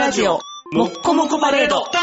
ラジオもっこもこパレード。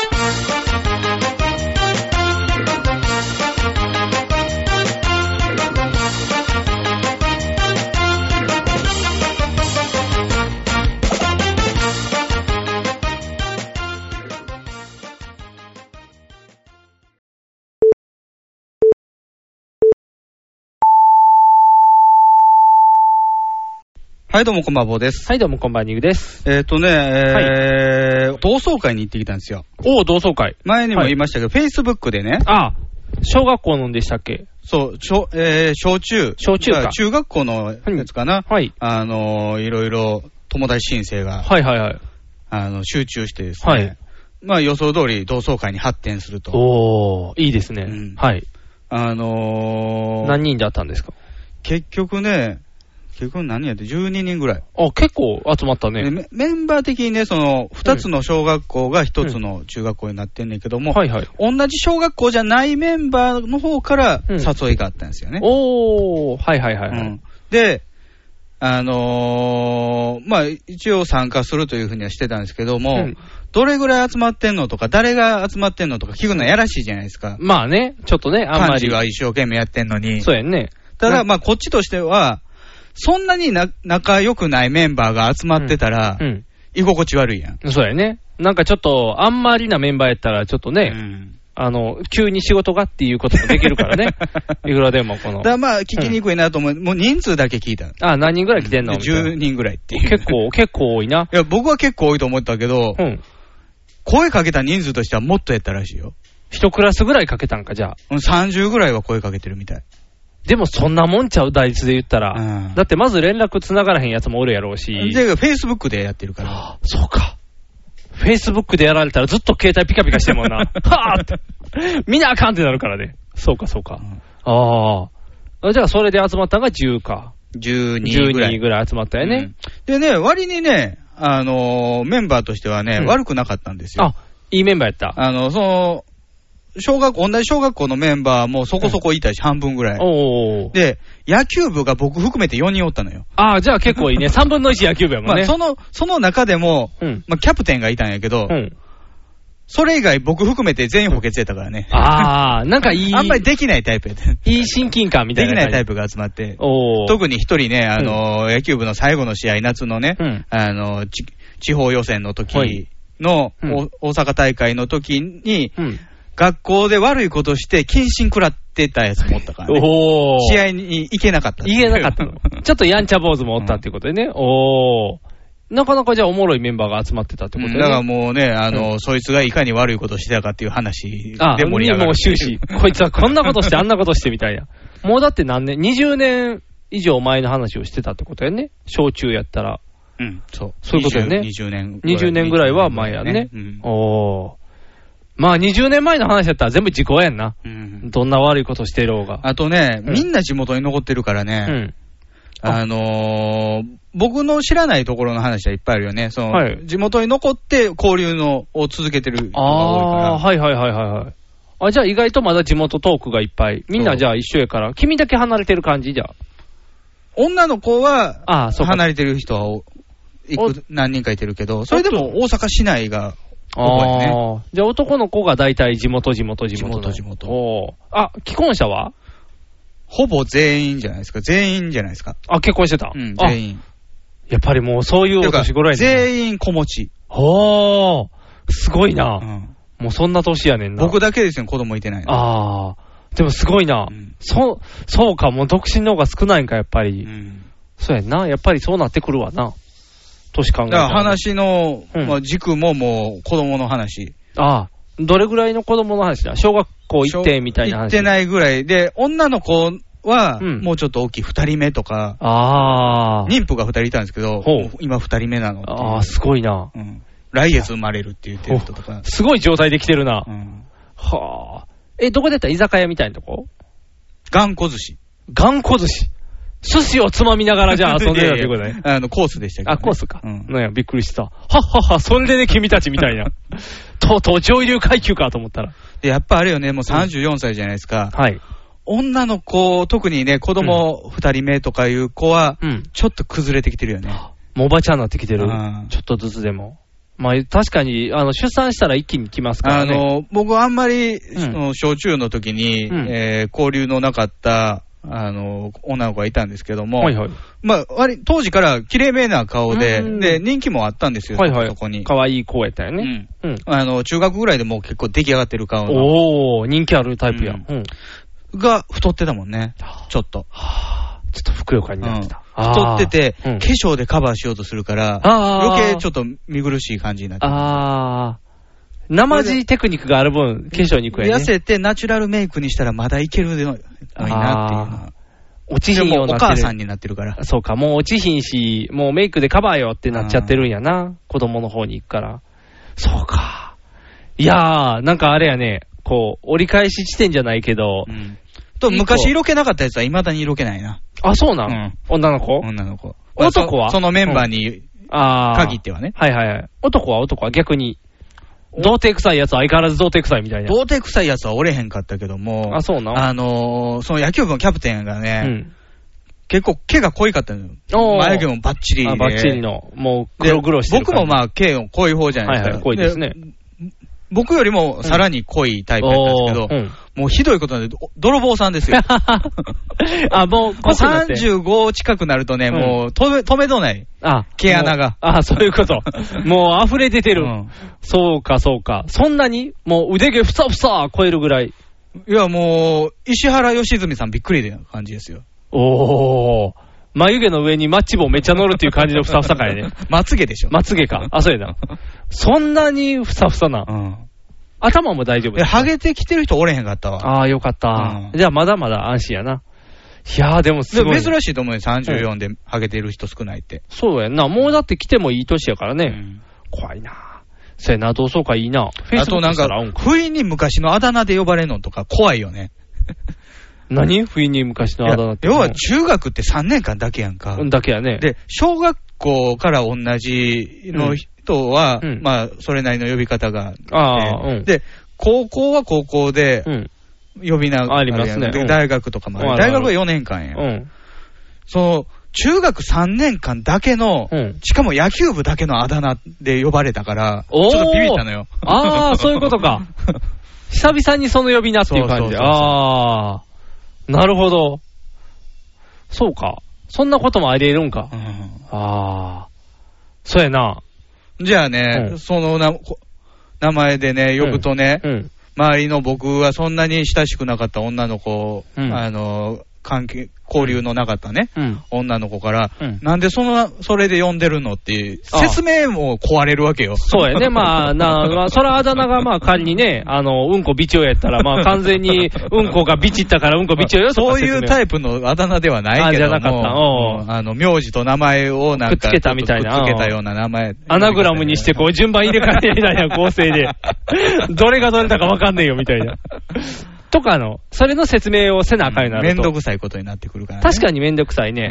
はい、どうもこんばんはです。 はい、どうもこんばんはです。 同窓会に行ってきたんですよ。 おー、同窓会。 前にも言いましたけど、Facebook でね。 ああ、小学校のんでしたっけ？ そう、小中か。中学校のやつかな。 はい。 いろいろ友達申請が。 はいはいはい。 集中してですね。 はい。 まあ予想通り同窓会に発展すると。 おー、いいですね。うん、はい。 何人であったんですか？ 結局何やって12人ぐらい。 あ、結構集まったね。 メンバー的にね、2つの小学校が1つの中学校になってんねんけども、 はいはい。 同じ小学校じゃないメンバーの方から誘いがあったんですよね。 おー、はいはいはい。 で、まあ、一応参加するというふうにはしてたんですけども、どれぐらい集まってんのとか、誰が集まってんのとか聞くのやらしいじゃないですか。 まあね、ちょっとね、あんまり。 幹事は一生懸命やってんのに。 そうやんね。 ただ、まあ、こっちとしては、そんなに仲良くないメンバーが集まってたら、居心地悪いやん。 そうやね。なんかちょっと、あんまりなメンバーやったら、ちょっとね、急に仕事がっていうこともできるからね。いくらでもだまあ、聞きにくいなと思う。もう人数だけ聞いた。 あ、何人ぐらい来てんの ？10人ぐらいっていう。 結構多いな。 いや、僕は結構多いと思ったけど、声かけた人数としてはもっとやったらしいよ。 一クラスぐらいかけたんか、じゃあ。 30ぐらいは声かけてるみたい。 でもそんなもんちゃう、打率で言ったら。だってまず連絡つながらへんやつもおるやろうし。 で、Facebook でやってるから。 そうか。Facebook でやられたらずっと携帯ピカピカしてるもんな。はぁって。見なあかんってなるからね。そうかそうか。ああ。じゃあそれで集まったのが10か。 12ぐらい。 12ぐらい集まったよね。 でね、割にね、メンバーとしてはね、悪くなかったんですよ。 あ、いいメンバーやった。 同じ小学校のメンバーもそこそこいたし、半分ぐらい。で、野球部が僕含めて4人おったのよ。 ああ、じゃあ結構いいね。3分の1野球部やもんね。 まあ、その中でも、まあ、キャプテンがいたんやけど、それ以外僕含めて全員補欠やったからね。 ああ、なんかいい。 あんまりできないタイプやった。 いい親近感みたいな。 できないタイプが集まって。特に一人ね、野球部の最後の試合、夏のね、地方予選の時の、大阪大会の時に、学校で悪いことして、謹慎食らってたやつもおったからね。試合に行けなかった。 行けなかったの。ちょっとやんちゃ坊主もおったっていうことでね。なかなかじゃあおもろいメンバーが集まってたってことね。 だからもうね、そいつがいかに悪いことしてたかっていう話で盛り上がる。 もう終始。こいつはこんなことしてあんなことしてみたいな。もうだって何年 ?20 年以上前の話をしてたってことやね。小中やったら。そういうことやね。20年ぐらいは前やね。まあ20年前の話だったら全部時効やんな。どんな悪いことしてろうが。 あとね、みんな地元に残ってるからね。僕の知らないところの話はいっぱいあるよね。地元に残って交流を続けてる人が多いから。 はいはいはいはい。あ、じゃあ意外とまだ地元トークがいっぱい。みんなじゃあ一緒やから。君だけ離れてる感じじゃ。 女の子は離れてる人は何人かいてるけど、それでも大阪市内が多いね。 じゃあ男の子が大体地元。あ、既婚者はほぼ全員じゃないですか。 あ、結婚してた。 全員。 やっぱりもうそういうお年頃やね。 全員子持ち。 すごいな。もうそんな年やねんな。 僕だけですよ、子供いてないの。 でもすごいな。そうか、もう独身の方が少ないんか、やっぱり。そうやんな。やっぱりそうなってくるわな。年考えたら。 だから話の軸ももう子供の話。 どれぐらいの子供の話だ？小学校行ってみたいな話。 行ってないぐらいで、女の子はもうちょっと大きい2人目とか、妊婦が2人いたんですけど、今2人目なの。 すごいな。 来月生まれるって言ってる人とか。 すごい状態で来てるな。はあ。どこでやったら居酒屋みたいなとこ？ 頑固寿司。 寿司をつまみながらじゃあ遊んでたってことね。 コースでしたけど、ね。 コースか。びっくりした。はっはっは、それでね、君たちみたいな。とうとう上流階級かと思ったら。 で、やっぱあれよね、もう34歳じゃないですか。 はい。 女の子、特にね、子供2人目とかいう子は、ちょっと崩れてきてるよね。 もうおばちゃんになってきてる。ちょっとずつでも。 まあ、確かに、出産したら一気に来ますからね。 僕はあんまり、小中の時に、交流のなかった、女の子がいたんですけども、はいはい。まあ、当時から綺麗めな顔で、で、人気もあったんですよ、 はいはい、 そこに。 可愛い子やったよね。 うん。中学ぐらいでもう結構出来上がってる顔の。人気あるタイプや。 が、太ってたもんね、ちょっと。 ちょっとふくよかになってた。 太ってて、化粧でカバーしようとするから、余計ちょっと見苦しい感じになってる。 生地テクニックがある分、化粧にくいね。 痩せてナチュラルメイクにしたらまだいけるのになっていうの。 落ちひんようになってる。 お母さんになってるから。 そうか、もう落ちひんし、もうメイクでカバーよってなっちゃってるんやな。子供の方に行くから。そうか。いやー、なんかあれやね、こう、折り返し地点じゃないけど、 昔色気なかったやつは未だに色気ないな。 あ、そうなん、女の子男はそのメンバーに限ってはね。 はいはいはい。男は逆に。童貞臭いやつは相変わらず童貞臭いみたいな。 童貞臭いやつはおれへんかったけども。 あ、そうなのその野球部のキャプテンがね、結構毛が濃いかったのよ。眉毛もバッチリで。 バッチリの。もう黒々してる。 僕もまあ毛の濃い方じゃないですか。 はいはい、濃いですね。 僕よりもさらに濃いタイプだったんですけど、もうひどいことなんで、泥棒さんですよ。 もう 35近くなるとね、もう止めどない。毛穴が。 そういうこと。もう溢れ出てる。そうか、そうか。そんなにもう腕毛ふさふさ超えるぐらい。 いや、もう、石原良純さんびっくりな感じですよ。 眉毛の上にマッチ棒めっちゃ乗るっていう感じのふさふさかやね。 まつげでしょ。 まつげか。そうやな。そんなにふさふさな。頭も大丈夫です。 ハゲてきてる人おれへんかったわ。 よかった。じゃあまだまだ安心やな。いやーでもすごい。 珍しいと思うよ、34でハゲてる人少ないって。 そうやんな。もうだって来てもいい年やからね。怖いな。そうやな、同窓会いいな。 あとなんか、不意に昔のあだ名で呼ばれるのとか怖いよね。 何？不意に昔のあだ名って。 要は中学って3年間だけやんか。 だけやね。 で、小学校から同じの人は、まあ、それなりの呼び方があって、で、高校は高校で、呼び名がありますね。 大学とかもある。大学は4年間や。その、中学3年間だけの、しかも野球部だけのあだ名で呼ばれたから、ちょっとビビったのよ。 そういうことか。久々にその呼び名っていう感じで。なるほど。そうか。そんなこともあり得るんか。そうやな。 じゃあね、その名前でね、呼ぶとね、周りの僕はそんなに親しくなかった女の子、交流のなかったね、女の子から、なんでそれで呼んでるのっていう、説明も壊れるわけよ。 そうやね、まあ、そらあだ名がまあ仮にね、うんこビチョやったら、まあ完全にうんこがビチったからうんこビチョよとかそういうタイプのあだ名ではないけども、 じゃなかった。 名字と名前をなんか、 くっつけたみたいな。 くっつけたような名前。 アナグラムにしてこう順番入れ替えてみたいな構成で、どれがどれだかわかんねえよみたいな。とかそれの説明をせなあかんようになると。 めんどくさいことになってくるからね。 確かにめんどくさいね。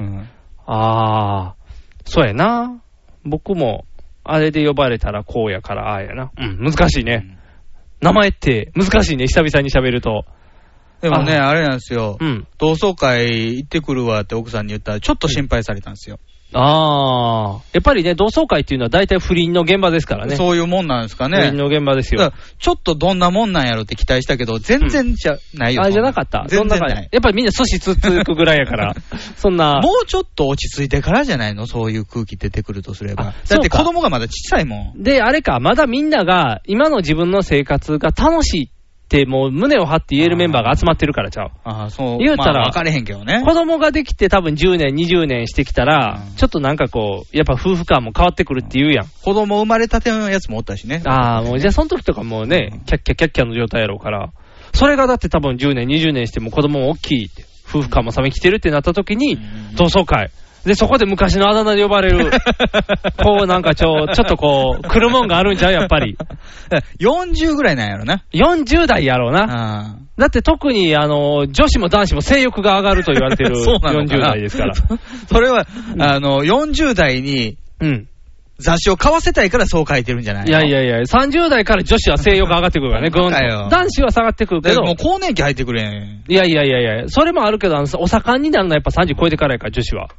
そうやな。僕も、あれで呼ばれたらこうやから、ああやな。難しいね。名前って難しいね、久々に喋ると。 でもね、あれなんですよ。同窓会行ってくるわって奥さんに言ったら、ちょっと心配されたんですよ。 やっぱりね、同窓会っていうのは大体不倫の現場ですからね。 そういうもんなんですかね。 不倫の現場ですよ。 ちょっとどんなもんなんやろって期待したけど、全然じゃないよ。 じゃなかった。 全然ない。 やっぱりみんな寿司つつくぐらいやから、そんな。 もうちょっと落ち着いてからじゃないの、そういう空気出てくるとすれば。だって子供がまだ小さいもん。 で、あれか、まだみんなが、今の自分の生活が楽しいってもう胸を張って言えるメンバーが集まってるからちゃう。 そう。 言うたら、 分かれへんけどね。 子供ができて多分10年、20年してきたら、ちょっとなんかこう、やっぱ夫婦間も変わってくるって言うやん。 子供生まれたてのやつもおったしね。 もうじゃあその時とかもうね、キャッキャキャッキャの状態やろうから、それがだって多分10年、20年しても子供も大きいって、夫婦間も冷めきてるってなった時に、同窓会。で、そこで昔のあだ名で呼ばれる。こうなんかちょっとこう、来るもんがあるんちゃうやっぱり。 40ぐらいなんやろな。 40代やろうな。だって特に女子も男子も性欲が上がると言われてる40代ですから。 それは、40代に、雑誌を買わせたいからそう書いてるんじゃないの？ いや、30代から女子は性欲上がってくるからね、ぐんと。男子は下がってくるけど。 もう更年期入ってくれん。 いや、それもあるけど、お盛んになるのはやっぱ30超えてからやから、女子は。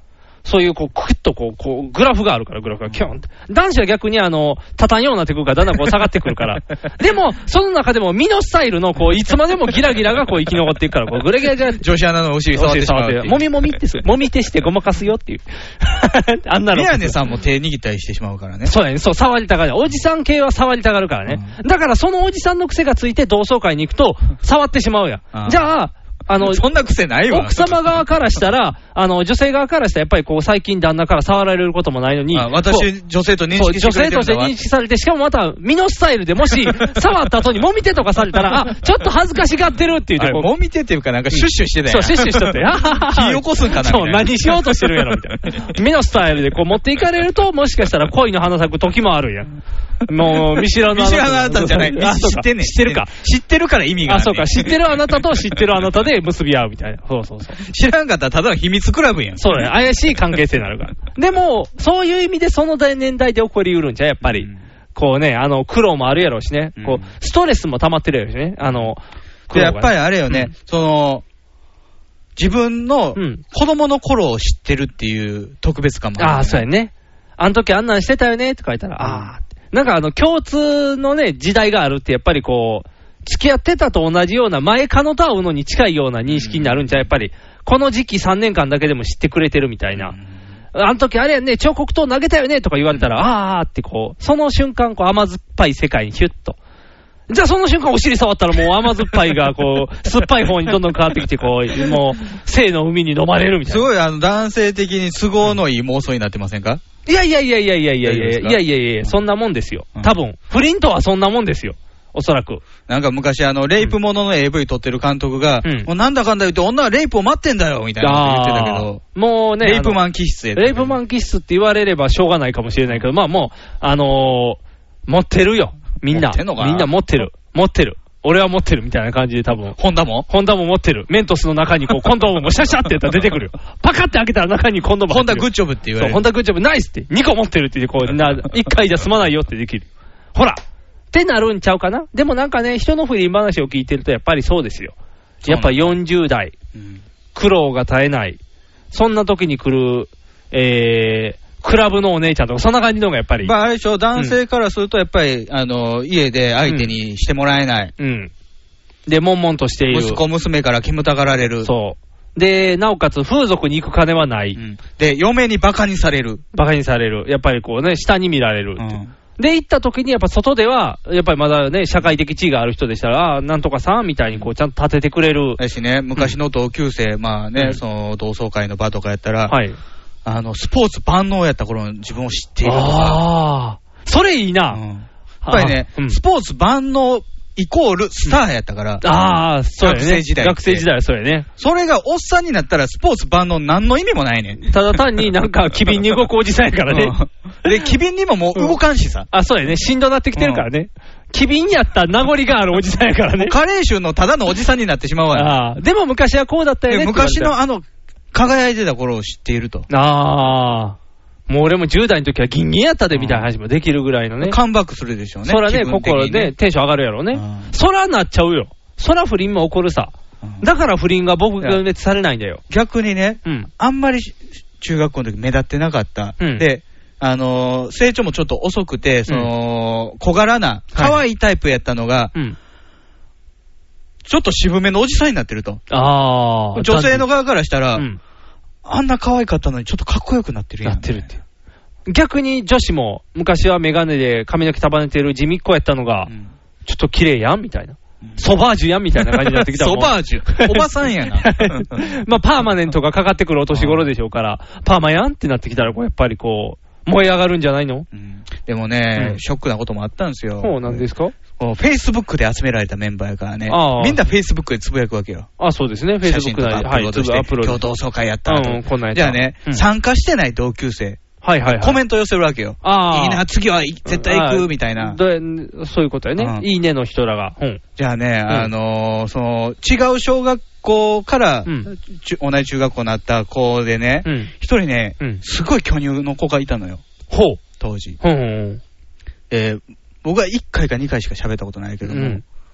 そういう、こう、クッとこう、グラフがあるから、グラフがキョンって。男子は逆に立たんようになってくるから、だんだんこう下がってくるから。でも、その中でも、ミノスタイルの、こう、いつまでもギラギラがこう、生き残っていくから、こう、グレギラギラ。 女子アナのお尻触ってしまう。 もみもみってする。もみ手してごまかすよっていう。あんなの。 宮根さんも手握ったりしてしまうからね。 そうやね。そう、触りたがる。おじさん系は触りたがるからね。だから、そのおじさんの癖がついて同窓会に行くと、触ってしまうやん。じゃあ、 そんな癖ないわ。 奥様側からしたら、女性側からしたら、やっぱりこう、最近旦那から触られることもないのに、 私、女性と認識してくれてるんだわ。 女性として認識されて、しかもまた、ミノスタイルでもし、触った後にもみ手とかされたら、ちょっと恥ずかしがってるって言って、 もみ手っていうかなんかシュッシュしてたやん。 そう、シュッシュしとって、 火起こすんかな。 そう、何しようとしてるんやろ、みたいな。ミノスタイルでこう持っていかれると、もしかしたら恋の花咲く時もあるんや。もう、見知らぬあなたじゃない。知ってんねん。 知ってるか。 知ってるから意味がある。 そうか。知ってるあなたと知ってるあなたで結び合うみたいな。そう。 知らんかったらただの秘密クラブやん。 そうね。怪しい関係性になるから。でも、そういう意味でその年代で起こりうるんじゃ、やっぱり。こうね、苦労もあるやろうしね。こう、ストレスも溜まってるやろうしね。 やっぱりあれよね、自分の子供の頃を知ってるっていう特別感もある、ね。 そうやね。あの時あんなんしてたよねって書いたら、なんか共通のね、時代があるってやっぱりこう、付き合ってたと同じような前カノと会うのに近いような認識になるんじゃ、やっぱり、この時期3年間だけでも知ってくれてるみたいな。あの時あれやんね、彫刻刀投げたよねとか言われたら、ってこう、その瞬間、こう甘酸っぱい世界にヒュッと。じゃあその瞬間お尻触ったらもう甘酸っぱいがこう、酸っぱい方にどんどん変わってきて、こう、もう、性の海に飲まれるみたいな。 すごい男性的に都合のいい妄想になってませんか？ いや、そんなもんですよ。多分、不倫とはそんなもんですよ。おそらく。 なんか昔レイプものの AV 撮ってる監督が、もうなんだかんだ言って女はレイプを待ってんだよみたいなこと言ってたけど、 もうね、 レイプマン気質レイプマン気質って言われればしょうがないかもしれないけど、まあもう、持ってるよ。みんな持ってる。俺は持ってるみたいな感じで多分。 ホンダも持ってる。メントスの中にこう、コンドームもシャシャってやったら出てくるよ。パカって開けたら中にコンドームホンダグッジョブって言われる。 そう、ホンダグッジョブナイスって。2個持ってるって言って、こう、1回じゃ済まないよってできる。ほらってなるんちゃうかな。でもなんかね、人の不倫話を聞いてるとやっぱりそうですよ。やっぱ40代、苦労が絶えない。そんな時に来る、クラブのお姉ちゃんとか、そんな感じのがやっぱり。 あれでしょ、男性からするとやっぱり、家で相手にしてもらえない。 で、悶々としている。 息子、娘から煙たがられる。 そう。で、なおかつ風俗に行く金はない。 で、嫁にバカにされる。 やっぱりこうね、下に見られる。で、行った時にやっぱ外では、やっぱりまだね、社会的地位がある人でしたら、なんとかさんみたいにこう、ちゃんと立ててくれる。 だしね、昔の同級生、まあね、その同窓会の場とかやったら、スポーツ万能やった頃の自分を知っているとか。 それいいな。 やっぱりね、スポーツ万能イコールスターやったから。 そうやね。 学生時代。 学生時代はそうやね。 それがおっさんになったらスポーツ万能何の意味もないねん。 ただ単になんか機敏に動くおじさんやからね。 で、機敏にももう動かんしさ。 そうやね。しんどなってきてるからね。機敏やった名残があるおじさんやからね。 加齢臭のただのおじさんになってしまうわね。でも昔はこうだったよね。 昔の輝いてた頃を知っていると。 もう俺も10代の時はギンギンやったでみたいな話もできるぐらいのね。 カムバックするでしょうね。 そらね、心でテンション上がるやろうね。そらなっちゃうよ。そら不倫も起こるさ。だから不倫が僕が熱されないんだよ。 逆にね、あんまり中学校の時目立ってなかった。で、成長もちょっと遅くて、小柄な、可愛いタイプやったのが、ちょっと渋めのおじさんになってると。女性の側からしたら、あんな可愛かったのにちょっとかっこよくなってるやん。 逆に女子も昔はメガネで髪の毛束ねてる地味っ子やったのが、ちょっと綺麗やんみたいな。ソバージュやんみたいな感じになってきたもん。 ソバージュおばさんやな。 まあパーマネントがかかってくるお年頃でしょうから、パーマやんってなってきたら、やっぱりこう、燃え上がるんじゃないの？ でもね、ショックなこともあったんですよ。 そうなんですか？ フェイスブックで集められたメンバーやからね。みんなフェイスブックでつぶやくわけよ。 そうですね。フェイスブックでアップロードして、 今日同窓会やったと。 じゃあね、参加してない同級生。コメント寄せるわけよ。いいな、次は絶対行く、みたいな。 そういうことやね。いいねの人らが。 じゃあね、違う小学校から、同じ中学校になった子でね、一人ね、すごい巨乳の子がいたのよ。当時。僕は1回か2回しか喋ったことないけども、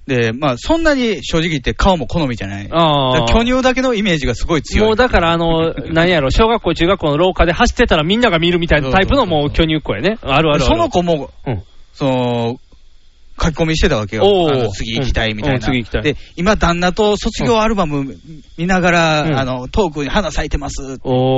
で、まあ、そんなに正直言って顔も好みじゃない。巨乳だけのイメージがすごい強い。 もうだから何やろ、小学校、中学校の廊下で走ってたらみんなが見るみたいなタイプのもう巨乳っ子やね。あるある。 その子も、書き込みしてたわけよ。次行きたいみたいな。次行きたい。で、今、旦那と卒業アルバム見ながら、トークに花咲いてます。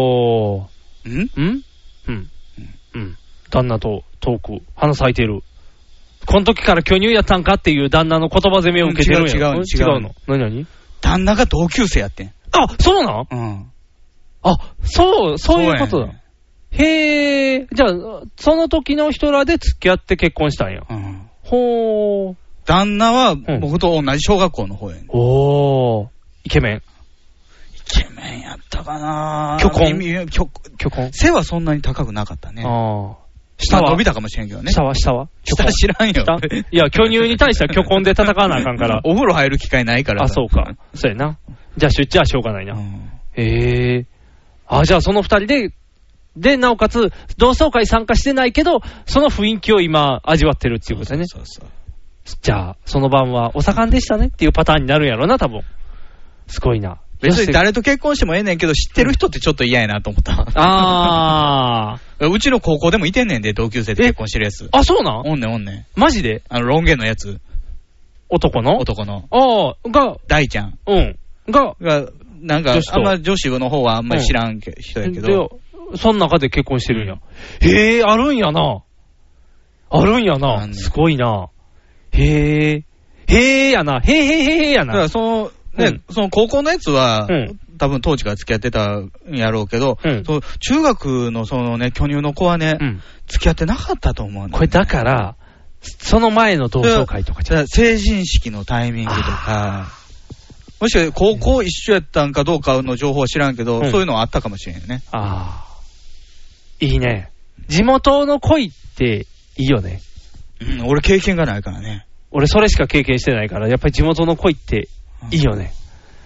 旦那とトーク、花咲いてる。この時から巨乳やったんかっていう旦那の言葉攻めを受けてるんや。違うの。何旦那が同級生やってん。 あ、そうなん？そういうことだ。へえ。じゃあ、その時の人らで付き合って結婚したんや。ほー。 旦那は僕と同じ小学校の方やね。 イケメン。 イケメンやったかな。 巨根。 背はそんなに高くなかったね。下は伸びたかもしれんけどね。 下は下知らんよ。 いや、巨乳に対しては巨根で戦わなあかんから。 お風呂入る機会ないから。 そうか。そうやな。じゃあしょうがないな。へえ。じゃあその二人で、なおかつ、同窓会参加してないけど、その雰囲気を今、味わってるっていうことだね。そう。じゃあ、その晩はお盛んでしたねっていうパターンになるんやろな、多分。すごいな。 別に誰と結婚してもええねんけど、知ってる人ってちょっと嫌やなと思った。うちの高校でもいてんねんで、同級生で結婚してるやつ。 そうなん？ おんねん。 マジで？ ロン毛のやつ。 男の。が、 大ちゃん。 が、 なんか、あんま女子の方はあんまり知らん人やけど。 その中で結婚してるんや。へえ、あるんやな。すごいな。へえやな。へえやな。 だからその高校のやつは、多分当時から付き合ってたんやろうけど、中学のそのね、巨乳の子はね、付き合ってなかったと思う。 これだから、その前の同窓会とかじゃ成人式のタイミングとか、もしくは高校一緒やったんかどうかの情報は知らんけど、そういうのはあったかもしれんよね。 いいね。地元の恋っていいよね。 俺経験がないからね。 俺それしか経験してないから、やっぱり地元の恋っていいよね。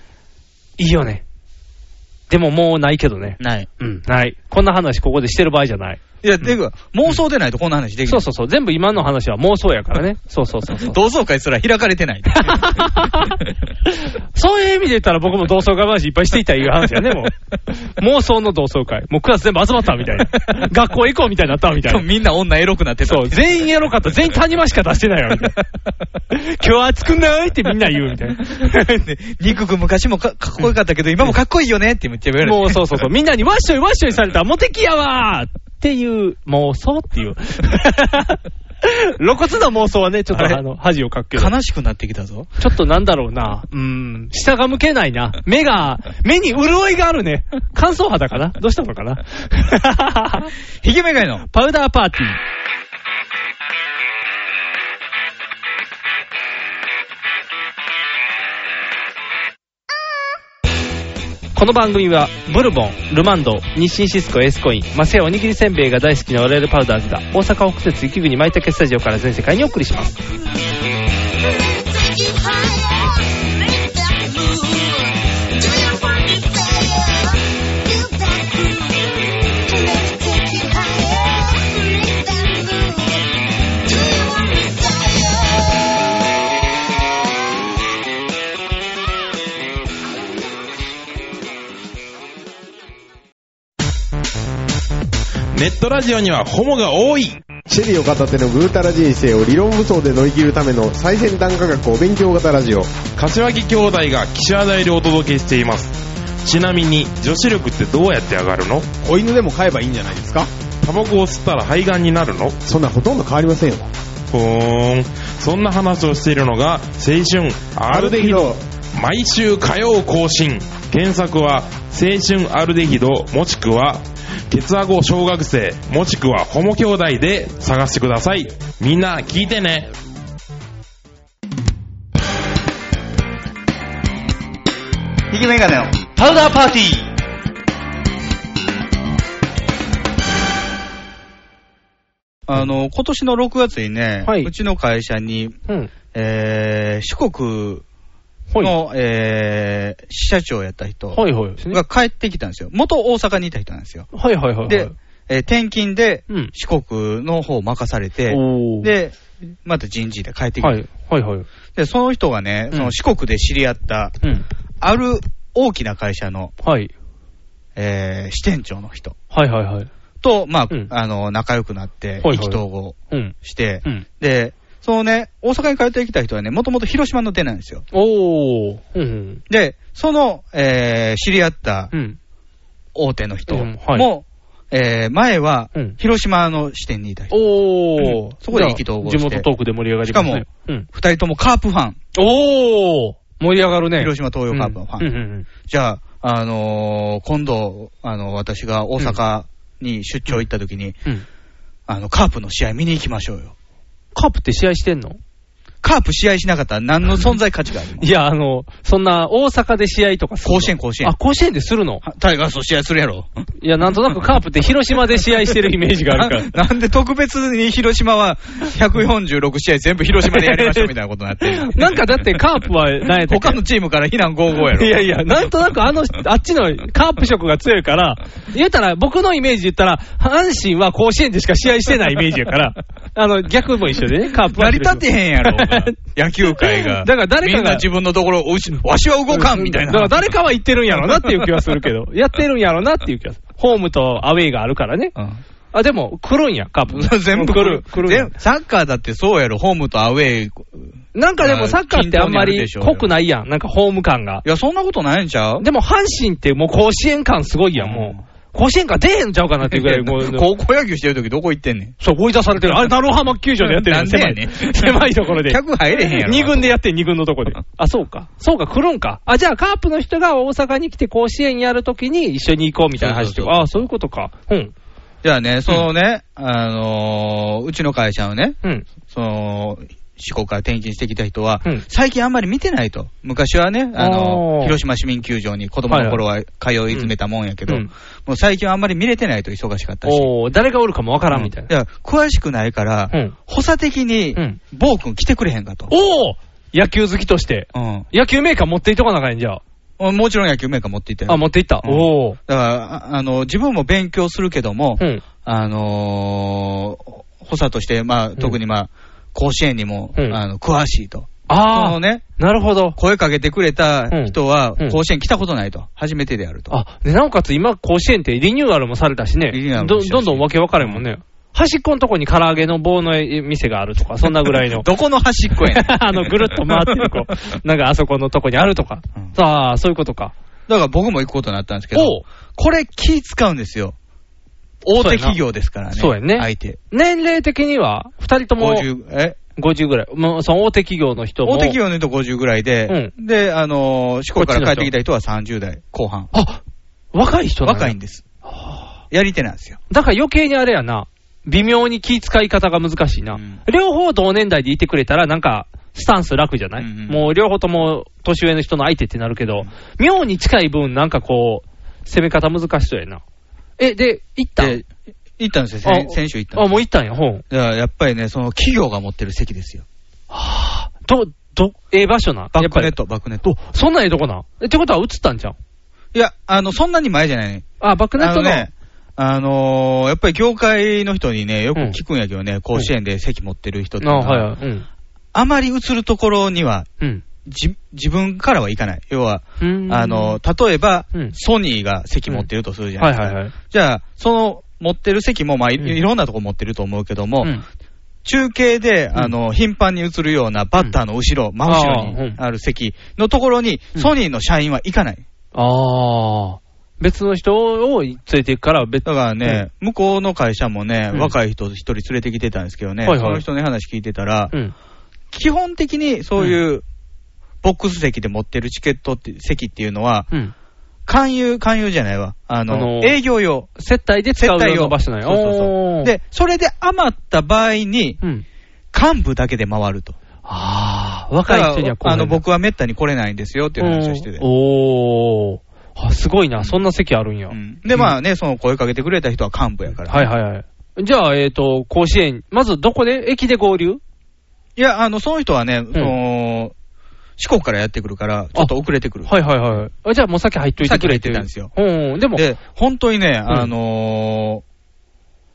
でももうないけどね。 ない。 ない。こんな話ここでしてる場合じゃない。 いや、てか、妄想でないとこんな話できない。 そう。全部今の話は妄想やからね。そう。 同窓会すら開かれてない。 そういう意味で言ったら僕も同窓会話いっぱいしていたいう話やね、もう。妄想の同窓会。もうクラス全部集まったみたいな。学校行こうみたいになったみたいな。 みんな女エロくなってた。 そう、全員エロかった。全員谷間しか出してないよ、みたいな。今日暑くないってみんな言うみたいな。 ニク君昔もかっこよかったけど、今もかっこいいよねってめっちゃ言われる。 もうそう。みんなにワッショイされたらモテキやわーっていう妄想っていう。露骨な妄想はね、ちょっと恥をかくけど。 悲しくなってきたぞ。 ちょっとなんだろうな。下が向けないな。目に潤いがあるね。乾燥肌かな？どうしたのかな？ ヒゲメガネのパウダーパーティー。この番組はブルボン、ルマンド、日清シスコ、エースコイン、マセオおにぎりせんべいが大好きな我々パウダーズが大阪北鉄雪国舞茸スタジオから全世界にお送りします。 ネットラジオにはホモが多い。 シェリーを片手のぐうたら人生を理論武装で乗り切るための最先端科学お勉強型ラジオ。 柏木兄弟が岸和田よりお届けしています。ちなみに女子力ってどうやって上がるの？ 子犬でも飼えばいいんじゃないですか？ タバコを吸ったら肺がんになるの？ そんなほとんど変わりませんよ。 そんな話をしているのが青春アルデヒド。毎週火曜更新。検索は青春アルデヒドもしくはケツアゴ小学生もしくはホモ兄弟で探してください。みんな聞いてね。 ヒゲメガネのパウダーパーティー。 今年の6月にね、うちの会社に、四国の、支社長やった人が帰ってきたんですよ。元大阪にいた人なんですよ。で、転勤で四国の方を任されて、で、また人事で帰ってきて、 はいはい。 で、その人がね、その四国で知り合った、ある大きな会社の、 はい。 支店長の人。 はいはいはい。 と、まあ、仲良くなって、意気投合して、で、そのね、大阪に帰ってきた人はね、もともと広島の出なんですよ。で、その、知り合った、大手の人も、前は、広島の支店にいた人。そこで意気投合して。 地元トークで盛り上がりますね。 しかも、二人ともカープファン。 盛り上がるね。 広島東洋カープのファン。じゃあ、今度、私が大阪に出張行った時に、カープの試合見に行きましょうよ。 カープって試合してんの？ カープ試合しなかったら何の存在価値があるの？ いや、そんな大阪で試合とかするの？ 甲子園。 あ、甲子園でするの？ タイガースと試合するやろ。 いや、なんとなくカープって広島で試合してるイメージがあるから。 なんで特別に広島は146試合全部広島でやりましょうみたいなことになってる。 なんかだってカープは何やったっけ？ 他のチームから非難55やろ。 いやいや、なんとなくあっちのカープ色が強いから、言ったら、僕のイメージ言ったら、阪神は甲子園でしか試合してないイメージやから、逆も一緒でね、カープは。 成り立ってへんやろ。野球界が。 だから誰かが。 みんな自分のところ、わしは動かんみたいな。 だから誰かは言ってるんやろなっていう気はするけど、やってるんやろなっていう気はする。ホームとアウェイがあるからね。あ、でも、来るんや、カープ。 全部来る。サッカーだってそうやろ、ホームとアウェイ。 なんかでもサッカーってあんまり濃くないやん、なんかホーム感が。 いや、そんなことないんちゃう？ でも阪神ってもう甲子園感すごいやん、もう。甲子園から出へんちゃうかなっていうぐらい。 高校野球してるときどこ行ってんねん。 そう、追い出されてる。あれ、鳴浜球場でやってる。 なんでやねん。 狭いところで。 客入れへんやろ。 2軍でやってん、2軍のとこで。あ、そうか。そうか、来るんか。あ、じゃあ、カープの人が大阪に来て甲子園やるときに一緒に行こうみたいな話して。あ、そういうことか。 じゃあね、そのね、うちの会社のね、四国から転勤してきた人は、最近あんまり見てないと。昔はね、広島市民球場に子供の頃は通い詰めたもんやけど、もう最近はあんまり見れてないと忙しかったし。 誰がおるかもわからんみたいな。 いや、詳しくないから、補佐的に、坊君来てくれへんかと。 野球好きとして。野球メーカー持っていっとかなあかんじゃあ。 もちろん野球メーカー持っていったよ。 あ、持っていった。だから、自分も勉強するけども、補佐として、まあ、特にまあ、甲子園にも、詳しいと。 ああ、ね。なるほど。 声かけてくれた人は、甲子園来たことないと。初めてであると。 で、なおかつ今、甲子園ってリニューアルもされたしね。どんどんわけ分かれんもんね。端っこのとこに唐揚げの棒の店があるとか、そんなぐらいの。 どこの端っこやねん。ぐるっと回ってる、なんかあそこのとこにあるとか。さあ、そういうことか。 だから僕も行くことになったんですけど、これ気使うんですよ。大手企業ですからね。 そうやね。 相手。 年齢的には、二人とも。50ぐらい。もう、その大手企業の人も。 大手企業の人50ぐらいで、で、四国から帰ってきた人は30代後半。 あ、若い人なんだ。 若いんです。やり手なんですよ。 だから余計にあれやな。微妙に気使い方が難しいな。両方同年代でいてくれたら、なんか、スタンス楽じゃない？もう両方とも年上の人の相手ってなるけど、妙に近い分、なんかこう、攻め方難しそうやな。で、行った行ったんですよ、先週行ったんです。 もう行ったんや、 やっぱりね、その企業が持ってる席ですよ。 はぁ、場所な。 バックネット、バックネット。 そんなええとこな。ってことは映ったんじゃん。 いや、そんなに前じゃないね。 バックネットの。 やっぱり業界の人にね、よく聞くんやけどね、甲子園で席持ってる人っていうのは、あまり映るところには、自分からは行かない。要は、例えば、ソニーが席持ってるとするじゃないですか。じゃあ、その持ってる席も、まあ、いろんなとこ持ってると思うけども、中継で、頻繁に映るようなバッターの後ろ、真後ろにある席のところに、ソニーの社員は行かない。 別の人を連れて行くから、 だからね、向こうの会社もね、若い人一人連れてきてたんですけどね、その人の話聞いてたら、基本的にそういうボックス席で持ってるチケットって席っていうのは、勧誘じゃないわ。営業用。 接待で使うような場所なんよ。 そう。で、それで余った場合に、幹部だけで回ると。 若い人には来ない。 僕はめったに来れないんですよっていう話をしてて。 すごいな。そんな席あるんや。 で、まあね、その声かけてくれた人は幹部やから。 じゃあ、甲子園、まずどこで駅で合流？ いや、その人はね、四国からやってくるから、ちょっと遅れてくる。 じゃあもう先入っといてくれって言ってたんですよ。 でも。 本当にね、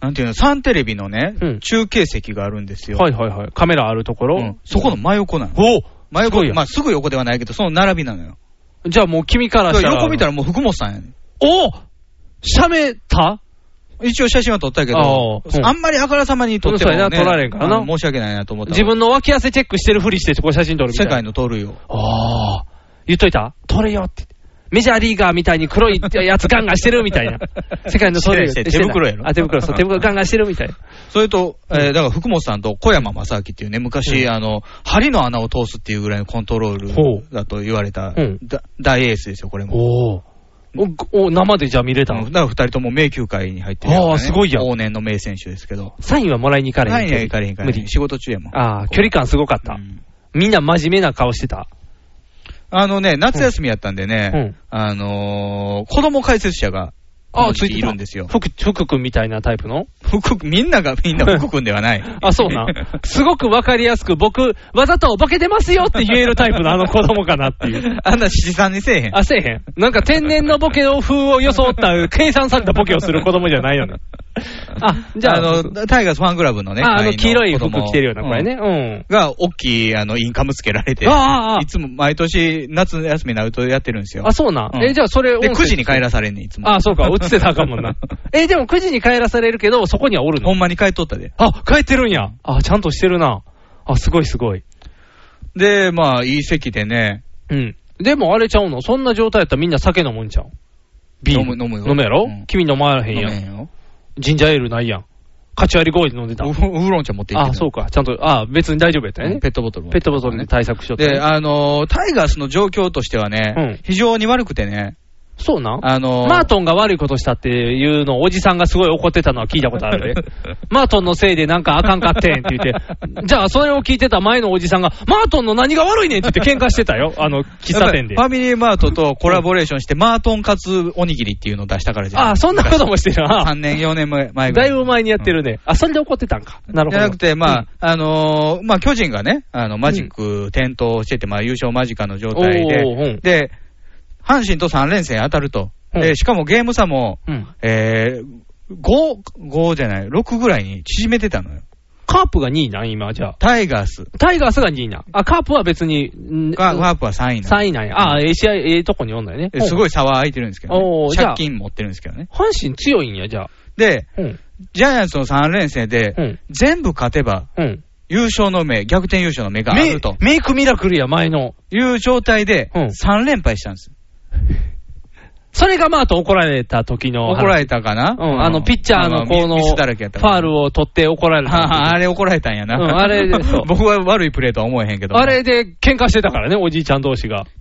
なんていうの、サンテレビのね、中継席があるんですよ。 はいはいはい。カメラあるところ、 そこの真横なの。真横、まあすぐ横ではないけど、その並びなのよ。 じゃあもう君からしたら。 横見たらもう福本さんやねん。 写メた一応写真は撮ったけど、あんまりあからさまに撮ってもね、 撮られんからな。 申し訳ないなと思った。 自分の脇汗チェックしてるふりしてこう写真撮るみたいな。 世界の撮るよ。 言っといた？撮れよって。メジャーリーガーみたいに黒いやつガンガンしてるみたいな。世界の撮れよ。 手袋やろ。 手袋ガンガンしてるみたいな。 それと、だから福本さんと小山正明っていうね、昔、針の穴を通すっていうぐらいのコントロールだと言われた、大エースですよ、これも。 生でじゃあ見れたの？ だから二人とも名球会に入ってる、ね。 すごいやん。 往年の名選手ですけど。 サインはもらいに行かれへん。 サインは行かれへんから仕事中やもん。 距離感すごかった。みんな真面目な顔してた。 夏休みやったんでね、子供解説者が、いるんですよ。 福君みたいなタイプのみんな福君ではない。 そうなん。すごくわかりやすく、僕、わざとボケてますよって言えるタイプの子供かなっていう。 あんな七三にせえへん。 せえへん。なんか天然のボケの風を装った計算されたボケをする子供じゃないよね。じゃあ、 タイガースファンクラブのね、 黄色い服着てるような、これね。 が、大きい、インカムつけられて、いつも毎年夏休みになるとやってるんですよ。 そうなん。じゃあそれ、 で、9時に帰らされんねん、いつも。 そうか、映ってたかもな。でも9時に帰らされるけど、そこにはおるの？ ほんまに帰っとったで。 帰ってるんや。ちゃんとしてるな。すごいすごい。 で、まあ、いい席でね。 でもあれちゃうの？そんな状態やったらみんな酒飲むんちゃう？ビール。飲むやろ？君飲まへんやん。ジンジャーエールないやん。カチュアリゴーで飲んでた。ウーロン茶持って行ってた。 そうか。ちゃんと、別に大丈夫やったよね。 ペットボトルで対策しよう。 で、タイガースの状況としてはね、非常に悪くてね。 そうなん？マートンが悪いことしたっていうのをおじさんがすごい怒ってたのは聞いたことあるで。マートンのせいでなんかあかんかってんって言って、じゃあそれを聞いてた前のおじさんが、マートンの何が悪いねんって言って喧嘩してたよ。喫茶店で。 ファミリーマートとコラボレーションして、マートンカツおにぎりっていうのを出したからじゃん。 そんなこともしてるな。 3年、4年前ぐらい。 だいぶ前にやってるね。それで怒ってたんか。なるほど。 じゃなくて、巨人がね、マジック点灯してて、優勝間近の状態で、で、阪神と3連戦当たると。しかもゲーム差も、5じゃない、6ぐらいに縮めてたのよ。 カープが2位なん、今、じゃあ。 タイガースが2位な。カープは別に。 カープは3位なん。 3位なんや。試合、とこにおんだよね。 すごい差は空いてるんですけどね。借金持ってるんですけどね。 阪神強いんや、じゃあ。 で、ジャイアンツの3連戦で、全部勝てば、優勝の目、逆転優勝の目があると。 メイクミラクルや、前の。 いう状態で、3連敗したんです。 それがマート怒られた時の。 怒られたかな？ ピッチャーのこの、ファールを取って怒られた。 あれ怒られたんやな。 あれ、 僕は悪いプレーとは思えへんけど。 あれで喧嘩してたからね、おじいちゃん同士が。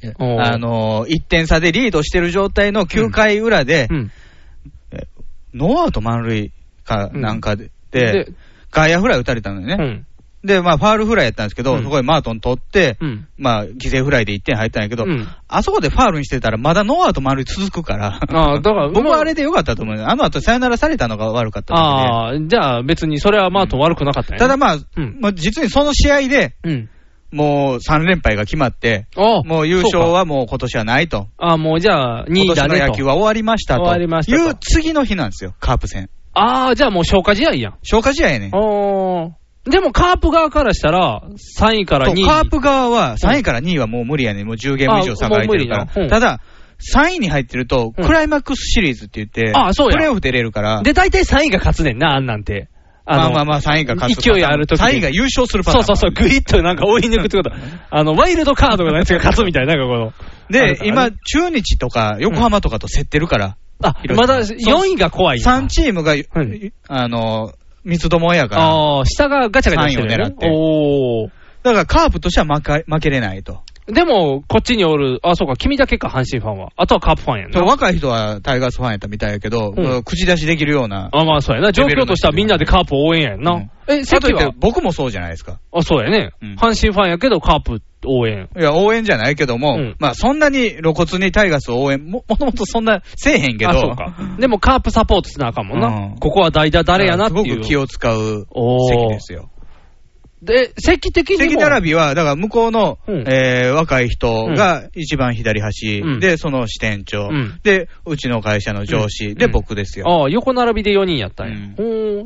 1点差でリードしてる状態の9回裏で、ノーアウト満塁かなんかで、外野フライ打たれたのよね。で、ファールフライやったんですけど、そこでマートン取って、犠牲フライで1点入ったんやけど、あそこでファールにしてたら、まだノーアウト満塁続くから、だから僕はあれでよかったと思う。あの後サヨナラされたのが悪かったので。 じゃあ別にそれはマートン悪くなかったね。 ただ実にその試合で、もう3連敗が決まって、もう優勝はもう今年はないと。 もうじゃあ2位だねと。 今年の野球は終わりましたと。 終わりましたと。 いう次の日なんですよ、カープ戦。 じゃあもう消化試合やん。 消化試合やねん。 でもカープ側からしたら、3位から2位。 カープ側は、3位から2位はもう無理やねん。もう10ゲーム以上差が開いてるから。ただ、3位に入ってると、クライマックスシリーズって言って、プレーオフ出れるから。 で、大体3位が勝つねんな、あんなんて。 3位が勝つ。 勢いあるとき。 3位が優勝するパターン。 そう、グイッとなんか追い抜くってこと。ワイルドカードのやつが勝つみたいな、なんかこの。 で、今、中日とか横浜とかと競ってるから。 まだ4位が怖い。 3チームが、三つどもえやから。 下がガチャガチャしてる、 3位を狙って。だからカープとしては負けれないと。 でも、こっちにおる、そうか、君だけか、阪神ファンは。あとはカープファンやね。 若い人はタイガースファンやったみたいやけど、口出しできるような。 そうやな。状況としてはみんなでカープ応援やんな。 席は僕もそうじゃないですか。 そうやね。阪神ファンやけど、カープ応援。 いや、応援じゃないけども、そんなに露骨にタイガース応援、もともとそんなせえへんけど。 そうか。でも、カープサポートしなあかんもんな。ここは代打誰やなっていう。 すごく気を使う席ですよ。 で、席的にも。 席並びは、だから向こうの、若い人が一番左端、で、その支店長、で、うちの会社の上司、で、僕ですよ。 横並びで4人やったんや。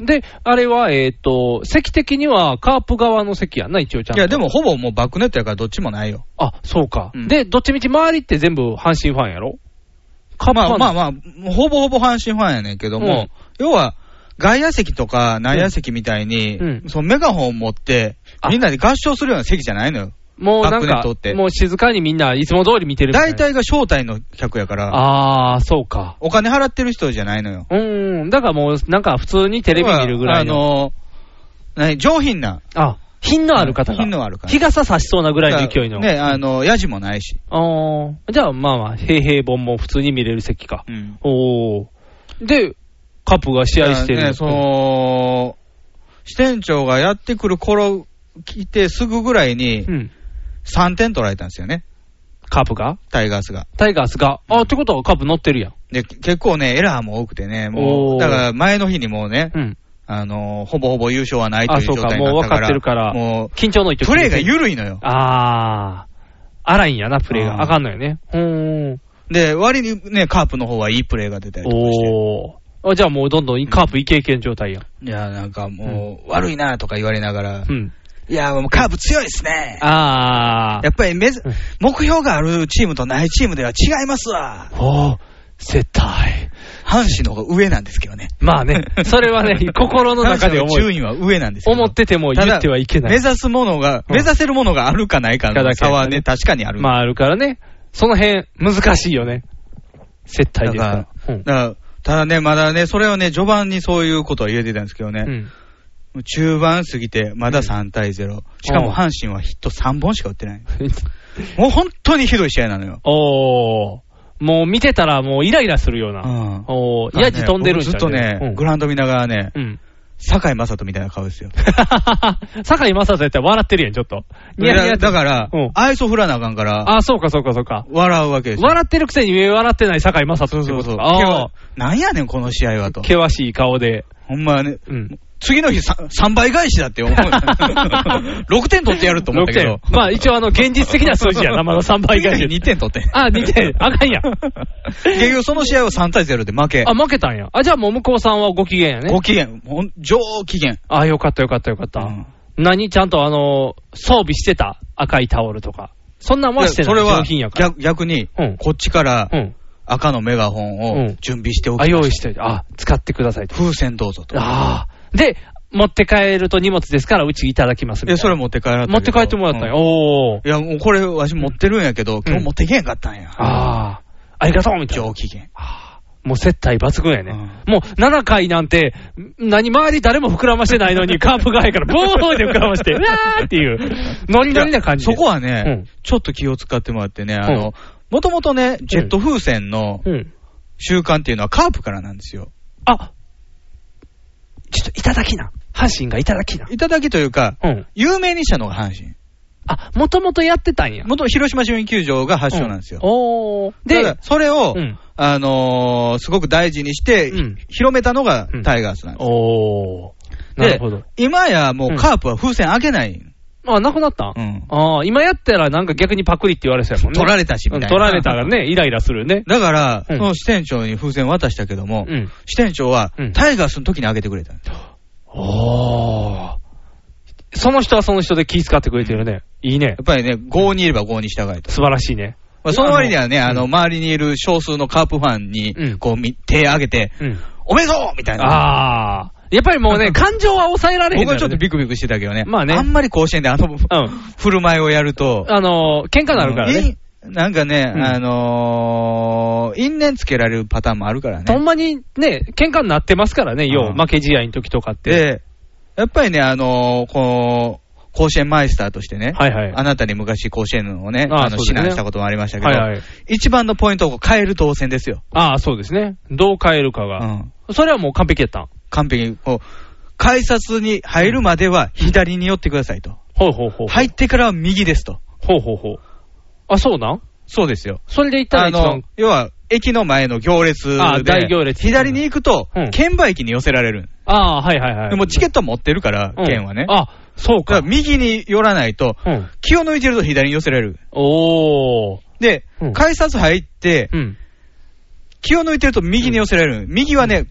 で、あれは、席的にはカープ側の席やんな、一応ちゃんと。 いや、でもほぼもうバックネットやからどっちもないよ。 あ、そうか。で、どっちみち周りって全部阪神ファンやろ？カープファン。 まあ、ほぼほぼ阪神ファンやねんけども、要は、外野席とか内野席みたいに、そのメガホンを持って、みんなで合唱するような席じゃないのよ。 もうなんか、もう静かにみんないつも通り見てるみたいな。 大体が招待の客やから。 あー、そうか。 お金払ってる人じゃないのよ。 だからもうなんか普通にテレビ見るぐらいの。 上品な。 品のある方が。 品のある方。 日傘差しそうなぐらいの勢いの。 ね、ヤジもないし。 じゃあまあまあ、平々凡も普通に見れる席か。で、カップが試合してる。 支店長がやってくる頃来てすぐぐらいに、3点取られたんですよね。 カープが？ タイガースが。 ってことはカープ乗ってるやん。 で、結構ね、エラーも多くてね、もう、だから前の日にもうね、ほぼほぼ優勝はないという状態になったから。 もう分かってるから。 もう、 緊張の一プレーが緩いのよ。 荒いんやな、プレーが。あかんのよね。 で、割にね、カープの方はいいプレーが出たりとかして。 じゃあもうどんどんカープイケイケん状態やん。 いや、なんかもう、悪いなとか言われながら、いや、もうカープ強いですね。やっぱり目標があるチームとないチームでは違いますわ。 接待。 阪神の方が上なんですけどね。 まあね、それはね、心の中で順位は上なんですけど。 思ってても言ってはいけない。 目指せるものがあるかないかの差はね、確かにある。 まああるからね、その辺難しいよね。接待ですから。 ただね、まだね、それをね、序盤にそういうことを言えてたんですけどね。中盤過ぎて、まだ3対0。しかも阪神はヒット3本しか打ってない。もう本当にひどい試合なのよ。 もう見てたらもうイライラするような。ヤジ飛んでるんじゃん。 ずっとね、グラウンド見ながらね、堺雅人みたいな顔ですよ。 堺雅人やったら笑ってるやん、ちょっと。 だから、愛想振らなあかんから。 そうか。 笑うわけですよ。 笑ってるくせに笑ってない堺雅人ってことか。 なんやねん、この試合はと。 険しい顔で。 ほんまね。次の日3倍返しだって思う。6点取ってやると思ったけど。 まあ一応現実的な数字やな、まだ3倍返し。 2点取って。 2点。あかんやん。 結局その試合は3対0で負け。 負けたんや。じゃあもう向こうさんはご機嫌やね。 ご機嫌。上機嫌。 よかった。ちゃんと装備してた赤いタオルとか。そんなんはしてない。 それは逆に、こっちから、赤のメガホンを準備しておきます。 用意して、使ってくださいと。 風船どうぞと。 で、持って帰ると荷物ですから、うちいただきますみたいな。 それ持って帰られた。 持って帰ってもらったんや。 いや、もうこれ、わし持ってるんやけど、今日持ってけへんかったんや。 ありがとうみたいな。 上機嫌。 もう接待抜群やね。もう7回なんて、周り誰も膨らましてないのに、カープ側やから、ボーって膨らまして、うわーっていう、ノリノリな感じで。 そこはね、ちょっと気を使ってもらってね、もともとね、ジェット風船の習慣っていうのはカープからなんですよ。 ちょっといただきな。阪神がいただきな。 いただきというか、有名にしたのが阪神。 もともとやってたんや。 広島市民球場が発祥なんですよ。 で、 それを、すごく大事にして、広めたのがタイガースなんですよ。 なるほど。 今やもうカープは風船開けない。 なくなったん？今やったらなんか逆にパクリって言われそうやもんね。 取られたしみたいな。 取られたらね、イライラするね。 だから、その支店長に風船渡したけども、支店長はタイガースの時に開けてくれた。その人はその人で気遣ってくれてるね。いいね。 やっぱりね、5にいれば5に従えと。 素晴らしいね。 その割にはね、周りにいる少数のカープファンに、手挙げて、おめでとうみたいな。 やっぱりもうね、感情は抑えられへん。 僕はちょっとビクビクしてたけどね。 まあね。 あんまり甲子園で振る舞いをやると。 喧嘩になるからね。 なんかね、因縁つけられるパターンもあるからね。 ほんまにね、喧嘩になってますからね、負け試合の時とかって。 で、やっぱりね、甲子園マイスターとしてね、あなたに昔甲子園をね、指南したこともありましたけど、一番のポイントを変える当選ですよ。 そうですね。どう変えるかが。それはもう完璧やったん？ 完璧。改札に入るまでは左に寄ってくださいと。入ってからは右ですと。 そうなん？ そうですよ。 それで言ったら一番要は、駅の前の行列で、 大行列。 左に行くと、券売機に寄せられる。でもチケット持ってるから、券はね。 そうか。 右に寄らないと、気を抜いてると左に寄せられる。で、改札入って、気を抜いてると右に寄せられる。右はね、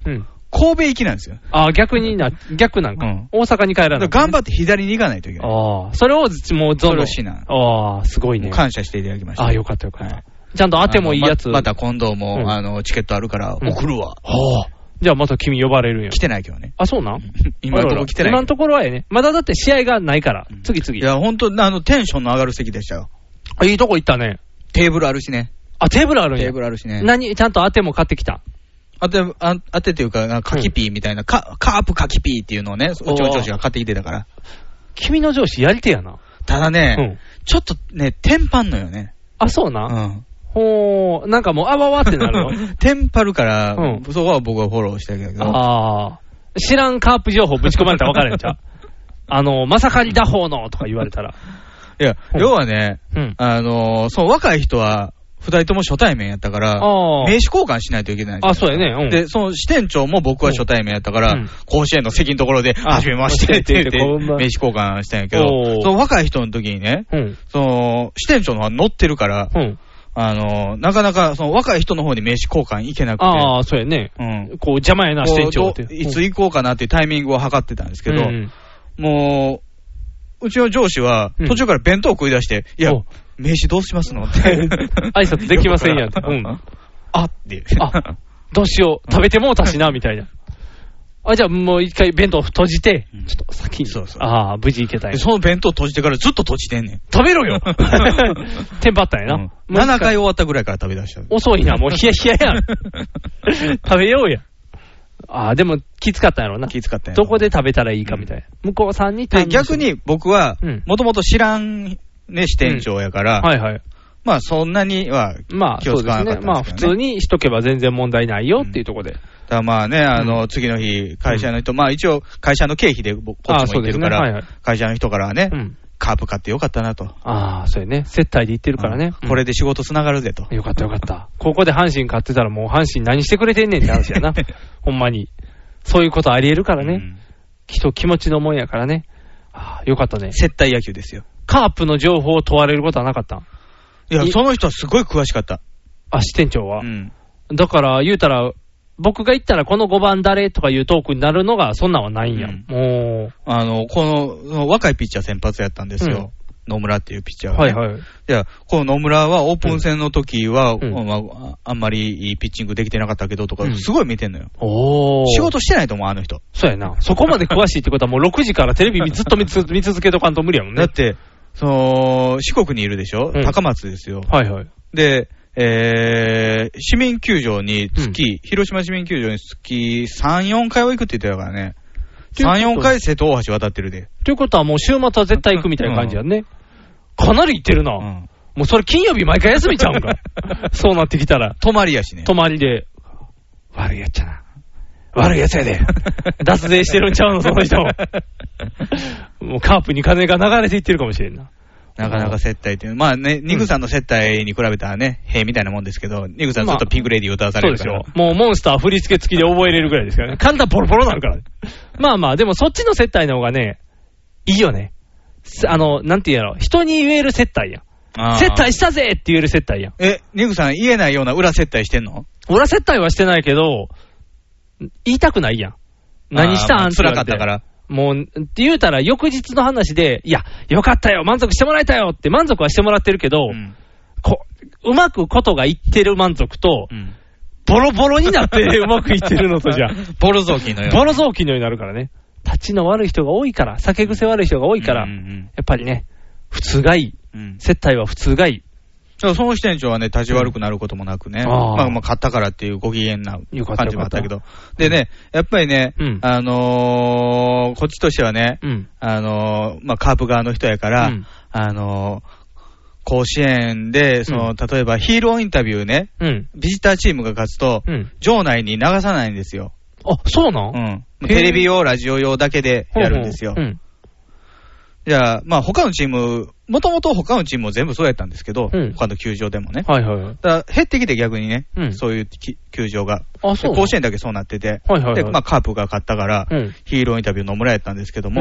神戸行きなんですよ。 逆なんか。大阪に帰らない。 頑張って左に行かないといけない。 それをもうそれをしな。 すごいね。 感謝していただきました。 よかったよかった。ちゃんと当てもいいやつ。 また今度も、チケットあるから送るわ。 じゃあまた君呼ばれるんや。 来てないけどね。 そうなん今のところ来てない。 今のところはね。まだだって試合がないから。次々。 いや、ほんと、テンションの上がる席でしたよ。 いいとこ行ったね。 テーブルあるしね。 テーブルあるんや。 テーブルあるしね。 ちゃんと当ても買ってきた。 当てっていうか、カキピーみたいな、カープカキピーっていうのをね、上司が買ってきてたから。 君の上司やり手やな。 ただね、ちょっとね、テンパんのよね。 そうな。なんかもう、わわってなるのテンパるから、そこは僕はフォローしたけど。 知らんカープ情報ぶち込まれたら分からんちゃう。まさかに打法のとか言われたら。 いや、要はね、その若い人は、二人とも初対面やったから、名刺交換しないといけない。 そうやね。 で、その支店長も僕は初対面やったから、甲子園の席のところで、はじめましてって言って、名刺交換したんやけど、その若い人の時にね、その支店長の方が乗ってるから、なかなかその若い人の方に名刺交換行けなくて。 そうやね。こう邪魔やな、支店長って。 いつ行こうかなっていうタイミングを測ってたんですけど、もう、うちの上司は途中から弁当食い出して、いや、名刺どうしますのって。 挨拶できませんやんって。 って。 どうしよう。食べてもうたしな、みたいな。じゃあもう一回弁当閉じて、ちょっと先に。無事行けたい。 その弁当閉じてからずっと閉じてんねん。 食べろよテンパったんやな。 7回終わったぐらいから食べ出した。 遅いな、もうヒヤヒヤやん。食べようや。でもきつかったんやろな。 きつかったんや。 どこで食べたらいいかみたいな。向こうさんに逆に僕は、もともと知らん支店長やから、まあそんなには気を使わなかったんですけどね。 普通にしとけば全然問題ないよっていうところで。 まあね、次の日、会社の人、一応会社の経費でこっちも行ってるから、会社の人からはね、カープ買ってよかったなと。 そうやね。接待で行ってるからね。 これで仕事つながるぜと。 よかったよかった。ここで阪神買ってたらもう阪神何してくれてんねんって話やな。ほんまに。そういうことあり得るからね。人気持ちのもんやからね。よかったね。 接待野球ですよ。 カープの情報を問われることはなかった？ いや、その人はすごい詳しかった。 支店長は。だから言うたら、僕が言ったらこの5番誰とかいうトークになるのがそんなんはないんや。もう。この若いピッチャー先発やったんですよ。野村っていうピッチャーが、ね。いや、この野村はオープン戦の時は、あんまりいいピッチングできてなかったけどとか、すごい見てんのよ。仕事してないと思う、あの人。そうやな。そこまで詳しいってことはもう6時からテレビずっと見続けとかんと無理やもんね。 だって、四国にいるでしょ、高松ですよ。で、市民球場に広島市民球場に月3、4回は行くって言ってたからね。3、4回瀬戸大橋渡ってるで。 ということはもう週末は絶対行くみたいな感じやね。かなり行ってるな。もうそれ金曜日毎回休みちゃうんか。そうなってきたら。 泊まりやしね。 泊まりで。悪いやっちゃな。悪いやつやで。脱税してるんちゃうの、その人も。もうカープに金が流れていってるかもしれんな。 なかなか接待っていう。まあね、ニグさんの接待に比べたらね、兵みたいなもんですけど、ニグさんずっとピンクレディー歌わされるから。 そうですよ。もうモンスター振り付け付きで覚えれるぐらいですからね。体ボロボロなるから。まあまあ、でもそっちの接待の方がね、いいよね。なんて言うやろ。人に言える接待やん。接待したぜって言える接待やん。 ニグさん言えないような裏接待してんの？ 裏接待はしてないけど、言いたくないやん。何したんって辛かったから。 もう、って言うたら翌日の話で、いや、よかったよ、満足してもらえたよって満足はしてもらってるけど、うまくことがいってる満足と、ボロボロになってうまくいってるのとじゃ、 ボロ雑巾のように。 ボロ雑巾のようになるからね。立ちの悪い人が多いから、酒癖悪い人が多いから、やっぱりね、普通がいい。接待は普通がいい。 その支店長はね、立ち悪くなることもなくね、まあ買ったからっていうご機嫌な感じもあったけど。でね、やっぱりね、こっちとしてはね、まあカープ側の人やから、甲子園で、例えばヒーローインタビューね、ビジターチームが勝つと、場内に流さないんですよ。 そうなんテレビ用、ラジオ用だけでやるんですよ。じゃあ、まあ他のチーム、もともと他のチームも全部そうやったんですけど、他の球場でもね。だから減ってきて逆にね、そういう球場が。甲子園だけそうなってて、で、まあカープが勝ったから、ヒーローインタビュー野村やったんですけども、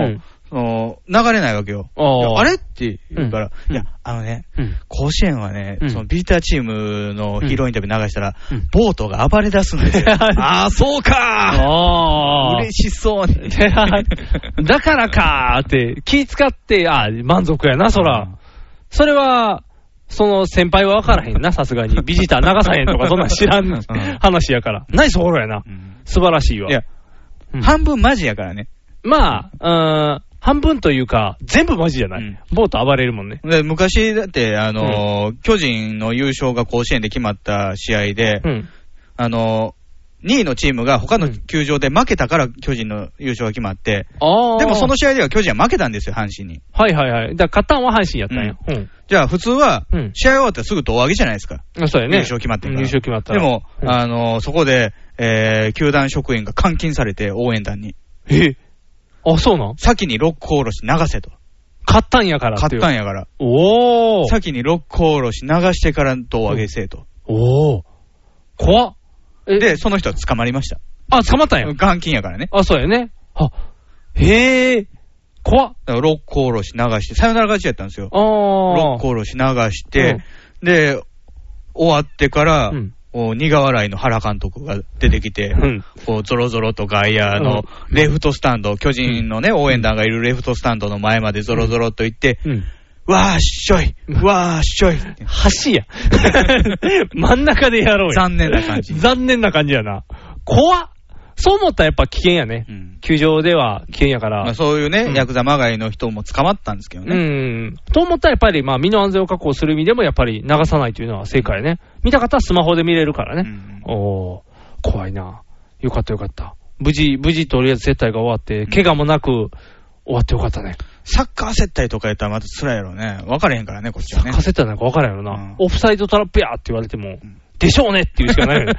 流れないわけよ。あれって言うから、いや、甲子園はね、そのビーターチームのヒーローインタビュー流したら、ボートが暴れ出すんですよ。ああ、そうか嬉しそうに。 だからかーって気使って、満足やな、そら。それは、その先輩は分からへんな、さすがに。ビジター流さへんとか、そんなん知らん話やから。ナイスフォローやな。素晴らしいわ。 いや、半分マジやからね。 まあ、半分というか、全部マジじゃない。ボート暴れるもんね。 で昔、だって、巨人の優勝が甲子園で決まった試合で、2位のチームが他の球場で負けたから巨人の優勝が決まって、でもその試合では巨人は負けたんですよ、阪神に。 はいはいはい。だから勝ったんは阪神やったんや。 じゃあ普通は、試合終わったらすぐ胴上げじゃないですか。 そうやね。 優勝決まってるから。 優勝決まったら。 でも、そこで、球団職員が監禁されて応援団に。 そうなん？ 先にロックおろし流せと。 勝ったんやから。 勝ったんやから。先にロックおろし流してから胴上げせえと。怖っ。で、その人は捕まりました。 捕まったんや。 監禁やからね。 そうやね。へえ。怖っ。 ロックおろし流して、サヨナラ勝ちやったんですよ。ロックおろし流して、で、終わってから、苦笑いの原監督が出てきて、ゾロゾロと外野のレフトスタンド、巨人のね、応援団がいるレフトスタンドの前までゾロゾロと行って、わーっしょい、わーっしょい。 橋や。真ん中でやろうよ。 残念な感じ。 残念な感じやな。怖っ。そう思ったらやっぱ危険やね。球場では危険やから。 そういうね、ヤクザまがいの人も捕まったんですけどね。 と思ったらやっぱり、身の安全を確保する意味でもやっぱり流さないというのは正解ね。見た方はスマホで見れるからね。怖いな。よかったよかった。無事とりあえず接待が終わって、怪我もなく終わってよかったね。 サッカー接待とかやったらまた辛いやろね。分かれへんからね、こっちはね。 サッカー接待なんか分からへんやろな。オフサイドトラップやって言われても、でしょうねって言うしかないよね。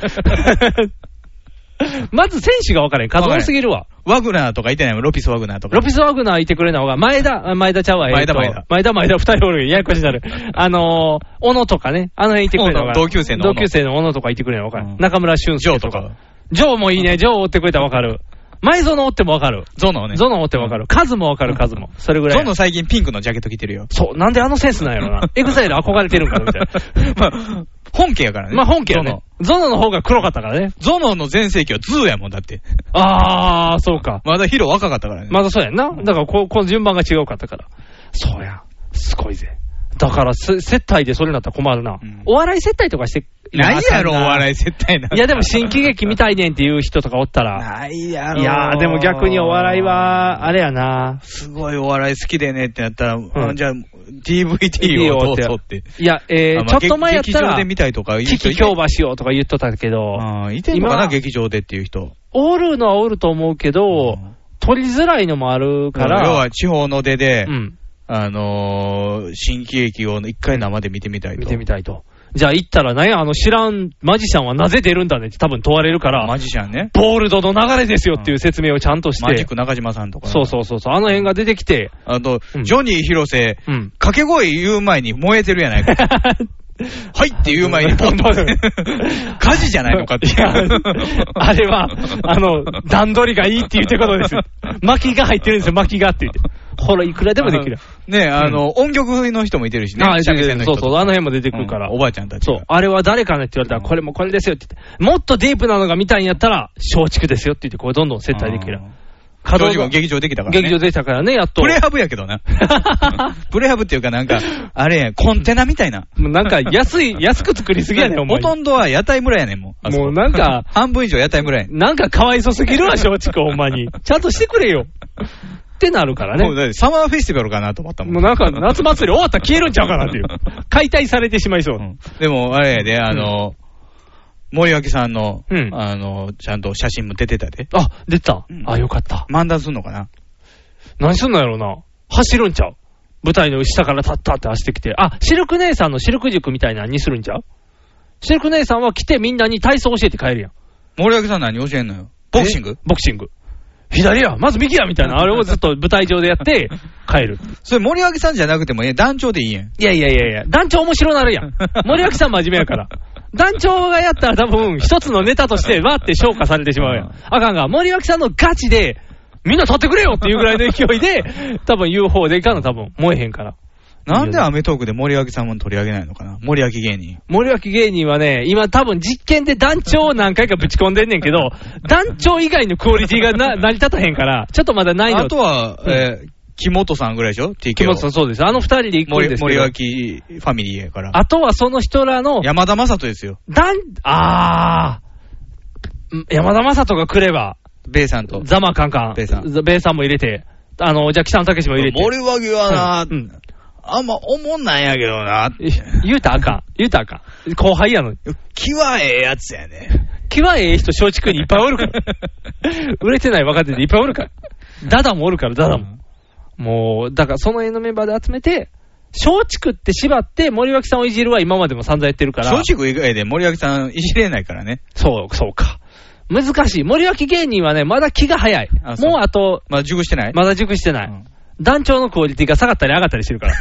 まず選手が分からへん。数多すぎるわ。 ワグナーとかいてないもん、ロピスワグナーとか。 ロピスワグナーいてくれない方が、前田ちゃうわ。前田二人おる。ややこしになる。小野とかね。あの辺いてくれない方が。 同級生の小野とかいてくれない方が分かる。中村俊介とか。 ジョーもいいね。ジョーを追ってくれたら分かる。前園追っても分かる。 ゾノね。 ゾノ追っても分かる。カズも分かる、カズも。それぐらい。 ゾノ最近ピンクのジャケット着てるよ。 そう。なんであのセンスなんやろな。エグザイル憧れてるんかな、みたいな。本家やからね。 本家やね。ゾノの方が黒かったからね。 ゾノの全盛期はズーやもんだって。 そうか。 まだヒロ若かったからね。 まだそうやんな。だからこの順番が違うかったから。そうや。すごいぜ。だから、接待でそれになったら困るな。お笑い接待とかして、 ないやろ、お笑い接待なんて。 いや、でも新喜劇見たいねんっていう人とかおったら。 ないやろ。 いやでも逆にお笑いは、あれやな。 すごいお笑い好きでねってなったら、じゃあ、DVD をどうぞって。 いや、ちょっと前やったら、 劇場で見たいとか言う人。京橋をとか言っとったけど。 いてんのかな、劇場でっていう人。 おるのはおると思うけど、取りづらいのもあるから。 要は地方の出で、新喜劇を一回生で見てみたいと。 見てみたいと。じゃあ行ったらね、知らんマジシャンはなぜ出るんだねって多分問われるから。 マジシャンね。 ボールドの流れですよっていう説明をちゃんとして。 マジック中島さんとか。 そう。あの辺が出てきて。 ジョニー広瀬、掛け声言う前に燃えてるやないか。はいって言う前にポンと。火事じゃないのかって。 あれは、段取りがいいって言ってることです。薪が入ってるんですよ、薪がって言って。ほら、いくらでもできる。 ね音曲の人もいてるしね。 そう、あの辺も出てくるから。 おばあちゃんたち。 そう、あれは誰かねって言われたら、これもこれですよって言って、もっとディープなのが見たいんやったら、松竹ですよって言って、これどんどん接待できる。 劇場できたからね。 劇場できたからね、やっと。 プレハブやけどな。プレハブっていうかなんか、あれや、コンテナみたいな。 なんか安く作りすぎやねん、お前。 ほとんどは屋台村やねん、もう。 もうなんか、 半分以上屋台村やねん。 なんかかわいそすぎるわ、松竹、ほんまに。ちゃんとしてくれよ。ってなるからね。 もうサマーフェスティバルかなと思ったもん。 もうなんか夏祭り終わったら消えるんちゃうかなっていう。解体されてしまいそう。 でも、あれやで、森脇さんの、ちゃんと写真も出てたで。 出た。よかった。 漫談すんのかな？ 何すんのやろうな。走るんちゃう？舞台の下からタッタって走ってきて。シルク姉さんのシルク塾みたいなのにするんちゃう？シルク姉さんは来てみんなに体操教えて帰るやん。 森脇さん何教えんのよ？ボクシング。 左や、まず右やみたいな、あれをずっと舞台上でやって帰る。 それ森脇さんじゃなくても団長でいいやん。 いや、団長面白なるやん。森脇さん真面目やから。団長がやったら多分一つのネタとしてわーって消化されてしまうやん。あかんが、森脇さんのガチでみんな立ってくれよっていうぐらいの勢いで、多分 UFO でいかの多分燃えへんから。 なんでアメトークで森脇さんも取り上げないのかな、森脇芸人。 森脇芸人はね、今多分実験で団長を何回かぶち込んでんねんけど、団長以外のクオリティが成り立たへんから、ちょっとまだないの。 あとは、木本さんぐらいでしょ ?TKO。 木本さんそうです。あの二人で行くんですけど。 森脇ファミリーやから。 あとはその人らの。 山田正人ですよ。 山田正人が来れば。 ベイさんと。 ザマカンカン。 ベイさんも入れて。じゃあ北野武も入れて。 森脇はな、あんま思んないんやけどな。 言うたらあかん。後輩やのに。 気はええやつやね。 気はええ人、松竹にいっぱいおるから。売れてない若手でいっぱいおるから。ダダもおるから、ダダも。もう、だからその辺のメンバーで集めて、松竹って縛って森脇さんをいじるは今までも散々やってるから。 松竹以外で森脇さんいじれないからね。 そうか。難しい。森脇芸人はね、まだ気が早い。もうあと。 まだ熟してない。 団長のクオリティが下がったり上がったりしてるから。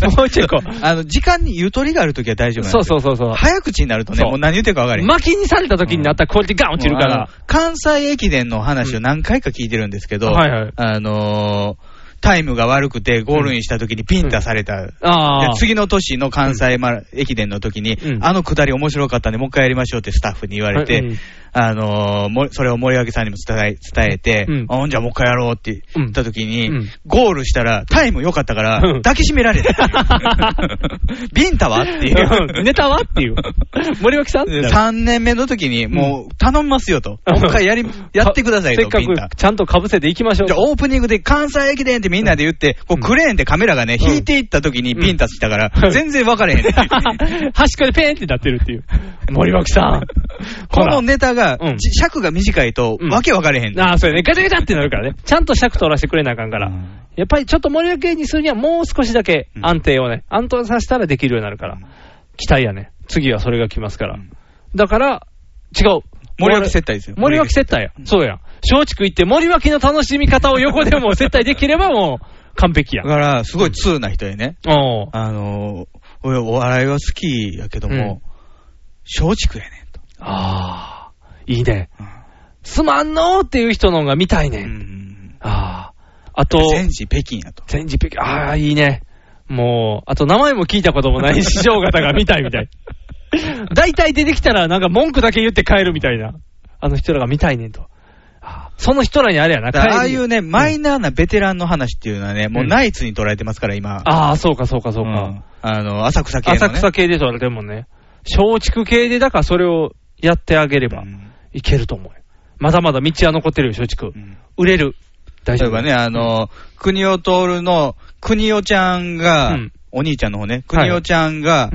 もう結構。 時間にゆとりがあるときは大丈夫なんですよ。 そう。 早口になるとね、もう何言ってるか分かれへん。 巻きにされたときになったらクオリティガン落ちるから。 関西駅伝の話を何回か聞いてるんですけど、 はい。 タイムが悪くてゴールインした時にピンタされた。次の年の関西駅伝の時に、あのくだり面白かったんでもう一回やりましょうってスタッフに言われて、それを森脇さんにも伝えて、ほんじゃもう一回やろうって言った時に、ゴールしたらタイム良かったから抱きしめられて。ビンタはっていう。 ネタはっていう。森脇さん ?3 年目の時にもう頼みますよと。もう一回やってくださいと。 せっかくちゃんと被せていきましょう。 じゃあオープニングで関西駅伝ってみんなで言って、こうクレーンでカメラがね、引いていった時にピンタしたから、全然分かれへん。 端っこでペーンってなってるっていう。森脇さん。 このネタが、尺が短いと、わけ分かれへん。 そうやね。ガチャガチャってなるからね。ちゃんと尺取らせてくれなあかんから。やっぱりちょっと森脇芸にするにはもう少しだけ安定をね、安定させたらできるようになるから。期待やね。次はそれが来ますから。だから、違う。 森脇接待ですよ。 森脇接待や。そうや。松竹行って森脇の楽しみ方を横でも接待できればもう完璧や。 だから、すごい通な人でね。俺お笑いは好きやけども、松竹やねんと。 いいね。すまんのーっていう人のが見たいね。あと、 全治北京やと。 全治北京。いいね。もう、あと名前も聞いたこともない師匠方が見たいみたい。大体出てきたらなんか文句だけ言って帰るみたいな。あの人らが見たいねんと。その人らにあれやな。 ああいうね、マイナーなベテランの話っていうのはね、もうナイツに捉えてますから、今。 そうか。 浅草系のね。 浅草系で取られてるもんね。松竹系で、だからそれをやってあげれば、いけると思うよ。まだまだ道は残ってるよ、松竹。売れる。大丈夫。 例えばね、国尾徹の、国尾ちゃんが、お兄ちゃんの方ね、国尾ちゃんが、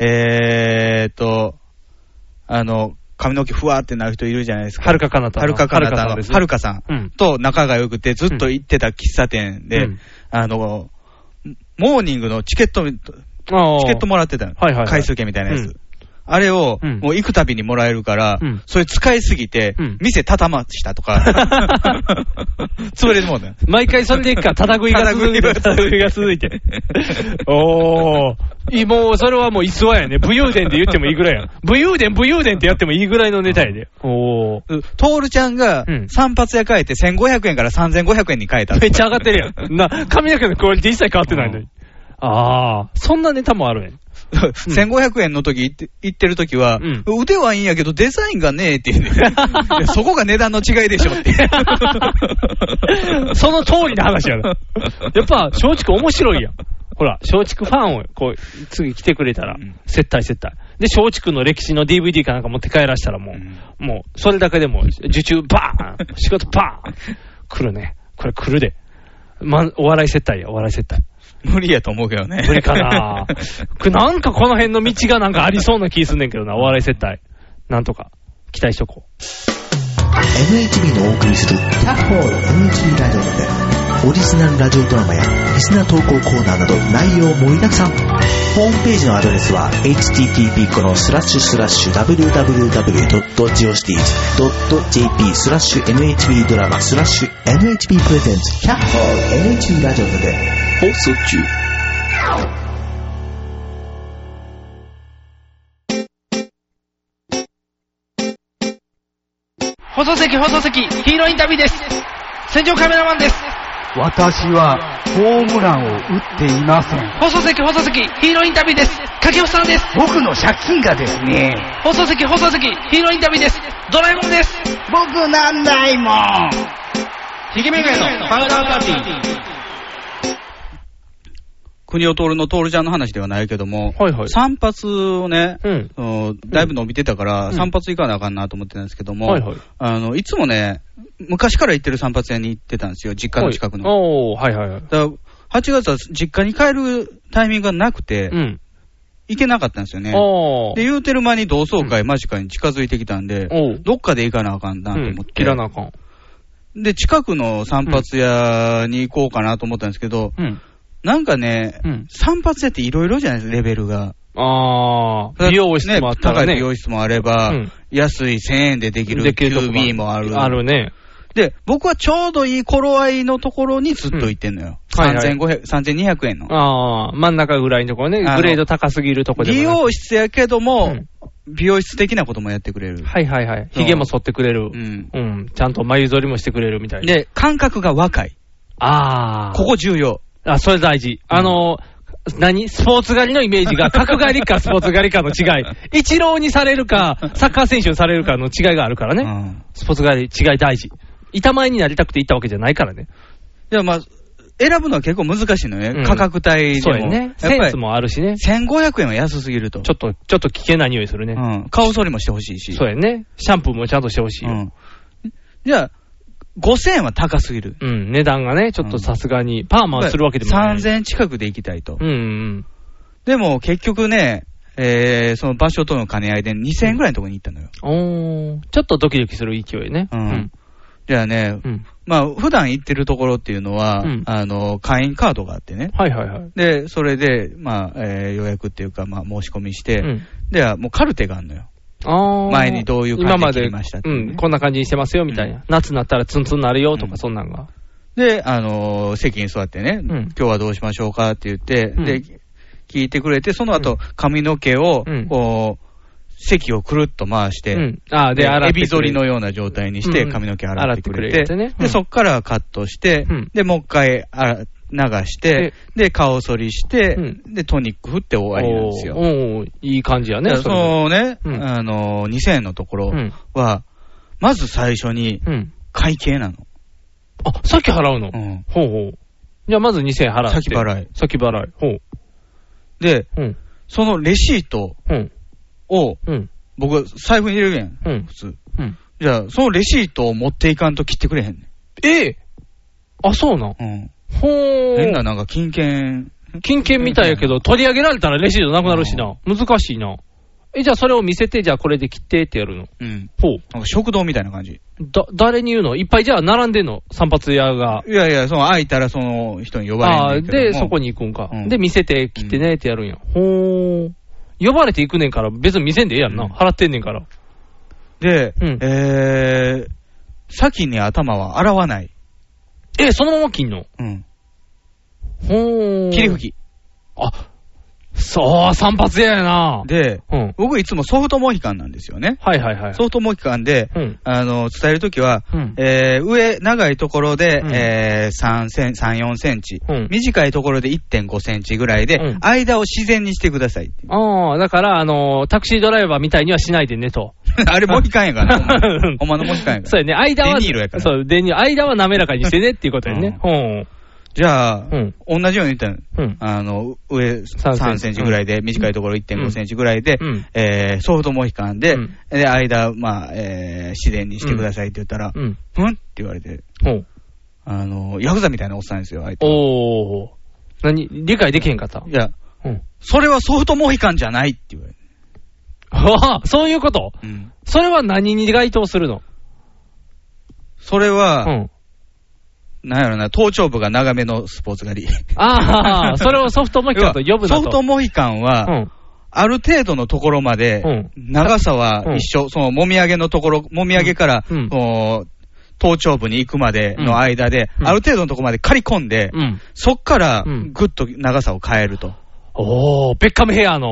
髪の毛ふわーってなる人いるじゃないですか。 はるかかなたの。 はるかさんと仲が良くてずっと行ってた喫茶店で、モーニングのチケットもらってたの。回数券みたいなやつ。あれを、もう行くたびにもらえるから、それ使いすぎて、店畳ましたとか、潰れるもんね。 毎回それでいくか、ただ食いが続いて。もう、それはもう逸話やね。武勇伝で言ってもいいぐらいや。武勇伝ってやってもいいぐらいのネタやで。 トールちゃんが、散髪屋変えて1500円から3500円に変えた。 めっちゃ上がってるやん。髪の毛のクオリティ一切変わってないのに。そんなネタもあるね。 1500円の時行ってる時は、腕はいいんやけどデザインがねえって言うね。そこが値段の違いでしょって。 その通りの話やな。やっぱ松竹面白いやん。ほら、松竹ファンをこう次来てくれたら、接待。で、松竹の歴史の DVD かなんか持って帰らしたらもうそれだけでも受注バーン、仕事バーン来るね。これ来るで。お笑い接待や、お笑い接待。 無理やと思うけどね。 無理かななんかこの辺の道がなんかありそうな気すんねんけどな、お笑い接待。なんとか、期待しとこう。 NHB のお送りするキャッホール NHB ラジオで、オリジナルラジオドラマやリスナー投稿コーナーなど内容盛りだくさん。ホームページのアドレスは http://www.geocities.jp/NHB ドラマ/NHB プレゼンツキャッホール NHB ラジオで放送中。 放送席、ヒーローインタビューです。 戦場カメラマンです。 私はホームランを打っていません。 放送席、ヒーローインタビューです。掛布さんです。 僕の借金がですね。 放送席、ヒーローインタビューです。ドラえもんです。 僕なんないもん。 ひげめがえのパウダーパーティー。 国尾徹の徹ちゃんの話ではないけども、 はいはい、 散髪をね、だいぶ伸びてたから、散髪行かなあかんなと思ってたんですけども、はいはい、いつもね、昔から行ってる散髪屋に行ってたんですよ、実家の近くの。 はいはいはい。 だから8月は実家に帰るタイミングがなくて、行けなかったんですよね。で、言うてる間に同窓会間近に近づいてきたんで、どっかで行かなあかんなと思って。 切らなあかん。 で、近くの散髪屋に行こうかなと思ったんですけど、なんかね、散髪屋っていろいろじゃないですか、レベルが。 美容室もあったらね。 高い美容室もあれば、安い1000円でできる QB もある。 あるね。 で、僕はちょうどいい頃合いのところにずっと行ってんのよ。3200円の。 真ん中ぐらいのところね。グレード高すぎるところで。 美容室やけども、美容室的なこともやってくれる。 はいはいはい。髭も剃ってくれる。ちゃんと眉剃りもしてくれるみたいな。 で、感覚が若い。ここ重要。 それ大事。スポーツ狩りのイメージが、角狩りかスポーツ狩りかの違い。イチローにされるか、サッカー選手にされるかの違いがあるからね。スポーツ狩り、違い大事。板前になりたくて行ったわけじゃないからね。 いや、まあ、選ぶのは結構難しいのね。価格帯でも。 そうやね。センスもあるしね。 1500円は安すぎると。 ちょっと危険な匂いするね。 顔剃りもしてほしいし。 そうやね。シャンプーもちゃんとしてほしいよ。 じゃあ、5000円は高すぎる。 値段がね、ちょっとさすがに、パーマするわけでもない。 3000円近くで行きたいと。でも結局ね、その場所との兼ね合いで2000円ぐらいのところに行ったのよ。 ちょっとドキドキする勢いね。 じゃあね、まあ、普段行ってるところっていうのは、会員カードがあってね。で、それで、まあ、予約っていうか、まあ、申し込みして、では、もうカルテがあるのよ。前にどういう感じで切りましたって、 こんな感じにしてますよ、みたいな。夏になったらツンツンになるよ、とか、そんなんが。 で、席に座ってね、今日はどうしましょうかって言って、で、聞いてくれて、その後、髪の毛を、こう、席をくるっと回して、で、エビ反りのような状態にして、髪の毛洗ってくれて、で、そっからカットして、で、もう一回流して、で、顔剃りして、で、トニック振って終わりなんですよ。 いい感じやね。 そのね、2000円のところは、まず最初に、会計なの。 さっき払うの？ほうほう。じゃあまず2000円払って。 先払い。 先払い。ほう。 で、そのレシートを、僕、財布に入れるやん。普通。じゃあ、そのレシートを持っていかんと切ってくれへんねん。そうなん？変ななんか金券みたいやけど、取り上げられたらレシートなくなるしな。難しいな。じゃあそれを見せて、じゃあこれで切ってってやるの。 なんか食堂みたいな感じ。 誰に言うの？いっぱいじゃあ並んでんの？散髪屋が。 いやいや、その空いたらその人に呼ばれるんだけども。 で、そこに行くんか。で、見せて切ってねってやるんや。呼ばれて行くねんから、別に見せんでええやんな。払ってんねんから。 で、先に頭は洗わない。 そのまま切んの？ 霧吹き。 そう、散髪屋やな。 で、僕いつもソフトモヒカンなんですよね。ソフトモヒカンで、伝えるときは、上、長いところで、3、4センチ、短いところで 1.5 センチぐらいで、間を自然にしてください。 だから、タクシードライバーみたいにはしないでねと。 あれモヒカンやから。ほんまのモヒカンやから。 そうやね、間は、 デニーロやから。 そう、間は滑らかにしてねっていうことやね。 じゃあ、同じように言ったの。上3センチぐらいで、短いところ 1.5 センチぐらいで、ソフトモヒカンで、で、間、まあ、自然にしてくださいって言ったら、って言われて、ヤクザみたいなおっさんですよ、相手。 理解できへんかった？ いや、それはソフトモヒカンじゃないって言われて。 そういうこと？それは何に該当するの？ それは、なんやろな、頭頂部が長めのスポーツ狩り。 それをソフトモヒカンと呼ぶなと。 ソフトモヒカンは、ある程度のところまで、長さは一緒、そのもみあげのところ、もみあげから、頭頂部に行くまでの間で、ある程度のところまで刈り込んで、そっからぐっと長さを変えると。 ベッカムヘアの。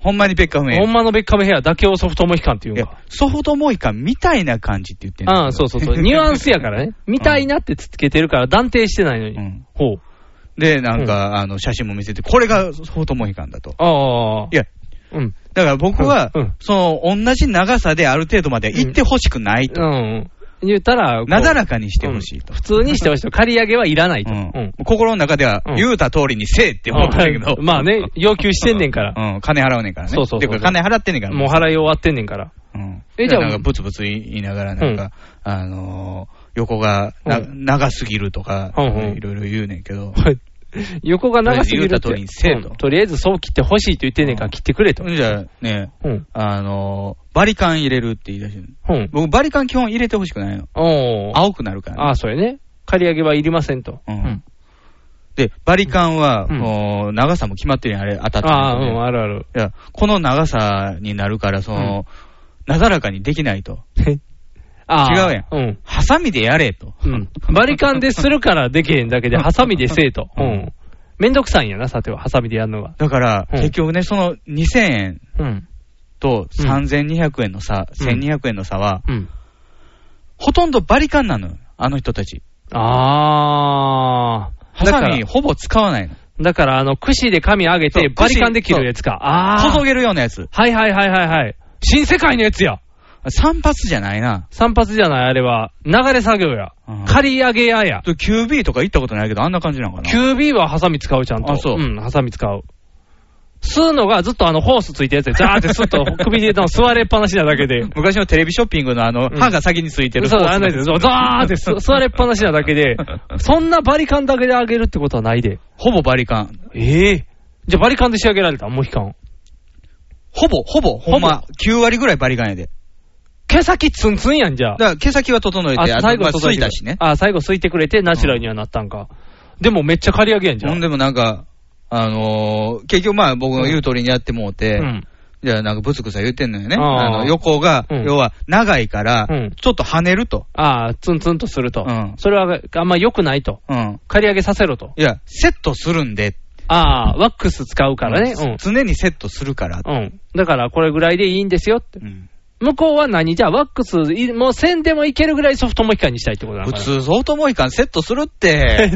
ほんまにベッカムヘア。 ほんまのベッカムヘアだけをソフトモヒカンっていうか。 ソフトモヒカンみたいな感じって言ってんの。 そうそうそう。ニュアンスやからね。みたいなってつけてるから断定してないのに。ほう。 で、なんか、写真も見せて、これがソフトモヒカンだと。いや、だから僕は、同じ長さである程度まで行ってほしくないと。 言ったら、 なだらかにしてほしいと。 普通にしてほしいと。刈り上げはいらないと。 心の中では、言うた通りにせえって思ってるけど。 まあね、要求してんねんから。 金払うねんからね。そうそう。てか金払ってんねんから。 もう払い終わってんねんから。 じゃあ、なんかブツブツ言いながら、なんか、横が長すぎるとか、いろいろ言うねんけど。 横が長すぎるって。 言うた通りにせえと。 とりあえずそう切ってほしいと言ってんねんから切ってくれと。 じゃあね、バリカン入れるって言い出してる。僕、バリカン基本入れてほしくないの。青くなるからね。 そうやね。刈り上げはいりませんと。 で、バリカンは、長さも決まってるやん、あれ、当たってる。 あるある。 いや、この長さになるから、なだらかにできないと。違うやん。ハサミでやれと。 バリカンでするからできへんだけで、ハサミでせえと。めんどくさいんやな、さては、ハサミでやるのが。 だから、結局ね、その2000円と3200円の差、1200円の差は、ほとんどバリカンなのよ、あの人たち。ハサミほぼ使わないの。 だから、串で紙上げて、バリカンで切るやつか。 注げるようなやつ。 はいはいはいはいはい。新世界のやつや。 散髪じゃないな。 散髪じゃない、あれは。流れ作業や。刈り上げ屋や。 QB とか行ったことないけど、あんな感じなのかな。 QB はハサミ使う、ちゃんと。ハサミ使う。吸うのがずっとホースついてるやつで、ジャーってスッと首で座れっぱなしなだけで。 昔のテレビショッピングの歯が先についてる。 そう、あのやつで、ザーって座れっぱなしなだけで、そんなバリカンだけで上げるってことはないで。 ほぼバリカン。 じゃあバリカンで仕上げられたモヒカン。 ほんま、9割ぐらいバリカンやで。 毛先ツンツンやんじゃあ。 だから毛先は整えて、 最後すいたしね。 最後すいてくれてナチュラルにはなったんか。でもめっちゃ刈り上げやんじゃん。 ほんでもなんか、結局まあ僕の言う通りにやってもうて、じゃあなんかブツクサ言ってんのよね。横が、要は長いから、ちょっと跳ねると。 ツンツンとすると。それはあんま良くないと。刈り上げさせろと。 いや、セットするんで。 ワックス使うからね。 常にセットするから。 だからこれぐらいでいいんですよって。向こうはじゃあワックス、もう線でもいけるぐらいソフトモヒカンにしたいってことなのかな。 普通ソフトモヒカンセットするって。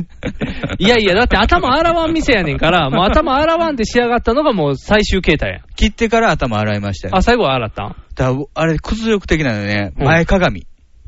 いやいや、だって頭洗わん店やねんから、もう頭洗わんで仕上がったのがもう最終形態や。 切ってから頭洗いましたよ。 最後は洗ったん？ あれ、屈辱的なのね、前かがみ。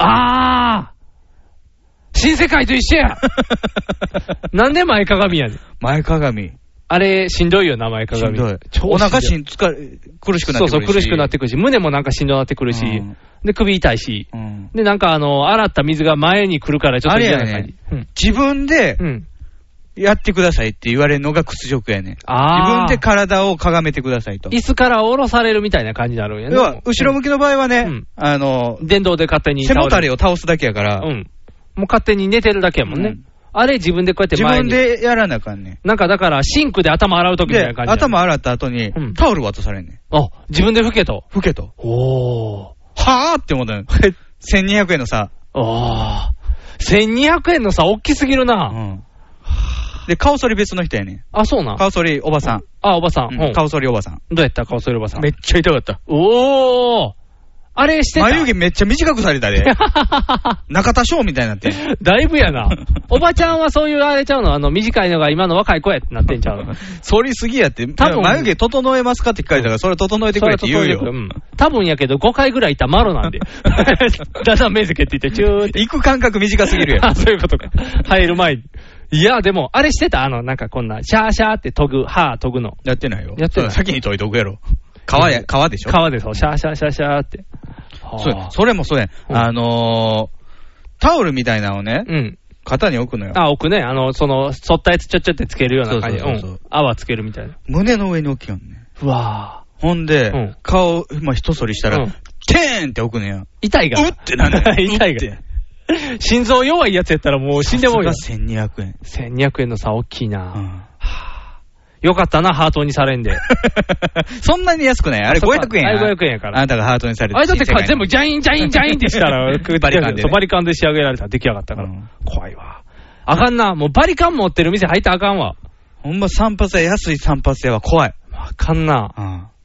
新世界と一緒や。なんで前かがみやねん。 前かがみ。 あれ、しんどいよな、前かがみ。 お腹苦しくなってくるし。 そう、苦しくなってくるし、胸もなんかしんどなってくるし、で、首痛いし、で、なんか洗った水が前に来るからちょっと嫌な感じ。 自分で、やってくださいって言われるのが屈辱やねん。自分で体をかがめてくださいと。 椅子から下ろされるみたいな感じになるんやね。 後ろ向きの場合はね、 電動で勝手に背もたれを倒すだけやから、 もう勝手に寝てるだけやもんね。あれ自分でこうやって前に。 自分でやらなあかんねん。 なんかだからシンクで頭洗うときみたいな感じ。 頭洗った後に、タオル渡されんねん。 自分で拭けと。 はぁって思ったの。1200円の差。 1200円の差大きすぎるな。 で、顔剃り別の人やねん。 そうなん？ 顔剃りおばさん。 おばさん。 顔剃りおばさん。 どうやった顔剃りおばさん。 めっちゃ痛かった。 あれしてた。 眉毛めっちゃ短くされたで。中田翔みたいになってん。 だいぶやな。おばちゃんはそういうあれちゃうの短いのが今の若い子やってなってんちゃうの。 剃りすぎやって。多分眉毛整えますかって聞かれたから、それ整えてくれって言うよ。 多分やけど5回ぐらいいったらマロなんで。だんだん目付けって言って、チューって。 行く間隔短すぎるやん。 そういうことか。入る前に。いや、でも、あれしてたなんかこんな、シャーシャーって研ぐ、歯研ぐの。 やってないよ。 やってない。 先に研いておくやろ。皮でしょ？ 皮でそう、シャーシャーシャーシャーって。 それもそうやん。タオルみたいなのをね、肩に置くのよ。 置くね。反ったやつちょっちょってつけるような感じ。泡つけるみたいな。 胸の上に置きよんね。ほんで、顔、一反りしたら、テーンって置くのよ。 痛いが。 ってなんだよ。 痛いが。心臓弱いやつやったらもう死んでもいいよ。 1200円。 1200円の差大きいな。よかったな、ハートにされんで。 そんなに安くない？あれ500円や。 500円やから。 あなたがハートにされて。 あれだって全部ジャインジャインジャインってしたら、バリカンで仕上げられたら出来上がったから。怖いわ。あかんな。もうバリカン持ってる店入ったらあかんわ。 ほんま散髪屋、安い散髪屋は怖い。 あかんな。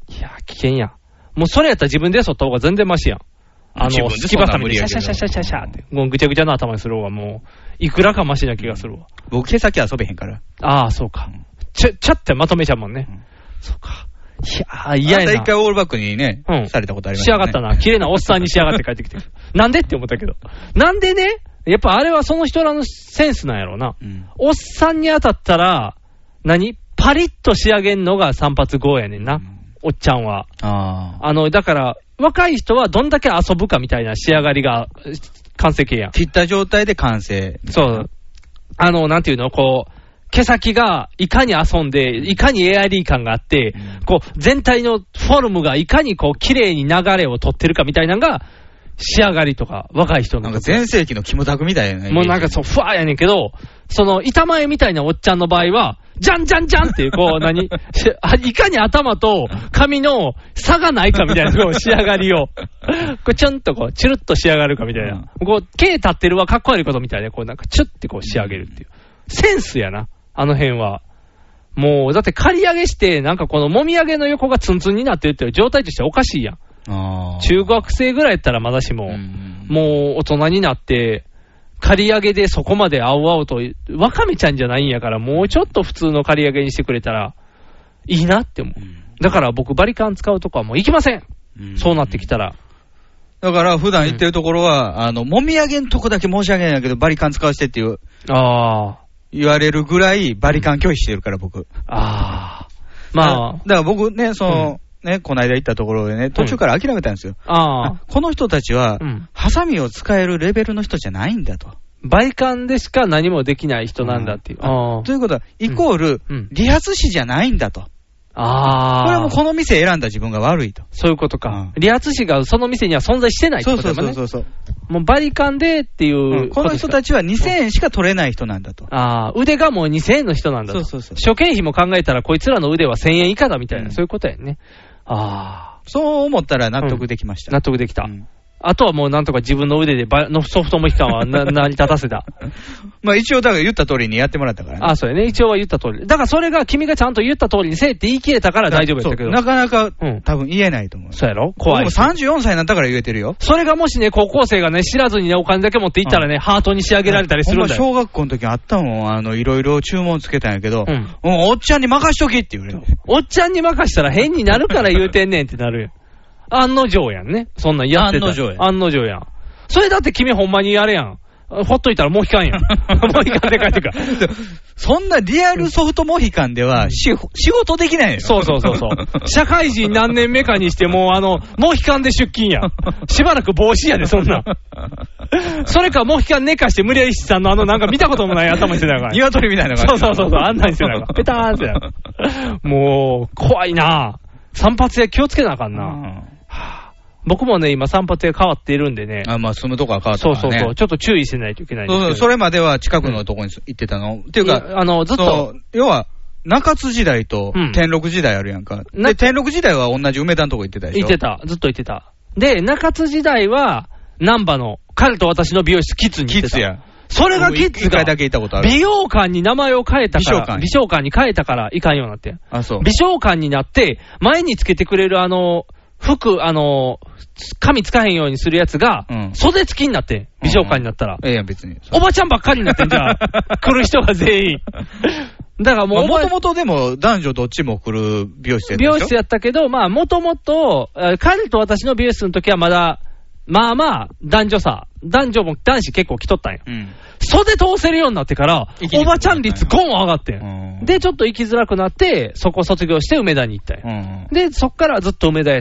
いや、危険や。もうそれやったら自分で剃った方が全然マシやん。すきばさみでシャシャシャシャシャシャって、もうぐちゃぐちゃの頭にする方がもう、いくらかマシな気がするわ。 僕、毛先遊べへんから。 ああ、そうか。ちゃってまとめちゃうもんね。そうか。いや、嫌やな。 一回オールバックにね、されたことありましたね。 仕上がったな。綺麗なおっさんに仕上がって帰ってきてる。なんでって思ったけど。なんでね、やっぱあれはその人らのセンスなんやろうな。おっさんに当たったら、パリッと仕上げんのが散髪後やねんな。おっちゃんは。だから、若い人はどんだけ遊ぶかみたいな仕上がりが完成形やん。 切った状態で完成。 そう。なんていうの、こう、毛先がいかに遊んで、いかにエアリー感があって、こう、全体のフォルムがいかにこう、綺麗に流れを取ってるかみたいなのが、仕上がりとか、若い人の。 なんか前世紀のキムタクみたいなね。 もうなんかそう、ふわーやねんけど、その、板前みたいなおっちゃんの場合は、じゃんじゃんじゃんっていう、こう、いかに頭と髪の差がないかみたいな、こう、仕上がりを。こう、ちょんとこう、チュルッと仕上がるかみたいな。こう、毛立ってるはかっこ悪いことみたいな、こう、なんか、チュッてこう、仕上げるっていう。センスやな、あの辺は。もう、だって刈り上げして、なんかこのもみあげの横がツンツンになってるっていう状態としておかしいやん。中学生ぐらいやったらまだしも、もう大人になって、刈り上げでそこまで青々と、わかめちゃんじゃないんやから、もうちょっと普通の刈り上げにしてくれたらいいなって思う。だから僕、バリカン使うとこはもう行きません。そうなってきたら。 だから普段行ってるところは、もみあげんとこだけ申し訳ないんだけど、バリカン使わせてっていう、言われるぐらいバリカン拒否してるから、僕。 まあ。 だから僕ね、この間行ったところでね、途中から諦めたんですよ。この人たちは、ハサミを使えるレベルの人じゃないんだと。 バリカンでしか何もできない人なんだっていう。 ということは、イコール、理髪師じゃないんだと。これはもうこの店選んだ自分が悪いと。 そういうことか。理髪師がその店には存在してないってことだもんね。そう。もうバリカンでっていう、 この人たちは2000円しか取れない人なんだと。 腕がもう2000円の人なんだと。諸経費も考えたらこいつらの腕は1000円以下だみたいな、そういうことやね。 そう思ったら納得できました。 納得できた。あとはもうなんとか自分の腕でのソフトモヒカンは成り立たせた。 まあ一応だから言った通りにやってもらったからね。 そうやね。一応は言った通り。だからそれが君がちゃんと言った通りにせえって言い切れたから大丈夫やったけど。 なかなか多分言えないと思う。 そうやろ怖い。 でも34歳になったから言えてるよ。 それがもしね、高校生がね、知らずにね、お金だけ持って行ったらね、ハートに仕上げられたりするんだよ。 小学校の時あったもん。いろいろ注文つけたんやけど、おっちゃんに任しときって言われる。 おっちゃんに任したら変になるから言うてんねんってなるよ。案の定やんね。そんなんやってた。案の定やん。それだって君ほんまにあれやん。ほっといたらモヒカンやん。モヒカンで帰ってくる。 そんなリアルソフトモヒカンでは仕事できないよ。 そう。社会人何年目かにしてもモヒカンで出勤やん。しばらく帽子やで、そんなん。それかモヒカン寝かして無理やりさんのなんか見たこともない頭にしてたから。 鶏みたいな感じ。そう、あんなにしてたから。ペターンってやる。もう、怖いなぁ。散髪屋気をつけなあかんな。僕もね、今散髪屋変わっているんでね。 まあ住むとこは変わったからね。 そう。ちょっと注意しないといけないんですけど。 それまでは近くのとこに行ってたの。っていうか、 ずっと。 要は、中津時代と天禄時代あるやんか。で、天禄時代は同じ梅田のとこ行ってたでしょ。 ずっと行ってた。で、中津時代は、難波の、彼と私の美容室キッズに行ってた。 キッズや。 それがキッズが。 一回だけ行ったことある。 美容館に名前を変えたから、美容館に変えたからいかんようになって。 そう。 美容館になって、前につけてくれる服、髪つかへんようにするやつが、袖付きになって、美容館になったら。 別に。 おばちゃんばっかりになってんじゃん。来る人が全員。だからもう。 もともとでも男女どっちも来る美容室やったでしょ。 美容室やったけど、まあもともと、彼と私の美容室の時はまだ、まあ、男女も男子結構来とったんや。袖通せるようになってから、おばちゃん率ゴン上がってん。で、ちょっと行きづらくなって、そこ卒業して梅田に行ったんや。で、そっからずっと梅田やって、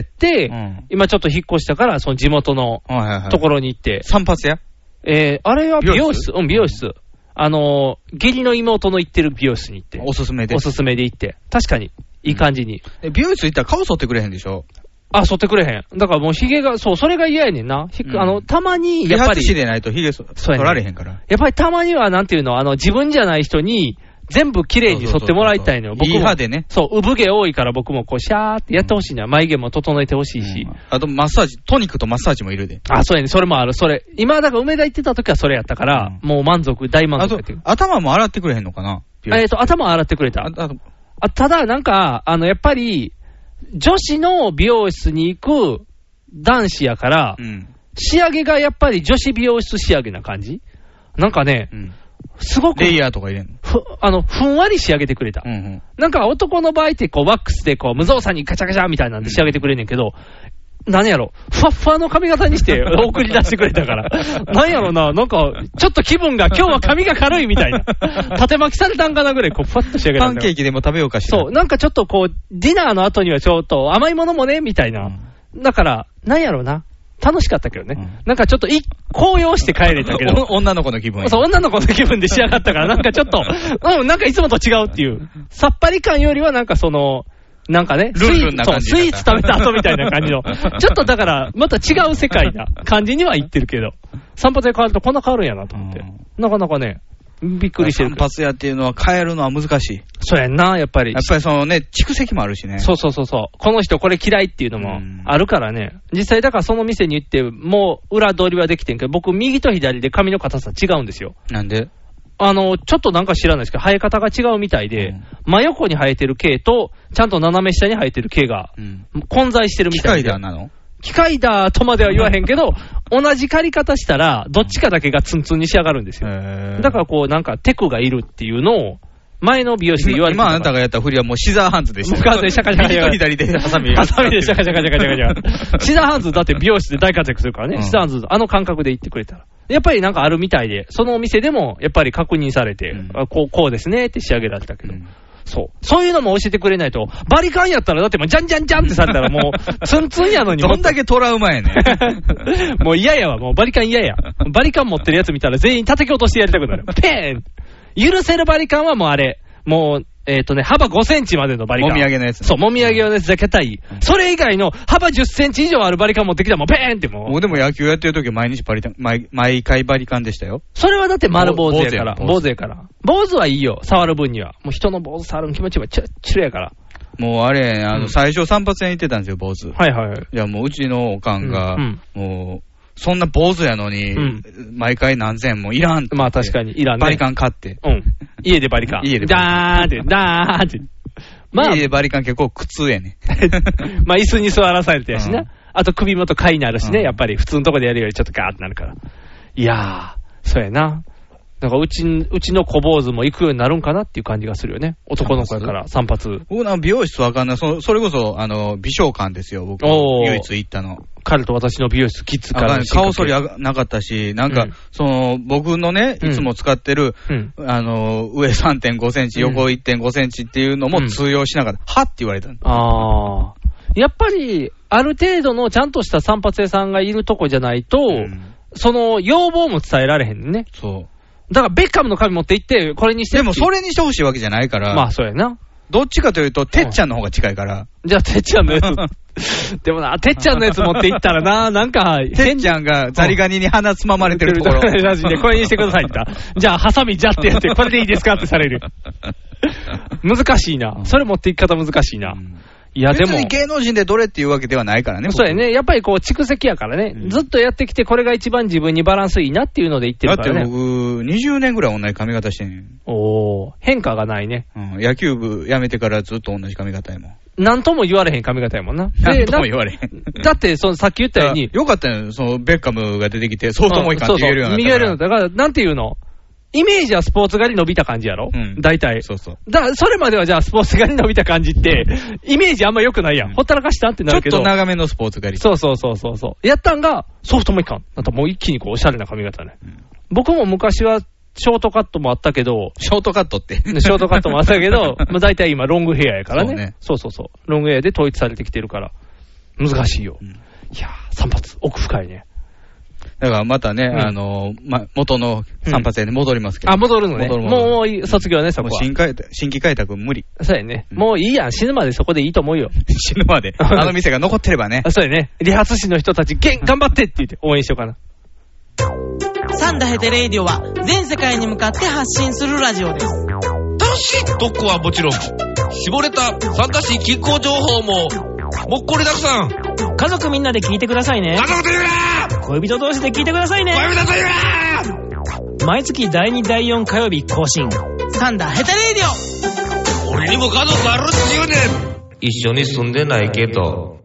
今ちょっと引っ越したから、その地元のところに行って。 散髪屋？ あれは美容室？美容室。義理の妹の行ってる美容室に行って。 おすすめで行って。確かに、いい感じに。 美容室行ったら顔剃ってくれへんでしょ？ 剃ってくれへん。だからもう髭が、それが嫌やねんな。たまに、やっぱり。 美髪師でないと髭剃られへんから。 やっぱりたまには、なんていうの、自分じゃない人に、全部綺麗に剃ってもらいたいのよ。 僕も。いい歯でね。 そう、産毛多いから僕もこう、シャーってやってほしいのよ。眉毛も整えてほしいし。 あと、マッサージ、トニックとマッサージもいるで。 そうやね。それもある。今、だから梅田行ってた時はそれやったから、もう大満足やってる。 頭も洗ってくれへんのかな？ 頭洗ってくれた。ただ、なんか、やっぱり、 女子の美容室に行く男子やから、仕上げがやっぱり女子美容室仕上げな感じなんかね、すごく。 レイヤーとか入れんのふんわり仕上げてくれた。なんか男の場合ってこう、ワックスでこう、無造作にガチャガチャみたいなんで仕上げてくれんねんけど、何やろ、ふわっふわの髪型にして送り出してくれたから。何やろな、なんか、ちょっと気分が、今日は髪が軽いみたいな。縦巻きされたんかなぐらい、こう、ふわっと仕上げた。 パンケーキでも食べようかしら。 そう、なんかちょっとこう、ディナーの後にはちょっと甘いものもね、みたいな。だから、何やろな。楽しかったけどね。なんかちょっと高揚して帰れたけど。 女の子の気分。 そう、女の子の気分で仕上がったから、なんかちょっと、なんかいつもと違うっていう。さっぱり感よりはなんかその、なんかね、スイーツ食べた後みたいな感じの、ちょっとだから、また違う世界な感じには言ってるけど、散髪で変わるとこんな変わるんやなと思って。なかなかね、びっくりしてる。 散髪屋っていうのは変えるのは難しい。 そうやんな、やっぱり。 やっぱりそのね、蓄積もあるしね。 そう。この人これ嫌いっていうのもあるからね。実際だからその店に行って、もう裏通りはできてんけど、僕右と左で髪の硬さ違うんですよ。 なんで？ ちょっとなんか知らないですけど、生え方が違うみたいで、真横に生えてる毛と、ちゃんと斜め下に生えてる毛が、混在してるみたいで。 機械だなの？ 機械だとまでは言わへんけど、同じ刈り方したら、どっちかだけがツンツンに仕上がるんですよ。だからこう、なんかテクがいるっていうのを、前の美容師で言われてた。 今あなたがやった振りはもうシザーハンズでした。 完全にシャカシャカシャカ。 右と左でハサミでシャカシャカシャカシャカ。シザーハンズだって美容室で大活躍するからね。シザーハンズ、あの感覚で言ってくれたら。やっぱりなんかあるみたいで、そのお店でもやっぱり確認されて、こうですねって仕上げられたけど。そういうのも教えてくれないと、バリカンやったらだってもうジャンジャンジャンってされたらもう、ツンツンやのに。 どんだけトラウマやねん。もう嫌やわ、もうバリカン嫌や。バリカン持ってるやつ見たら全員叩き落としてやりたくなる。ペーン許せるバリカンはもうあれ、もう、幅5センチまでのバリカン。 もみあげのやつ。 そう、もみあげのやつだけたい。それ以外の幅10センチ以上あるバリカン持ってきたらもうペーンってもう。 もうでも野球やってる時毎日毎回バリカンでしたよ。 それはだって丸坊主やから。坊主やから。坊主はいいよ、触る分には。もう人の坊主触るの気持ちはチルやから。 もうあれ、最初散髪屋に行ってたんですよ、坊主。 はいはい。 いやもううちのおかんが、もう、そんな坊主やのに、毎回何千もいらんって。 まあ確かにいらんね。 バリカン買って。 家でバリカン。 家でダーンって、ダーンって。 まあ、家でバリカン結構苦痛やね。 まあ椅子に座らされてやしな。あと首元貝になるしね、やっぱり普通のとこでやるよりちょっとガーってなるから。いやー、そうやな。なんかうちの小坊主も行くようになるんかなっていう感じがするよね。男の子やから散髪。 僕なんか美容室わかんない。それこそ、美少館ですよ、僕。唯一行ったの。 彼と私の美容室キッズから顔剃りなかったし、なんか、僕のね、いつも使ってる、上 3.5 センチ、横 1.5 センチっていうのも通用しなかった。はって言われたの。 やっぱり、ある程度のちゃんとした散髪屋さんがいるとこじゃないと、その要望も伝えられへんね。 そう。 だからベッカムの髪持って行って、これにして。 でもそれにしてほしいわけじゃないから。 まあそうやな。 どっちかというと、てっちゃんの方が近いから。 じゃあ、てっちゃんのやつ。でもな、てっちゃんのやつ持って行ったらな、なんか、 てっちゃんがザリガニに鼻つままれてるところ。 これにしてくださいって言った。じゃあ、ハサミジャってやって、これでいいですかってされる。難しいな。それ持って行き方難しいな。いやでも別に芸能人でどれっていうわけではないからね。 そうやね。やっぱりこう蓄積やからね、ずっとやってきてこれが一番自分にバランスいいなっていうので言ってるからね。 だって僕20年ぐらい同じ髪型してんねん。 変化がないね。 野球部辞めてからずっと同じ髪型やもん。 なんとも言われへん髪型やもんな。 なんとも言われへん。 だってさっき言ったようによかったよ。ベッカムが出てきてそうともいかんって言えるようになったから。 そうだからなんていうの。イメージはスポーツ狩り伸びた感じやろ、大体。 そうそう。 だから、それまではじゃあスポーツ狩り伸びた感じって、イメージあんま良くないやん。ほったらかしたってなるけど。 ちょっと長めのスポーツ狩り。 そう。やったんが、ソフトもいかん。なんかもう一気にこう、おしゃれな髪型ね。僕も昔は、ショートカットもあったけど。 ショートカットって。 ショートカットもあったけど、まあ大体今ロングヘアやからね。そう。ロングヘアで統一されてきてるから。難しいよ。いやー、散髪、奥深いね。 だからまたね、元の散髪屋に戻りますけど。 戻るのね。もう卒業ね、そこは。 新規開拓無理。 そうやね。もういいやん。死ぬまでそこでいいと思うよ。 死ぬまで。あの店が残ってればね。 そうやね。理髪師の人たち、頑張ってって言って応援しようかな。 サンダヘテレイディオは全世界に向かって発信するラジオです。 楽しい特攻はもちろん、絞れた参加し気候情報ももっこりたくさん。 家族みんなで聞いてくださいね。 家族と言うな。 恋人同士で聞いてくださいね。 恋人と言うな。毎月第2第4火曜日更新、サンダヘテレイディオ。 俺にも家族あるって言うねん。 一緒に住んでないけど。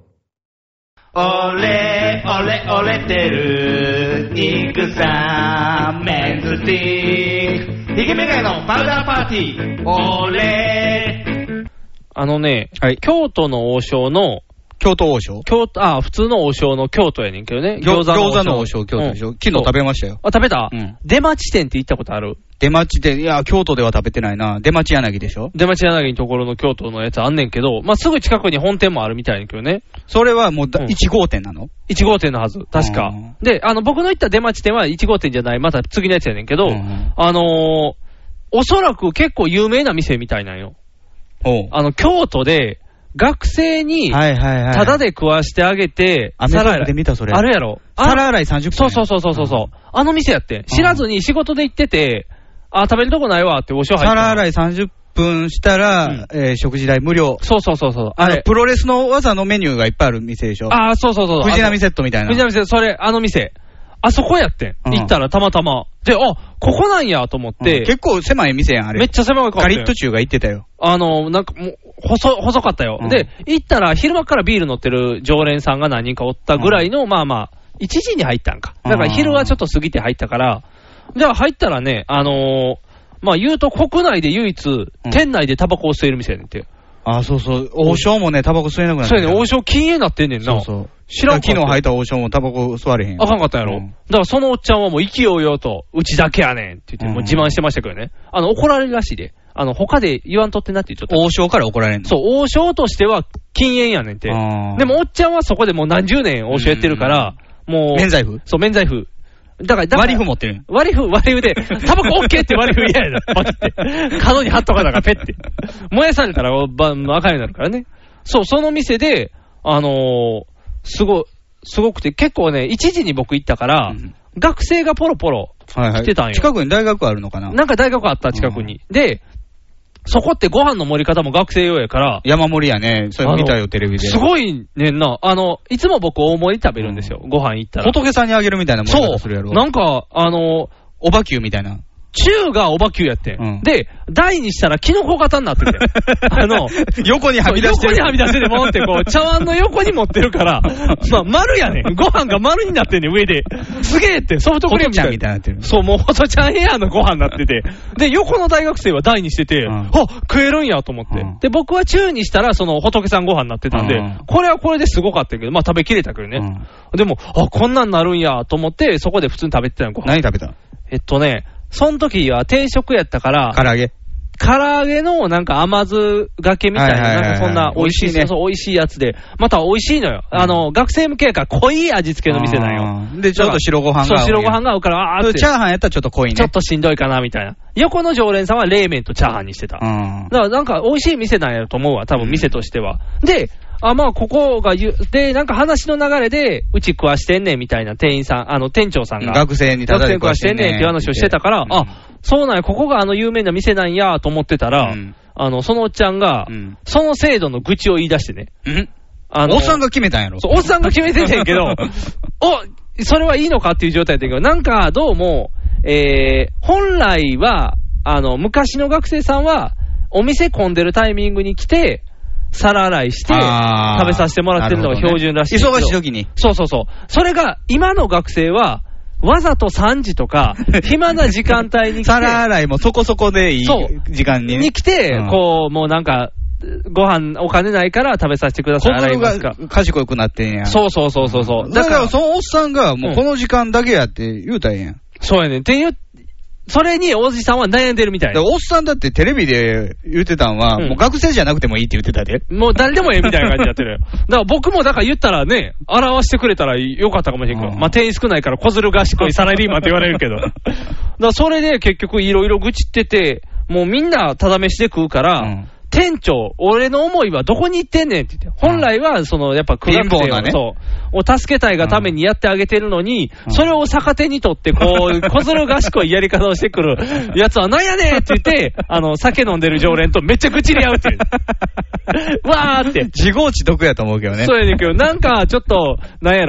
俺てる肉さんメンズティーヒゲメガネのパウダーパーティーはい、京都の王将の京都王将普通の王将の京都やねんけどね。 餃子の王将京都でしょ、昨日食べましたよ。 あ、食べた、出町店って行ったことある？ 出町店、いや、京都では食べてないな。出町柳でしょ？ 出町柳のところの京都のやつあんねんけど、まあ、すぐ近くに本店もあるみたいやけどね。 それはもう1号店なの？ 1号店のはず、確か。で、僕の行った出町店は1号店じゃない、また次のやつやねんけど、おそらく結構有名な店みたいなんよ。京都で、学生に、タダで食わしてあげて、 皿洗いで見たそれ。 あるやろ。 皿洗い30分。 そう。あの店やってん。知らずに仕事で行ってて、食べるとこないわっておしょ入って。 皿洗い30分したら、食事代無料。 そう。 プロレスの技のメニューがいっぱいある店でしょ。 そう。 藤波セットみたいな。 藤波セット、それ、店。あそこやってん。行ったらたまたま。で、ここなんやと思って。 結構狭い店やん、あれ。 めっちゃ狭いガリット中が行ってたよ。 なんかもう、細かったよ。で、行ったら昼間からビール乗ってる常連さんが何人かおったぐらいの、まあ1時に入ったんか。だから昼はちょっと過ぎて入ったから、じゃあ入ったらね、言うと国内で唯一、店内でタバコを吸える店やねんて。 そう。王将もね、タバコ吸えなくなって。 そうやね、王将禁煙なってんねんな。 そう。知らん。昨日入った王将もタバコ吸われへん。 あかんかったんやろ。だからそのおっちゃんはもう勢いよと、うちだけやねんって言って、もう自慢してましたけどね。怒られるらしいで。他で言わんとってなって言っちゃった。 王将から怒られんの？ そう、王将としては禁煙やねんて。でもおっちゃんはそこでもう何十年王将やってるから、もう。 免罪符？ そう、免罪符。だから割り符持ってる。 割り符で、タバコオッケーって割り符嫌やな。パキって。角に貼っとかなからペッて。燃やされたら赤になるからね。そう、その店で、すごくて、結構ね、1時に僕行ったから、学生がポロポロ来てたんよ。 近くに大学あるのかな？ なんか大学あった近くに。で、そこってご飯の盛り方も学生用やから。 山盛りやね。それ見たよ、テレビで。 すごいねんな。いつも僕大盛り食べるんですよ。ご飯行ったら。 仏さんにあげるみたいなものするやろ。 なんか、 おばきゅうみたいな。 中がおばきゅうやってん。で、大にしたらキノコ型になってて。 横にはみ出してる。 横にはみ出しててもって、茶碗の横に持ってるから、丸やねん。ご飯が丸になってんねん、上で。すげえって、ソフトクリームみたいになってる。 そう、もうホトちゃんヘアのご飯になってて。で、横の大学生は大にしてて、食えるんやと思って。で、僕は中にしたら、その仏さんご飯になってたんで、これはこれですごかったけど、食べきれたけどね。でも、こんなんなるんやと思って、そこで普通に食べてたの、ご飯。 何食べた？ その時は定食やったから、 唐揚げのなんか甘酢がけみたいな、なんかそんな美味しいね。美味しいやつで、また美味しいのよ。学生向けやから濃い味付けの店なんよ。 で、ちょっと白ご飯が。 そう、白ご飯が合うから、 チャーハンやったらちょっと濃いね。 ちょっとしんどいかな、みたいな。横の常連さんは冷麺とチャーハンにしてた。だからなんか美味しい店なんやと思うわ、多分店としては。で、ここがで、なんか話の流れで、うち食わしてんねんみたいな店員さん、店長さんが。 学生にただで食わしてんねんっていう話をしてたから、そうなんや、ここが有名な店なんやと思ってたら、そのおっちゃんが、その制度の愚痴を言い出してね。 おっさんが決めたんやろ？ そう、おっさんが決めてんねんけど、それはいいのかっていう状態だけど、なんかどうも、本来は、昔の学生さんは、お店混んでるタイミングに来て、皿洗いして、食べさせてもらってるのが標準らしい。 忙しい時に。 そう。それが、今の学生は、わざと3時とか、暇な時間帯に来て。 皿洗いもそこそこでいい時間にね。 に来て、もうなんか、ご飯お金ないから食べさせてください。 洗いますか。賢くなってんや。 そう。 だからそのおっさんが、もうこの時間だけやって言うたらええやん。 そうやねん。ってそれにおじさんは悩んでるみたいな。 おっさんだってテレビで言ってたんは、もう学生じゃなくてもいいって言ってたで。 もう誰でもええみたいな感じになってる。だから僕も言ったらね、表してくれたらよかったかもしれんけど、店員少ないから小ずる賢いサラリーマンって言われるけど。だからそれで結局いろいろ愚痴ってて、もうみんなただ飯で食うから、店長、俺の思いはどこに行ってんねんって言って。本来は、やっぱ苦学生を助けたいがためにやってあげてるのに、それを逆手にとって、小ずる賢いやり方をしてくるやつはなんやねんって言って、酒飲んでる常連とめっちゃ愚痴り合うっていう。わーって。 自業自得やと思うけどね。 そうやねんけど、なんかちょっと、なんやろ。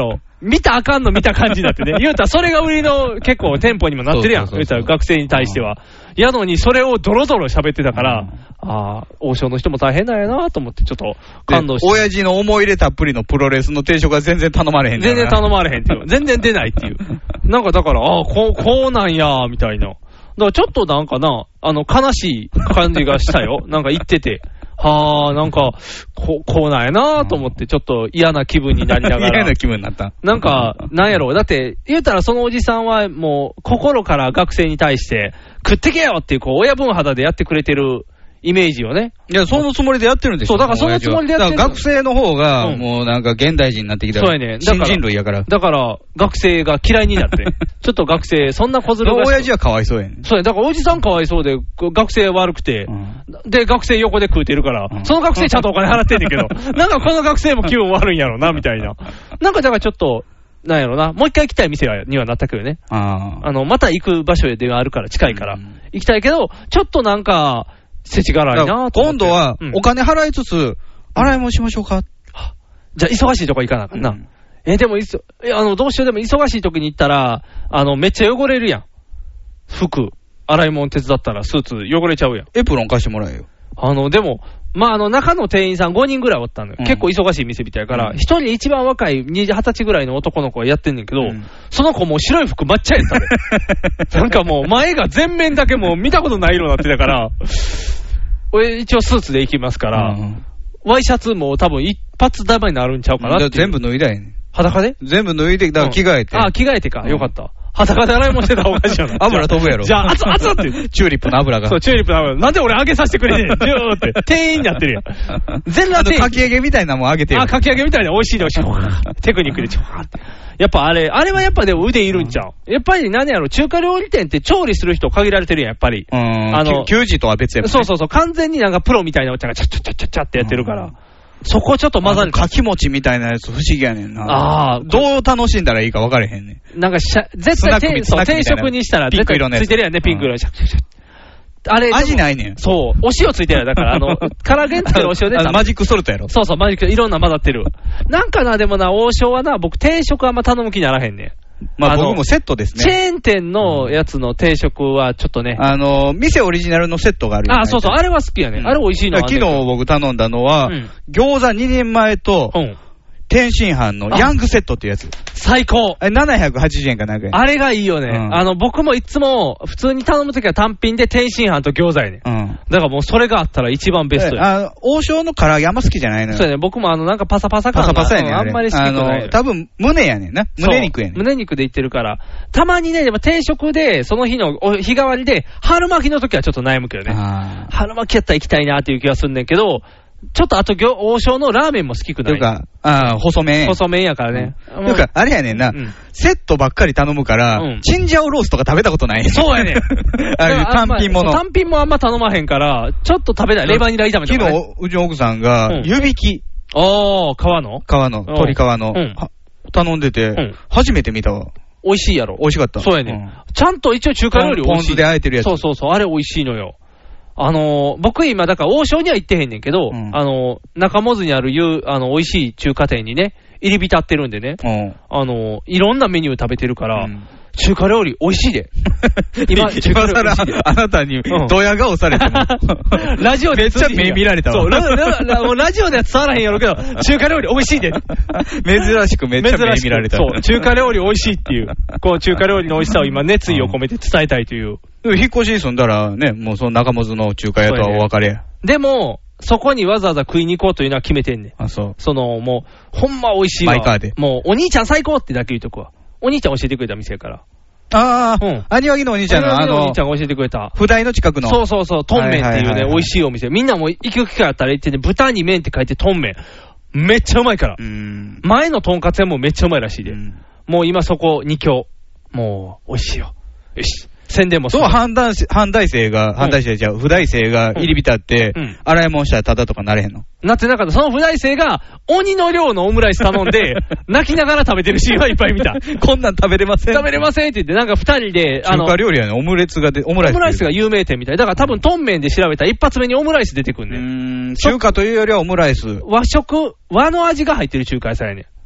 見たらあかんの見た感じになってね。言うたらそれが売りの結構店舗にもなってるやん。言うたら学生に対しては。やのにそれをドロドロ喋ってたから、王将の人も大変なんやなと思ってちょっと感動して。 親父の思い入れたっぷりのプロレスの定食が全然頼まれへん。 全然頼まれへんっていう。全然出ないっていう。なんかだから、こうなんや、みたいな。だからちょっとなんかな、悲しい感じがしたよ。なんか言ってて。なんか、こうなんやなと思って、ちょっと嫌な気分になりながら。 嫌な気分になった。 なんか、なんやろう。だって、言うたらそのおじさんはもう、心から学生に対して、食ってけよっていう、親分肌でやってくれてるイメージをね。 いや、そのつもりでやってるんでしょ。 そう、だからそのつもりでやってる。 だから学生の方が、もうなんか現代人になってきたら、 そうやね。 新人類やから。 だから、学生が嫌いになって、ちょっと学生、そんな小ずるが。 親父はかわいそうやね。 そうや、だからおじさんかわいそうで、学生悪くて、で、学生横で食うてるから、その学生ちゃんとお金払ってんねんけど、なんかこの学生も気分悪いんやろな、みたいな。なんかだからちょっと、なんやろな、もう一回行きたい店にはなったけどね。また行く場所ではあるから、近いから。行きたいけど、ちょっとなんか、世知辛いな。 今度は、お金払いつつ、洗い物しましょうか。 じゃあ、忙しいとこ行かなあかんな。でも、どうしようでも忙しい時に行ったら、めっちゃ汚れるやん。服、洗い物手伝ったらスーツ汚れちゃうやん。 エプロン貸してもらえよ。 でも、中の店員さん5人ぐらいおったのよ。結構忙しい店みたいから、一人一番若い20歳ぐらいの男の子がやってんねんけど、その子もう白い服抹茶やったね。なんかもう前が全面だけもう見たことない色になってたから、俺一応スーツで行きますから、ワイシャツも多分一発ダメになるんちゃうかなって。 全部脱いだやねん。 裸で全部脱いで、だから着替えて。 着替えてか。よかった。裸で洗い物してたらおかしいよな。 油飛ぶやろ。 じゃあ、熱々って。 チューリップの油が。 そう、チューリップの油。なんで俺揚げさせてくれねえジューって。店員になってるやん。全裸店員。 かき揚げみたいなもん揚げてる。 かき揚げみたいな美味しいのテクニックでちょーって。やっぱあれはやっぱでも腕いるんちゃう。やっぱり何やろ、中華料理店って調理する人限られてるやん、やっぱり。 給仕とは別やもんね。 そう、完全になんかプロみたいなお茶がチャッチャッチャッチャッチャってやってるから。そこちょっと混ざる。 かき餅みたいなやつ不思議やねんな。どう楽しんだらいいか分かれへんねん。 なんか絶対定食にしたら絶対ついてるやんね、ピンク色の。あれ、 味ないねん。 そう。お塩ついてるやん。だから、からげんってるお塩で。 マジックソルトやろ。 そう、マジック、いろんな混ざってる。なんかな、でもな、王将はな、僕定食あんま頼む気にならへんねん。 僕もセットですね。 チェーン店のやつの定食はちょっとね。 店オリジナルのセットがあるよね。 そう、あれは好きやね。あれ美味しいの。 昨日僕頼んだのは、餃子2人前と、天津飯のヤングセットっていうやつ。 最高。 780円かなんか。 あれがいいよね。僕もいつも普通に頼むときは単品で天津飯と餃子やね。だからもうそれがあったら一番ベストや。 王将の唐揚げあんま好きじゃないのよ。 そうやね。僕もなんかパサパサ感が。 パサパサやねん。 あんまり好きじゃない。 多分胸やねんな。胸肉やねん。 胸肉でいってるから。たまにね、でも定食で、その日の日替わりで、春巻きのときはちょっと悩むけどね。春巻きやったら行きたいなっていう気がするんだけど、ちょっとあと王将のラーメンも好きくない。 というか、細麺。 細麺やからね。 というか、あれやねんな、セットばっかり頼むから、チンジャオロースとか食べたことない。 そうやねん。 ああいう単品もの。 単品もあんま頼まへんから、ちょっと食べない。レバニラ炒めとか、ね。 昨日、うちの奥さんが、湯引き。 皮の鶏皮の。頼んでて、初めて見たわ。 美味しいやろ。 美味しかった。 そうやねん。ちゃんと一応中華料理美味しい。 ポン酢で和えてるやつ。 そう、あれ美味しいのよ。僕今、だから王将には行ってへんねんけど、中本津にある美味しい中華店にね、入り浸ってるんでね、いろんなメニュー食べてるから、中華料理美味しいで。 今更あなたにドヤ顔されても。 ラジオでめっちゃ目見られたわ。 そう、ラジオでは伝わらへんやろうけど、中華料理美味しいで。 珍しくめっちゃ目見られた。 そう、中華料理美味しいっていう、この中華料理の美味しさを今熱意を込めて伝えたいという。 引っ越し住んだらね、もうその中本の中華屋とはお別れ。 でも、そこにわざわざ食いに行こうというのは決めてんねん。 そう。 もう、ほんま美味しいわ。 マイカーで。 もう、お兄ちゃん最高ってだけ言うとくわ。お兄ちゃん教えてくれた店やから。 アニワギのお兄ちゃんのお兄ちゃんが教えてくれた。 不大の近くの。 そう、トンメンっていうね、美味しいお店。みんなも行く機会あったら行ってね、豚に麺って書いてトンメン。めっちゃうまいから。前のとんかつ屋もめっちゃうまいらしいで。もう今そこ2強。もう、美味しいよ。よし。宣伝もそう、不大生が入り浸って、洗い物したらタダとかなれへんの？ なってなかった。その不大生が、鬼の量のオムライス頼んで、泣きながら食べてるシーンはいっぱい見た。 こんなん食べれませんって言って、なんか二人で、 中華料理はね、オムライスが有名店みたい。だから多分、トンメンで調べたら一発目にオムライス出てくんね。 中華というよりはオムライス。 和の味が入ってる中華屋さんやね。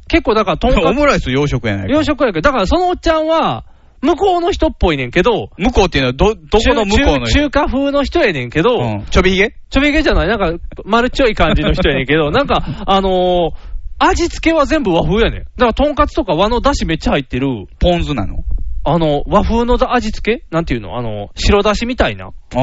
結構だから、とんかつ。 オムライス洋食やないか。 洋食やけど、だからそのおっちゃんは、向こうの人っぽいねんけど、 向こうっていうのはどこの向こうの人？ 中華風の人やねんけど、 ちょびひげちょびひげじゃない、なんか、丸っちょい感じの人やねんけど、なんか、味付けは全部和風やねん。だから、とんかつとか和の出汁めっちゃ入ってる。 ポン酢なの？ 和風の味付けなんていうの白だしみたいな。だから、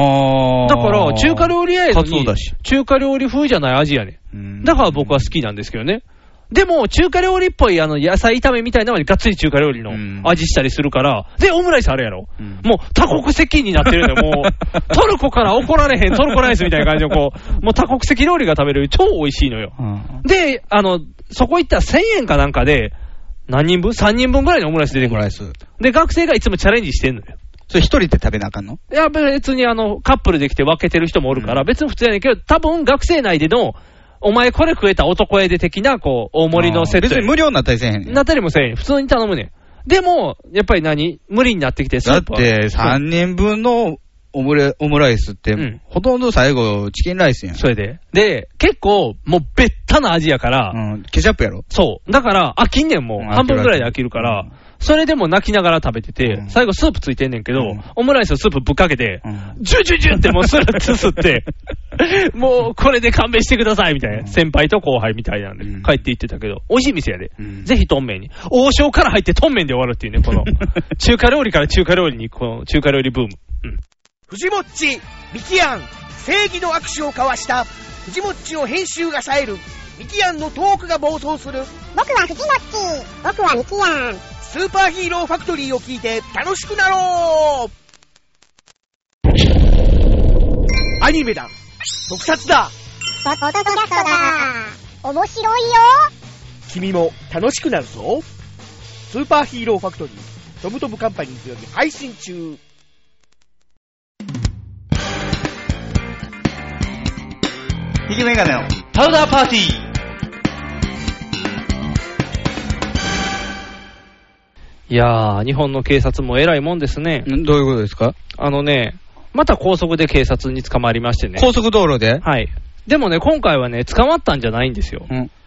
中華料理屋やのに、中華料理風じゃない味やねん。だから僕は好きなんですけどね。でも、中華料理っぽい野菜炒めみたいなのにがっつり中華料理の味したりするから、で、オムライスあるやろ。もう多国籍になってるのよ。もう、トルコから怒られへんトルコライスみたいな感じのもう多国籍料理が食べれる超美味しいのよ。で、そこ行ったら1000円かなんかで、何人分 ?3 人分ぐらいのオムライス出てくる。で、学生がいつもチャレンジしてんのよ。 それ一人で食べなあかんの？ いや、別にカップルで来て分けてる人もおるから、別に普通やねんけど、多分学生内での、お前これ食えた男やで的な、大盛りのセット。 別に無料になったりせえへんねん。 なったりもせえへん。普通に頼むねん。でも、やっぱり無理になってきて、 だって3人分のオムライスって、ほとんど最後チキンライスやん。 それで。で、結構、もうベッタな味やから。 ケチャップやろ？ そう。だから、飽きんねんもう。半分ぐらいで飽きるから。それでも泣きながら食べてて、最後スープついてんねんけど、オムライスのスープぶっかけて、ジュジュジュってもうスルッと吸って、もうこれで勘弁してくださいみたいな、先輩と後輩みたいなんで、帰って行ってたけど、美味しい店やで。ぜひトンメンに。王将から入ってトンメンで終わるっていうね、この、中華料理から中華料理に、この中華料理ブーム。 藤もっち、ミキアン、正義の握手を交わした、藤もっちの編集が冴える、ミキアンのトークが暴走する。 僕は藤もっち、僕はミキアン。 スーパーヒーローファクトリーを聞いて楽しくなろう。アニメだ、特撮だ、 ポッドキャストだ、面白いよ。 君も楽しくなるぞ。スーパーヒーローファクトリー、トムトムカンパニーズより配信中。 ひげメガネのパウダーパーティー。 いやー、日本の警察も偉いもんですね。 どういうことですか？ また高速で警察に捕まりましてね。 高速道路で？ はい。でもね、今回はね、捕まったんじゃないんですよ。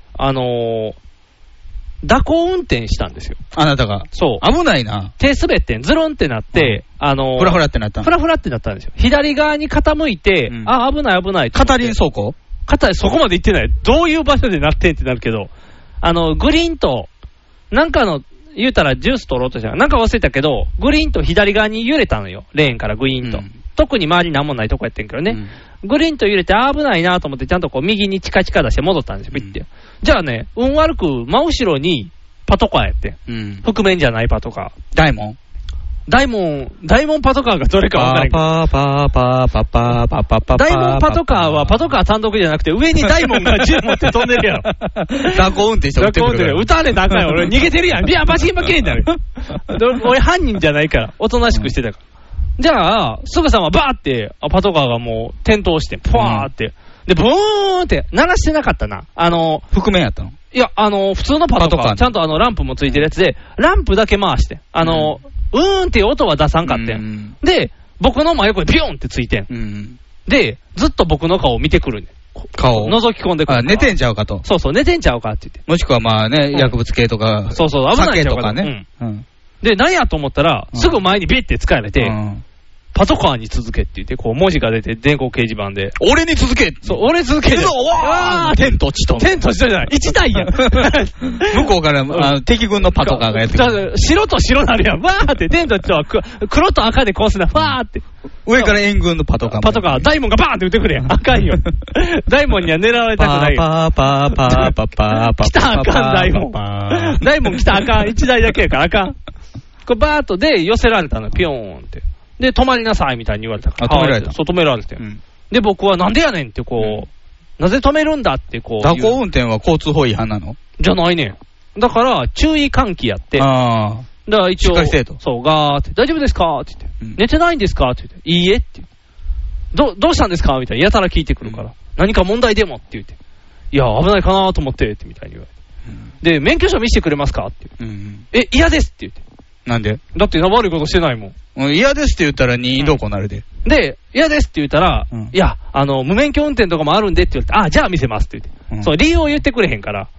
蛇行運転したんですよ。 あなたが？ そう。 危ないな。 手滑ってん、ズルンってなって、 フラフラってなった。 フラフラってなったんですよ。左側に傾いて、危ない危ない。 片輪走行？ そこまで行ってない。どういう場所でなってんってなるけど、グリーンと、なんか言うたらジュース取ろうとしたら、なんか忘れたけど、グリーンと左側に揺れたのよ。レーンからグリーンと。特に周りなんもないとこやってんけどね。グリーンと揺れて危ないなと思って、ちゃんと右にチカチカ出して戻ったんですよ、ピッて。じゃあね、運悪く真後ろにパトカーやって。覆面じゃないパトカー。大門パトカーがどれか分からんけど。大門パトカーはパトカー単独じゃなくて、上に大門が銃持って飛んでるやろ。 蛇行運転して撃ってくるから。 撃たれなあかんよ。俺逃げてるやん。ビャンバチンバキンってなる。俺犯人じゃないから、おとなしくしてたから。じゃあ、すぐさまバーって、パトカーがもう転倒して、ポワーって。で、ブーンって、鳴らしてなかったな。 覆面やったの？ いや、普通のパトカー、ちゃんとランプもついてるやつで、ランプだけ回して、っていう音は出さんかってん。で、僕の真横にビヨンってついてん。で、ずっと僕の顔を見てくるねん。 顔覗き込んでくる。 寝てんちゃうかと。 そうそう、寝てんちゃうかって言って。 もしくはまあね、薬物系とか、 そうそう、危ない酒とかね。 で、何やと思ったら、すぐ前にビッて突かれて、パトカーに続けって言って、文字が出て、電光掲示板で。 俺に続け！ そう、俺続け！ わー！天と地と。 天と地とじゃない。一台やん。 向こうから敵軍のパトカーがやってくる。 白と白なるやん。わーって、天と地とは黒と赤でこうすな。わーって。 上から援軍のパトカー。 パトカー、大門がバーンって撃ってくれやん。あかんよ。大門には狙われたくないよ。来たらあかん、大門。大門来たらあかん。一台だけやからあかん。これバーッとで寄せられたの、ピヨーンって。で、止まりなさいみたいに言われたから。 止められた。 そう、止められて。で、僕はなんでやねんってなぜ止めるんだって蛇行運転は交通法違反なの？ じゃないねん。だから、注意喚起やって。だから一応、 しっかりせえと。 そう、ガーって、大丈夫ですかって言って。寝てないんですかって言って。いいえって言って。どうしたんですかみたいな。やたら聞いてくるから。何か問題でもって言って。いや、危ないかなと思って、ってみたいに言われて。で、免許証見せてくれますかって言って。嫌ですって言って。 なんで？ だって悪いことしてないもん。 嫌ですって言ったら任意同行なるで。 で、嫌ですって言ったら、いや、無免許運転とかもあるんでって言って、じゃあ見せますって言って。そう、理由を言ってくれへんから。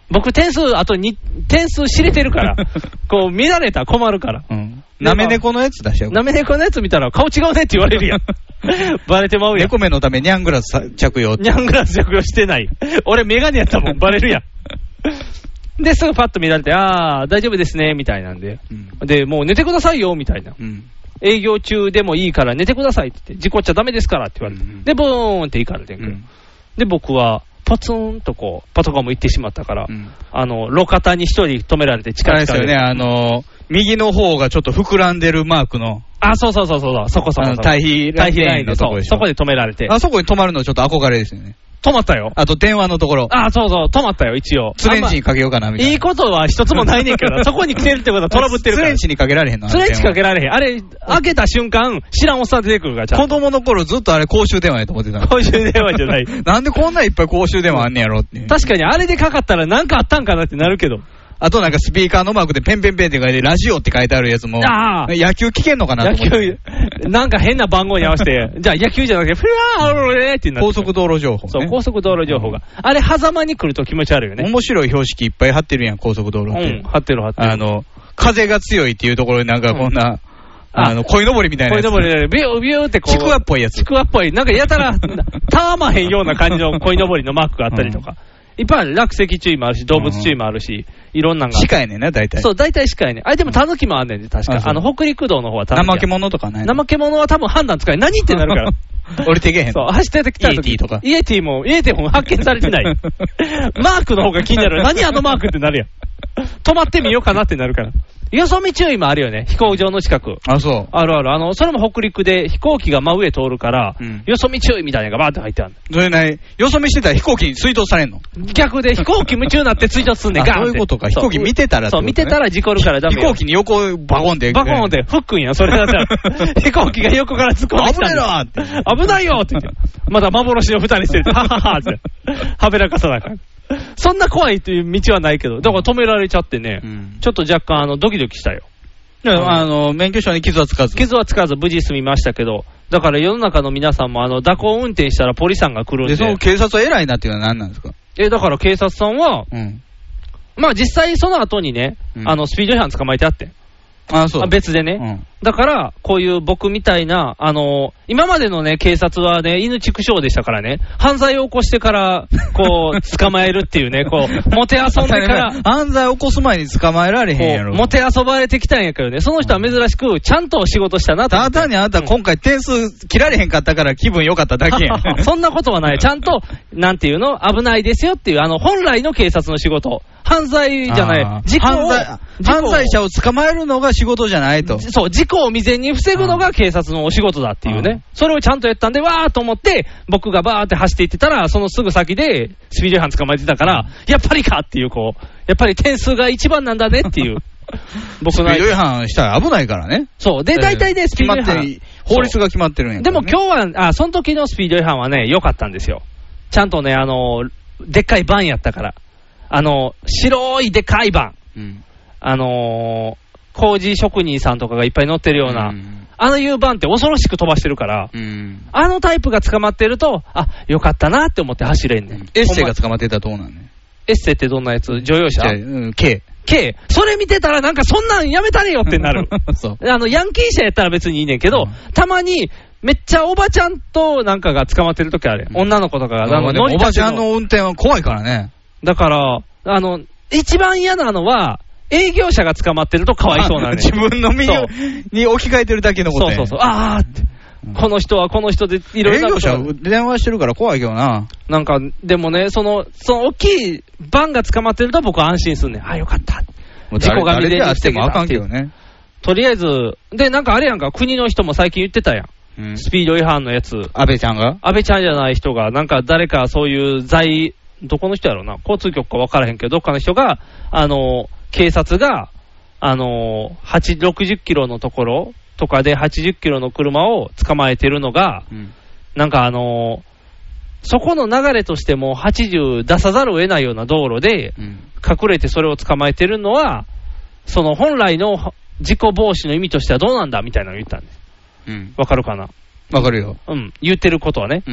僕点数知れてるから、こう見られたら困るから。 なめ猫のやつ出しちゃう。 なめ猫のやつ見たら顔違うねって言われるやん。バレてまうやん。 猫目のためニャングラス着用。 ニャングラス着用してない。俺メガネやったもん、バレるやん。で、すぐパッと見られて、大丈夫ですね、みたいなんで。で、もう寝てくださいよ、みたいな。営業中でもいいから寝てくださいって言って、事故っちゃダメですからって言われて。で、ブーンって行かれてんけど。で、僕は、ポツンとこう、パトカーも行ってしまったから、路肩に一人止められて近々で。 あれですよね、右の方がちょっと膨らんでるマークの。 そう、そこ。 対比ラインのとこでしょ。 そこで止められて。 あそこに止まるのちょっと憧れですよね。 止まったよ。 あと電話のところ。 そう、止まったよ、一応。 ツレンチにかけようかな、みたいな。 いいことは一つもないねんけど、そこに来てるってことはトラブってるから。 ツレンチにかけられへんの？ ツレンチかけられへん。あれ、開けた瞬間、知らんおっさん出てくるから、 子供の頃ずっとあれ公衆電話やと思ってた。 公衆電話じゃない。 なんでこんないっぱい公衆電話あんねやろって。 確かにあれでかかったらなんかあったんかなってなるけど。 あとなんかスピーカーのマークでペンペンペンって書いて、ラジオって書いてあるやつも、野球聞けんのかなと思って。 なんか変な番号に合わせて、じゃあ野球じゃなくて、フラーーってなって。 高速道路情報、ね。 そう、高速道路情報が。あれ、狭間に来ると気持ち悪いよね。 面白い標識いっぱい貼ってるやん、高速道路って。 貼ってる。 風が強いっていうところになんかこんな、鯉のぼりみたいなやつ。 鯉のぼりで、ビュービューってこう。 ちくわっぽいやつ。 ちくわっぽい。なんかやたら、たわまへんような感じの鯉のぼりのマークがあったりとか。いっぱいある。落石注意もあるし、動物注意もあるし、いろんなのが。 鹿やねんな、大体。 そう、大体鹿やねん。でもタヌキもあんねんで、確か。北陸道の方はタヌキ。 怠け者とかね。 怠け者は多分判断つかない。何ってなるから。 俺手げへん。 そう、走ってきた時。 イエティとか。 イエティも発見されてない。マークの方が気になる。何あのマークってなるやん。止まってみようかなってなるから。よそ見注意もあるよね、飛行場の近く。 そう。 ある。それも北陸で飛行機が真上通るから、よそ見注意みたいなのがバーって入ってある。 それない、よそ見してたら飛行機に追突されんの？ 逆で飛行機夢中になって追突すんねん、ガーンって。 そういうことか。飛行機見てたらそう、見てたら事故るからダメ。 飛行機に横バコンで。 バコンって、フックんや、それだったら。飛行機が横から突っ込んできた。 危ねえなって。 危ないよって言って。まだ幻の二人してる。はははって。はべらかさなあかん。そんな怖いという道はないけど、だから止められちゃってね、ちょっと若干ドキドキしたよ。 免許証に傷はつかず。 傷はつかず、無事済みましたけど、だから世の中の皆さんも蛇行運転したらポリさんが来るんで。 その警察は偉いなっていうのは何なんですか？ だから警察さんは、まあ実際その後にね、スピード違反捕まえてあって。 そう。 別でね。だから、こういう僕みたいな、今までのね、警察はね、犬畜生でしたからね、犯罪を起こしてから、こう、捕まえるっていうね、こう、もて遊んでから。 犯罪を起こす前に捕まえられへんやろ。 もて遊ばれてきたんやけどね、その人は珍しく、ちゃんと仕事したなと。 ただ単にあなた今回点数切られへんかったから気分良かっただけやん。 そんなことはない。ちゃんと、なんていうの、危ないですよっていう、本来の警察の仕事。犯罪じゃない。 犯罪者を捕まえるのが仕事じゃないと。 そう、事故を未然に防ぐのが警察のお仕事だっていうね。それをちゃんとやったんで、わーと思って、僕がバーって走っていってたら、そのすぐ先でスピード違反捕まえてたから、やっぱりかっていう、こう、やっぱり点数が一番なんだねっていう。 僕のスピード違反したら危ないからね。 そう。で、大体ね、スピード違反。 法律が決まってるんや、ね。 でも今日は、その時のスピード違反はね、良かったんですよ。ちゃんとね、でっかいバンやったから。白いでかいバン。工事職人さんとかがいっぱい乗ってるような、いうバンって恐ろしく飛ばしてるから、タイプが捕まってると、よかったなって思って走れんねん。 エッセが捕まってたらどうなんねん。 エッセってどんなやつ？乗用車 K。 それ見てたらなんかそんなんやめたれよってなる。 そう。 ヤンキー車やったら別にいいねんけど、たまに、めっちゃおばちゃんとなんかが捕まってる時ある。女の子とかが。 おばちゃんの運転は怖いからね。 だから、一番嫌なのは、営業者が捕まってるとかわいそうなね。 自分の身に置き換えてるだけのことや。 そう。って。この人はこの人でいろいろなこと。 営業者電話してるから怖いけどな。 なんか、でもね、その大きいバンが捕まってると僕は安心すんねん。よかった。事故が未然に防げた。 あかんけどね。 とりあえず、で、なんかあれやんか、国の人も最近言ってたやん。スピード違反のやつ。 安倍ちゃんが？ 安倍ちゃんじゃない人が、なんか誰かそういうどこの人やろうな、交通局か分からへんけど、どっかの人が、警察が、60キロのところとかで80キロの車を捕まえてるのが、なんかそこの流れとしても80出さざるを得ないような道路で、隠れてそれを捕まえてるのは、その本来の事故防止の意味としてはどうなんだみたいなのを言ったんです。わかるかな？ わかるよ。 言ってることはね。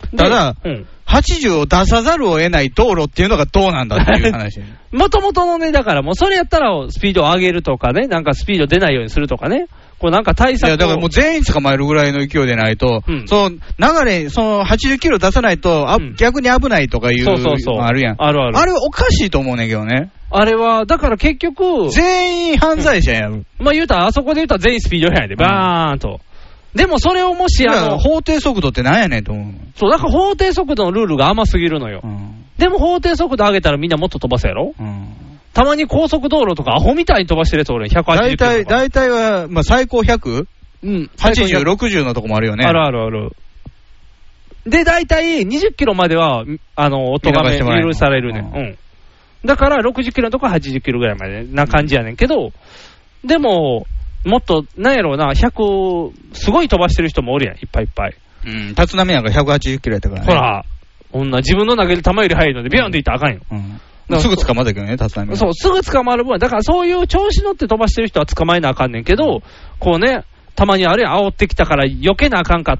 ただ、80を出さざるを得ない道路っていうのがどうなんだっていう話。 もともとのね、だからもうそれやったらスピードを上げるとかね、なんかスピード出ないようにするとかね、こうなんか対策を。いや、 だからもう全員捕まえるぐらいの勢いでないと、その流れ、その80キロ出さないと、逆に危ないとかいうのあるやん。 あるある。 あれおかしいと思うねんけどね。 あれは、だから結局、 全員犯罪者やん。 まあ言うたら、あそこで言うたら全員スピードやんで、バーンと。でもそれをもし法定速度ってなんやねんと思う。 そう、だから法定速度のルールが甘すぎるのよ。でも法定速度上げたらみんなもっと飛ばすやろ。たまに高速道路とかアホみたいに飛ばしてるやつ俺180キロ。 大体は、まあ最高 100？ 80、60のとこもあるよね。 あるあるある。で、大体20キロまでは、音が許されるね。だから60キロのとこは80キロぐらいまでな感じやねんけど、でも、もっと、なんやろうな、100、すごい飛ばしてる人もおるやん、いっぱいいっぱい。 立浪なんか180キロやったからね。 ほら、自分の投げる球より速いので、ビヨンっていったらあかんよ。 すぐ捕まったけどね、立浪。 そう、すぐ捕まる分、だからそういう調子乗って飛ばしてる人は捕まえなあかんねんけど、こうね、たまにあれ煽ってきたから避けなあかんかって、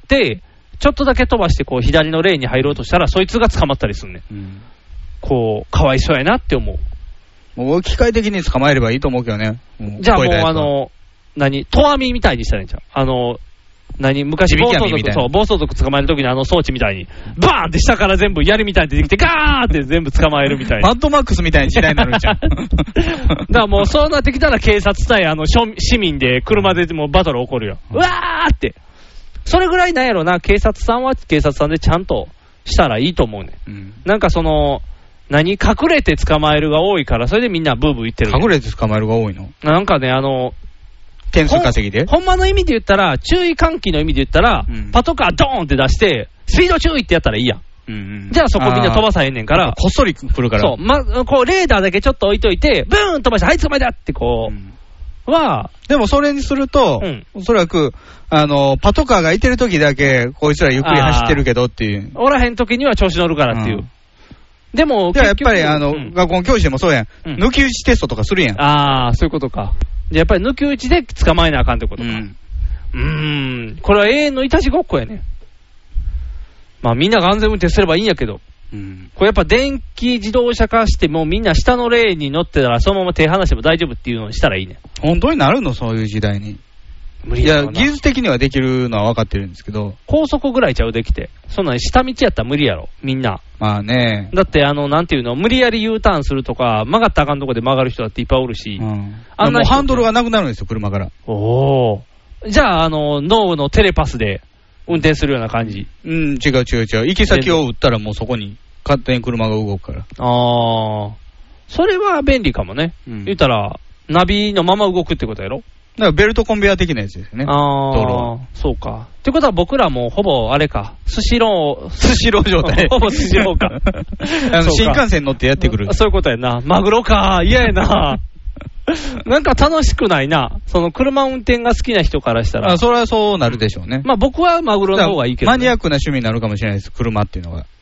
ちょっとだけ飛ばして、こう、左のレーンに入ろうとしたら、そいつが捕まったりすんねん。こう、かわいそうやなって思う。 もう機械的に捕まえればいいと思うけどね。 じゃあもうトアミみたいにしたらいいんちゃう？昔暴走族捕まえるときの装置みたいに、バーンって下から全部槍みたいに出てきて、ガーンって全部捕まえるみたいな。 マッドマックスみたいな時代になるんちゃう？ だからもうそうなってきたら警察対市民で車でもうバトル起こるよ。うわーって。それぐらいなんやろな、警察さんは警察さんでちゃんとしたらいいと思うね。なんか隠れて捕まえるが多いから、それでみんなブーブー言ってる。 隠れて捕まえるが多いの？ なんかね、 点数稼ぎでほんまの意味で言ったら、注意喚起の意味で言ったら、パトカードーンって出して、スピード注意ってやったらいいやん。じゃあそこみんな飛ばさへんねんから。 こっそり来るから。 そう。こう、レーダーだけちょっと置いといて、ブーン飛ばして、はい、捕まえたってこう、 でもそれにすると、おそらく、パトカーがいてる時だけ、こいつらゆっくり走ってるけどっていう。 おらへん時には調子乗るからっていう。でも、 やっぱり学校の教師でもそうやん。抜き打ちテストとかするやん。 ああ、そういうことか。じゃやっぱり抜き打ちで捕まえなあかんってことか。これは永遠のいたちごっこやね。まあみんなが安全運転すればいいんやけど。これやっぱ電気自動車化してもうみんな下のレーンに乗ってたらそのまま手離しても大丈夫っていうのにしたらいいね。 本当になるの？そういう時代に。いや、技術的にはできるのは分かってるんですけど。 高速ぐらいちゃうできて。そんなに下道やったら無理やろ、みんな。 まあね。 だってなんていうの、無理やり U ターンするとか、曲がったらあかんとこで曲がる人だっていっぱいおるし。 もうハンドルがなくなるんですよ、車から。 じゃあ、脳のテレパスで運転するような感じ。 違う。行き先を打ったらもうそこに勝手に車が動くから。 それは便利かもね。言ったら、ナビのまま動くってことやろ？ だからベルトコンベヤー的なやつですよね。 そうか。ってことは僕らもほぼあれか、スシロー状態。 ほぼスシローか。 新幹線乗ってやってくる。 そういうことやな。マグロか。嫌やな。なんか楽しくないな。車運転が好きな人からしたら。 それはそうなるでしょうね。 まあ僕はマグロの方がいいけど、 マニアックな趣味になるかもしれないです、車っていうのが。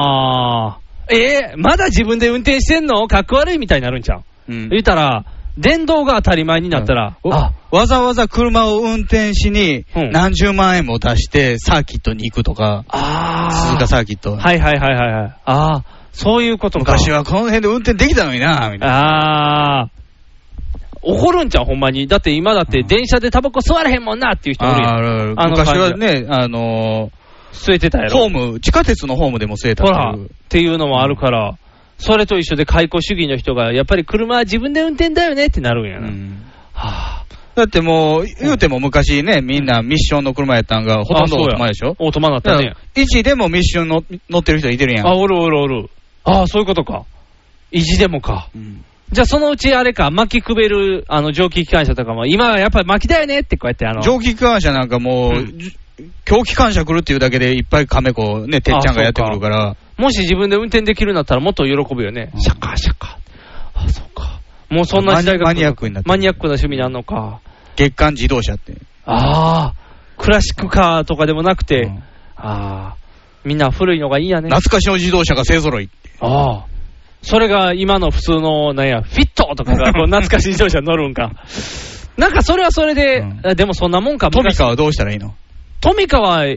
まだ自分で運転してんの？かっこ悪いみたいになるんちゃう？言ったら、電動が当たり前になったら、 わざわざ車を運転しに何十万円も出してサーキットに行くとか、鈴鹿サーキット。 はい。そういうことか。 昔はこの辺で運転できたのにな、みたいな。 怒るんちゃう、ほんまに。だって今だって電車でタバコ吸われへんもんなっていう人おるやん。 昔はね、 吸えてたやろ。 地下鉄のホームでも吸えたっていうのもあるから、それと一緒で解雇主義の人が、やっぱり車は自分で運転だよねってなるんやな。 だってもう、言うても昔ね、みんなミッションの車やったんが、ほとんどオートマでしょ？ オートマだったね。 維持でもミッション乗ってる人いてるやん。 おる。そういうことか。維持でもか。じゃあそのうちあれか、巻きくべる蒸気機関車とかも、今はやっぱり巻きだよねってこうやって蒸気機関車なんかもう、狂気機関車来るっていうだけでいっぱいカメ子ね、てっちゃんがやってくるから。 もし自分で運転できるんだったらもっと喜ぶよね。シャカ。そうか。もうそんな時代がマニアックになって。 マニアックな趣味なのか。 月間自動車って。 クラシックカーとかでもなくて、みんな古いのがいいやね。 懐かしの自動車が勢揃いって。 それが今の普通の、フィットとかがこう懐かしい自動車乗るんか。なんかそれはそれで、でもそんなもんか。 トミカはどうしたらいいの？ トミカは、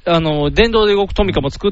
電動で動くトミカも作って、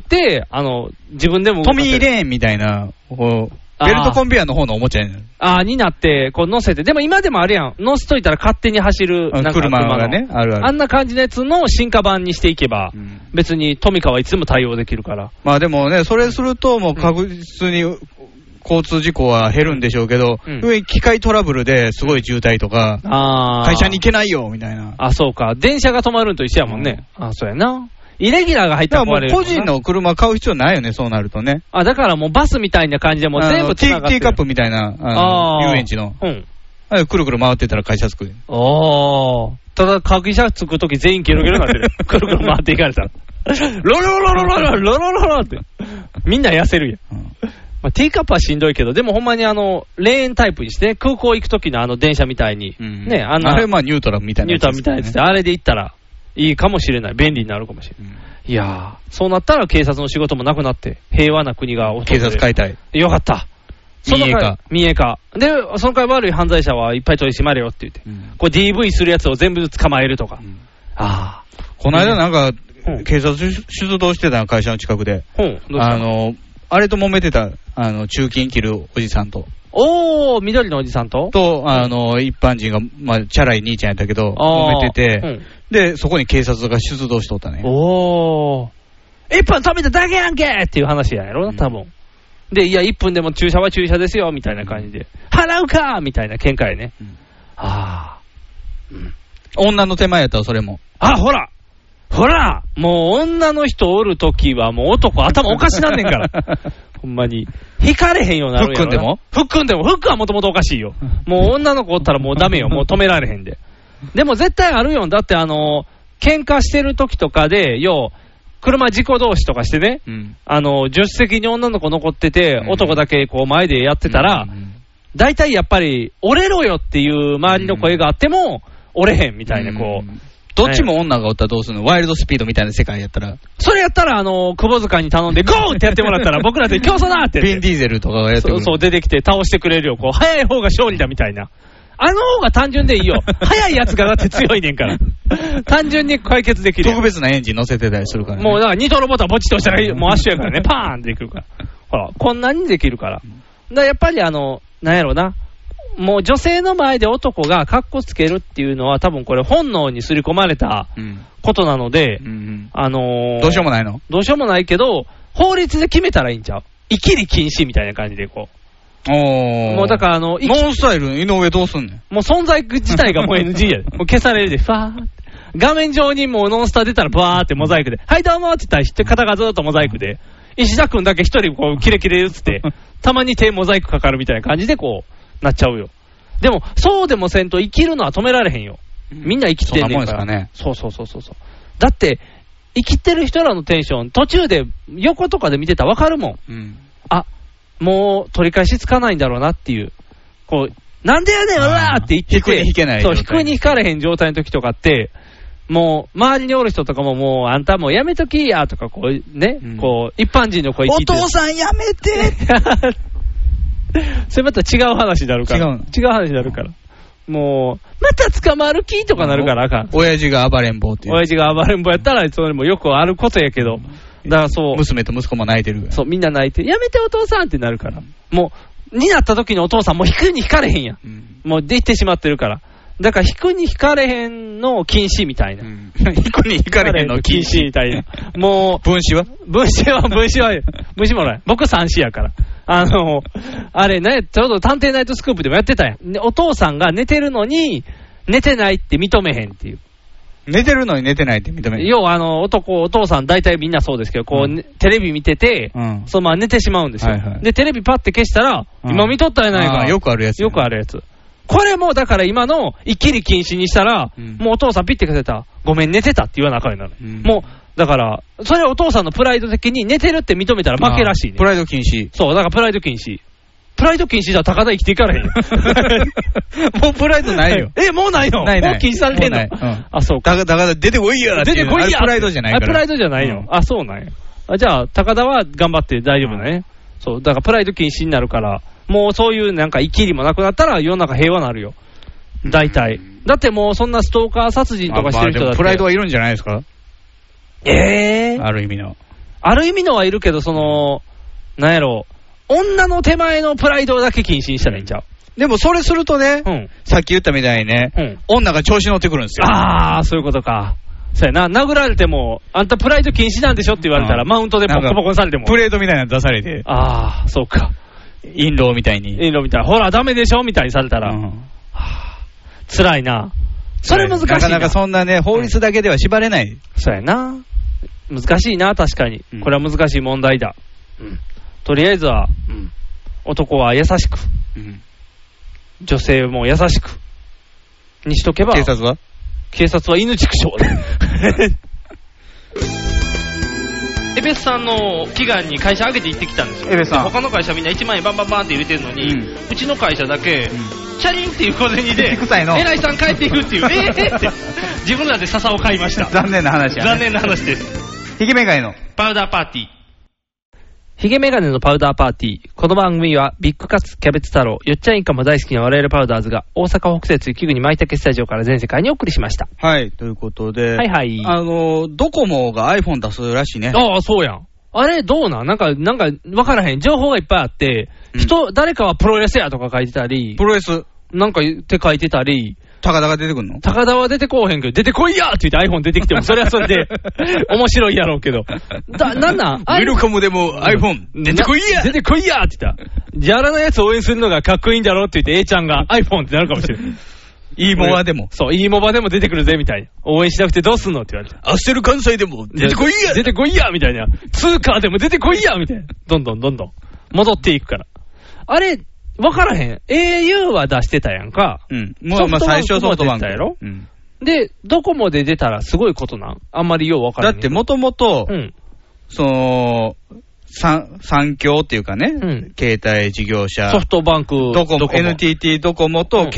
自分でもトミーレーンみたいな、ベルトコンベヤーの方のおもちゃになって、こう乗せて、でも今でもあるやん、乗せといたら勝手に走る、 なんか車がね、あるある。 あんな感じのやつの進化版にしていけば、別にトミカはいつでも対応できるから。 まあでもね、それすると、もう確実に交通事故は減るんでしょうけど、機械トラブルですごい渋滞とか、会社に行けないよみたいな。 そうか、電車が止まるんと一緒やもんね。そうやな。イレギュラーが入ったら壊れる。 もう個人の車買う必要ないよね、そうなるとね。 だからもうバスみたいな感じでもう全部つながってる。 ティーカップみたいな、遊園地の。くるくる回ってたら会社着く。 ただ、会社着くとき全員ゲロゲロになってる。くるくる回っていかれたら。ロロロロロロロロロロって。みんな痩せるやん。ティーカップはしんどいけど、でもほんまにレーンタイプにしてね、空港行くときの電車みたいに。ね、 あれまあニュートラルみたいな。 ニュートラルみたいなやつで、あれで行ったら、いいかもしれない。便利になるかもしれない。いやー、そうなったら警察の仕事もなくなって、平和な国が警察解体。 よかった。民営化。で、その代悪い犯罪者はいっぱい取り締まれよって言って。これ DV するやつを全部捕まえるとか。 この間なんか、警察出動してた会社の近くで、あれと揉めてた、中金切るおじさんと。 緑のおじさんと一般人が、まあ、チャラい兄ちゃんやったけど、揉めてて、で、そこに警察が出動しとったね。 1分止めただけやんけっていう話やろな、多分。で、いや、1分でも駐車は駐車ですよ、みたいな感じで。払うかみたいな喧嘩やね。 女の手前やったらそれも。 ほらもう女の人おるときはもう男頭おかしなんねんから。ほんまに。引かれへんようになるやろな。ふっくんでもフックはもともとおかしいよ。もう女の子おったらもうダメよ。もう止められへんで。でも絶対あるよ。だって喧嘩してるときとかで、車事故同士とかしてね、助手席に女の子残ってて、男だけこう前でやってたら、大体やっぱり折れろよっていう周りの声があっても、折れへんみたいなこう。 どっちも女がおったらどうするの？ワイルドスピードみたいな世界やったら。 それやったら、窪塚に頼んで、ゴーってやってもらったら、僕らで競争だって。 ビンディーゼルとかがやってくる。 そう、出てきて倒してくれるよ。こう、早い方が勝利だみたいな。方が単純でいいよ。早いやつがだって強いねんから。単純に解決できる。 特別なエンジン乗せてたりするからね。 もうだからニトロボタンポチッと押したら、もう足やからね、パーンってできるから。ほら、こんなにできるから。だからやっぱりなんやろな。もう女性の前で男がカッコつけるっていうのは多分これ本能に刷り込まれたことなので、 どうしようもないの？ どうしようもないけど、法律で決めたらいいんちゃう？生きり禁止みたいな感じでこう。もうだからノンスタイル井上どうすんねん。 もう存在自体がもう NG やで。もう消されるで、ファーって。画面上にもうノンスタ出たらバーってモザイクで、はいどうもって言ったら知ってる方がずっとモザイクで、石田くんだけ一人こうキレキレ映って、たまに手モザイクかかるみたいな感じでこう、なっちゃうよ。でも、そうでもせんと生きるのは止められへんよ。みんな生きてんねんから。 そんなもんですかね。 そう。だって、生きてる人らのテンション、途中で横とかで見てたらわかるもん。もう取り返しつかないんだろうなっていう。こう、なんでやねん、うわーって言ってて、 引けない。 そう、引くに引かれへん状態の時とかって、もう、周りにおる人とかももう、あんたもうやめときやとか、こうね、こう、一般人の声聞いて。 お父さんやめてそれまた違う話になるから。違う話になるから。もう、また捕まる気とかなるからあかん。 親父が暴れん坊っていう。 親父が暴れん坊やったら、それもよくあることやけど。だからそう。 娘と息子も泣いてる。 そう、みんな泣いて、やめてお父さんってなるから。もう、になった時のお父さんも引くに引かれへんやん。もう出てしまってるから。だから引くに引かれへんの禁止みたいな。 引くに引かれへんの禁止みたいな。もう。 分子はもない。僕3子やから。あれね、ちょうど探偵ナイトスクープでもやってたやん。お父さんが寝てるのに、寝てないって認めへんっていう。 寝てるのに寝てないって認めへん。 要はお父さん大体みんなそうですけど、こう、テレビ見てて、そのまま寝てしまうんですよ。で、テレビパッて消したら、今見とったやないか。 よくあるやつ。 よくあるやつ。これもだから今の生きり禁止にしたら、もうお父さんピッて消せた。ごめん寝てたって言わなあかんようになる。もう、だから、それはお父さんのプライド的に寝てるって認めたら負けらしいね。 プライド禁止。 そう、だからプライド禁止。プライド禁止じゃ高田生きていかれへん。 もうプライドないよ。 もうないの？ ない。 もう禁止されてんの？ あ、そうか。だから出てこいや出てこいや。 プライドじゃないから。 プライドじゃないの？あ、そうなんや。じゃあ、高田は頑張って大丈夫だね。そう、だからプライド禁止になるから、もうそういうなんか生きりもなくなったら世の中平和になるよ。大体。だってもうそんなストーカー殺人とかしてる人だって。 プライドはいるんじゃないですか？ ある意味の。 ある意味のはいるけど、なんやろ、女の手前のプライドだけ禁止にしたらいいんちゃう？ でもそれするとね、さっき言ったみたいにね、女が調子乗ってくるんですよ。 ああ、そういうことか。そうやな、殴られても、あんたプライド禁止なんでしょって言われたら、マウントでボコボコにされても。 プレートみたいなの出されて。 ああ、そうか。 印籠みたいに。 印籠みたいな。ほら、ダメでしょみたいにされたら。辛いな。それ難しいな。 なかなかそんなね、法律だけでは縛れない。 そうやな。難しいな、確かに。これは難しい問題だ。とりあえずは、男は優しく、女性も優しくにしとけば。 警察は犬畜生だ。エベスさんの祈願に会社上げて行ってきたんですよ。 エベスさん。 他の会社みんな1万円バンバンバンって入れてるのに、うちの会社だけ、チャリンっていう小銭で、偉いさん帰っていくっていう、って自分らで笹を買いました。 残念な話やね。 残念な話です。 ヒゲメガネのパウダーパーティー。ヒゲメガネのパウダーパーティー。この番組はビッグカツ、キャベツ太郎、よっちゃんイカも大好きな我々パウダーズが大阪北節雪国舞茸スタジオから全世界にお送りしました。 はい、ということで、 はいはい。 ドコモが iPhone 出すらしいね。 ああ、そうやん。あれ、どうなんなんか、わからへん。情報がいっぱいあって、誰かはプロレスやとか書いてたり、 プロレスなんかって書いてたり、 高田が出てくんの？ 高田は出てこうへんけど、出てこいやって言って iPhone 出てきても、それはそれで面白いやろうけど。なんなんウェルカムでも iPhone 出てこいや出てこいやって言った。ギャラのやつ応援するのがかっこいいんだろうって言って A ちゃんが iPhone ってなるかもしれない。 いいモバでも。 そう、いいモバでも出てくるぜみたいな。応援しなくてどうすんのって言われて。 アステル関西でも出てこいや出てこいやみたいな。通貨でも出てこいやみたいな。どんどん戻っていくから。あれ、わからへん。au は出してたやんか。 まあ最初ソフトバンクやろ。で、ドコモで出たらすごいことなん？あんまりようわからへん。 だってもともと、三強っていうかね、携帯事業者。 ソフトバンク、 ドコモ、NTT ドコモと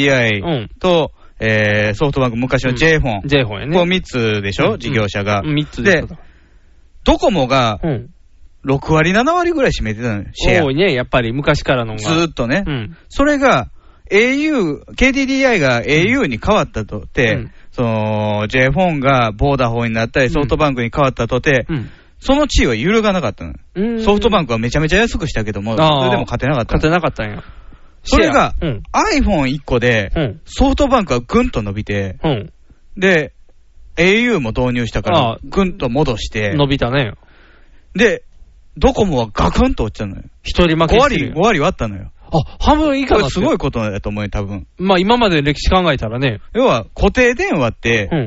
KDDI と、ソフトバンク昔の J フォン。 J フォンやね。 こう3つでしょ、事業者が。 3つで。 ドコモが、6割、7割ぐらい占めてたのよ、シェア。 多いね、やっぱり昔からのが。 ずーっとね。それが、KDDI が au に変わったとて、J フォンがボーダフォンになったり、ソフトバンクに変わったとて、その地位は揺るがなかったの。ソフトバンクはめちゃめちゃ安くしたけども、それでも勝てなかった。 勝てなかったんや。 それが、iPhone1 個で、ソフトバンクはぐんと伸びて、で、au も導入したから、ぐんと戻して、 伸びたね。 で、ドコモはガクンと落ちたのよ。 一人負けしてる。 5割割ったのよ。 半分以下だって。 すごいことだと思うよ、多分。 まあ今まで歴史考えたらね。 要は、固定電話って、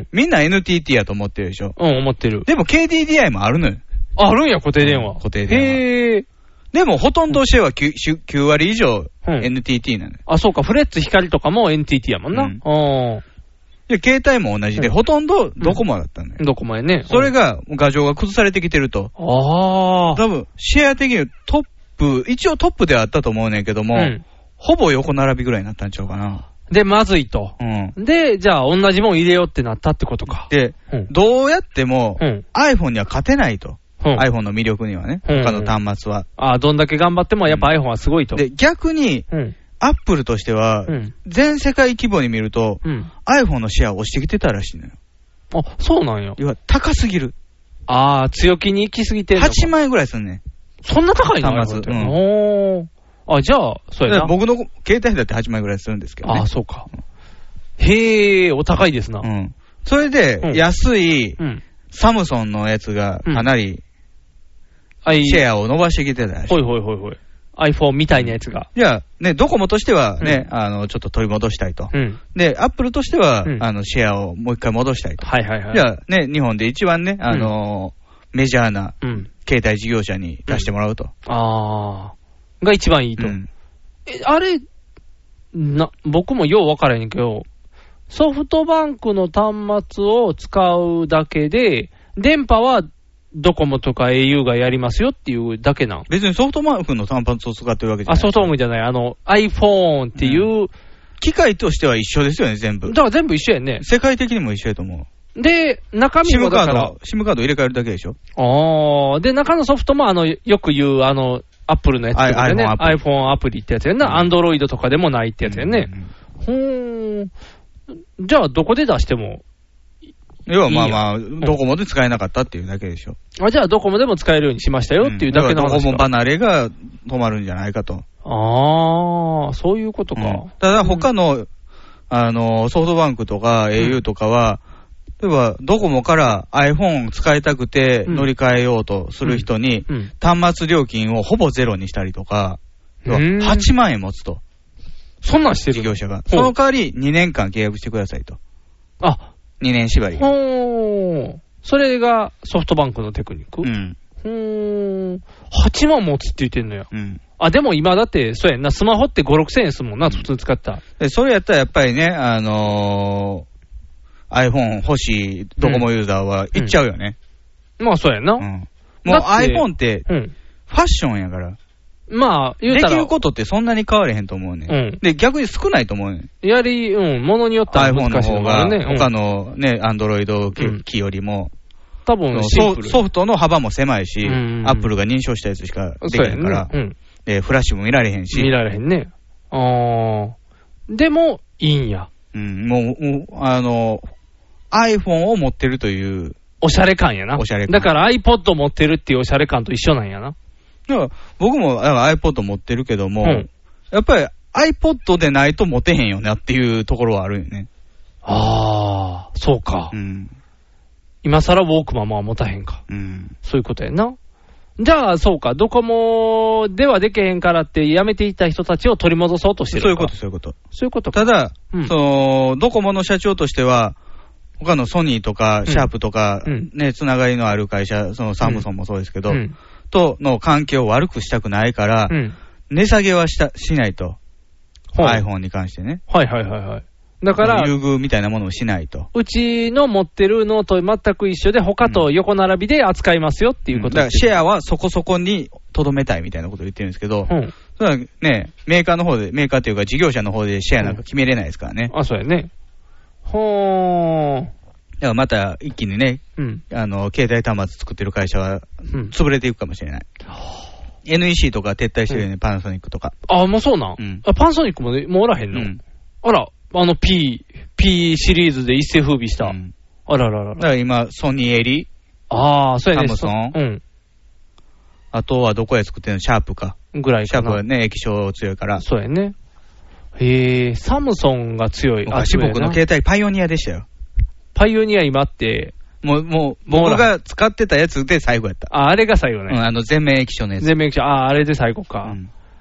みんな NTT やと思ってるでしょ。 思ってる。 でも KDDI もあるのよ。 あるんや、固定電話。 固定電話。 へー。 でも、ほとんどシェアは 9割以上 NTT なのよ。 あ、そうか、フレッツ光とかも NTT やもんな。 で、携帯も同じで、ほとんどドコモだったのよ。 ドコモやね。 それが、牙城が崩されてきてると。多分、シェア的にトップ、一応トップではあったと思うねんけども、ほぼ横並びぐらいになったんちゃうかな。 で、まずいと。で、じゃあ、同じもん入れようってなったってことか。 で、どうやっても、iPhone には勝てないと。iPhone の魅力にはね、他の端末は。 どんだけ頑張ってもやっぱ iPhone はすごいと。 で、逆に、Apple としては、全世界規模に見ると、iPhone のシェア落ちてきてたらしいのよ。 あ、そうなんや。 要は高すぎる。 強気に行きすぎてるのか。 8万円ぐらいすんね。 そんな高いの？ 端末。 じゃあ、そうやな。 僕の携帯だって8万円ぐらいするんですけどね。 そうか。へー、お高いですな。 それで、安い、サムソンのやつがかなり、シェアを伸ばしてきてたらしい。 ほい。iPhone みたいなやつが。 じゃあ、ね、ドコモとしてはね、ちょっと取り戻したいと。で、Apple としては、シェアをもう一回戻したいと。じゃあ、ね、日本で一番ね、メジャーな、携帯事業者に出してもらうと。 が一番いいと。あれ、僕もよう分からへんけど、ソフトバンクの端末を使うだけで、電波はドコモとか au がやりますよっていうだけなん。 別にソフトバンクの端末を使ってるわけじゃない。 ソフトバンクじゃない。iPhone っていう、 機械としては一緒ですよね、全部。 だから全部一緒やね。 世界的にも一緒やと思う。 で、中身もだから。 SIM カード入れ替えるだけでしょ。 で、中のソフトもよく言うApple のやつとかでね。iPhone アプリってやつやんな。Android とかでもないってやつやね。じゃあ、どこで出しても要はまあまあ、ドコモで使えなかったっていうだけでしょ。 じゃあドコモでも使えるようにしましたよっていうだけの話か。 ドコモ離れが止まるんじゃないかと。 そういうことか。 ただ他の、ソフトバンクとか au とかは、例えばドコモから iPhone 使いたくて乗り換えようとする人に、端末料金をほぼゼロにしたりとか、8万円持つと。 そんなんしてる事業者が。その代わり2年間契約してくださいと。2年縛り。 それがソフトバンクのテクニック。8万持つって言ってんのよ。でも今だって、そうやんな、スマホって5、6千円するもんな、普通に使った。 それやったらやっぱりね、iPhone 欲しいドコモユーザーは行っちゃうよね。 まあそうやな。 もう iPhone って、ファッションやから。 まあ、言うたら。 できることってそんなに変われへんと思うね。で、逆に少ないと思うね。 ものによっては難しいのがね。 iPhone の方が、他のね、Android 機よりも、 多分ソフトの幅も狭いし、Apple が認証したやつしかできないから、フラッシュも見られへんし。 見られへんね。でも、いいんや。 もう、iPhone を持ってるという。 おしゃれ感やな。だから iPod 持ってるっていうおしゃれ感と一緒なんやな。 だから僕も iPod 持ってるけども、やっぱり iPod でないと持てへんよなっていうところはあるよね。 そうか。今更ウォークマンは持たへんか。そういうことやな。じゃあ、そうか、ドコモではできへんからって辞めていった人たちを取り戻そうとしてるのか。 そういうこと。 そういうことか。 ただ、ドコモの社長としては、他のソニーとかシャープとか、ね、つながりのある会社、そのサムソンもそうですけど、との関係を悪くしたくないから、値下げはしないと。iPhone に関してね。だから、優遇みたいなものをしないと。 うちの持ってるのと全く一緒で、他と横並びで扱いますよっていうことだからシェアはそこそこにとどめたいみたいなことを言ってるんですけど、それはね、メーカーっていうか事業者の方でシェアなんか決めれないですからね。 そうやね。 だからまた一気にね、携帯端末作ってる会社は潰れていくかもしれない。NEC とか撤退してるよね、パナソニックとか。 もうそうなん。パナソニックもうおらへんの。あら。P シリーズで一世風靡した。あららら。 だから今、ソニーエリそうやね。 サムソン。あとはどこへ作ってるの？シャープか。 ぐらいかな。 シャープはね、液晶強いから。 そうやね。サムソンが強い。 昔僕の携帯パイオニアでしたよ。 パイオニア今って、 もう、僕が使ってたやつで最後やった。 あれが最後ね。 全面液晶のやつ。 全面液晶、あれで最後か。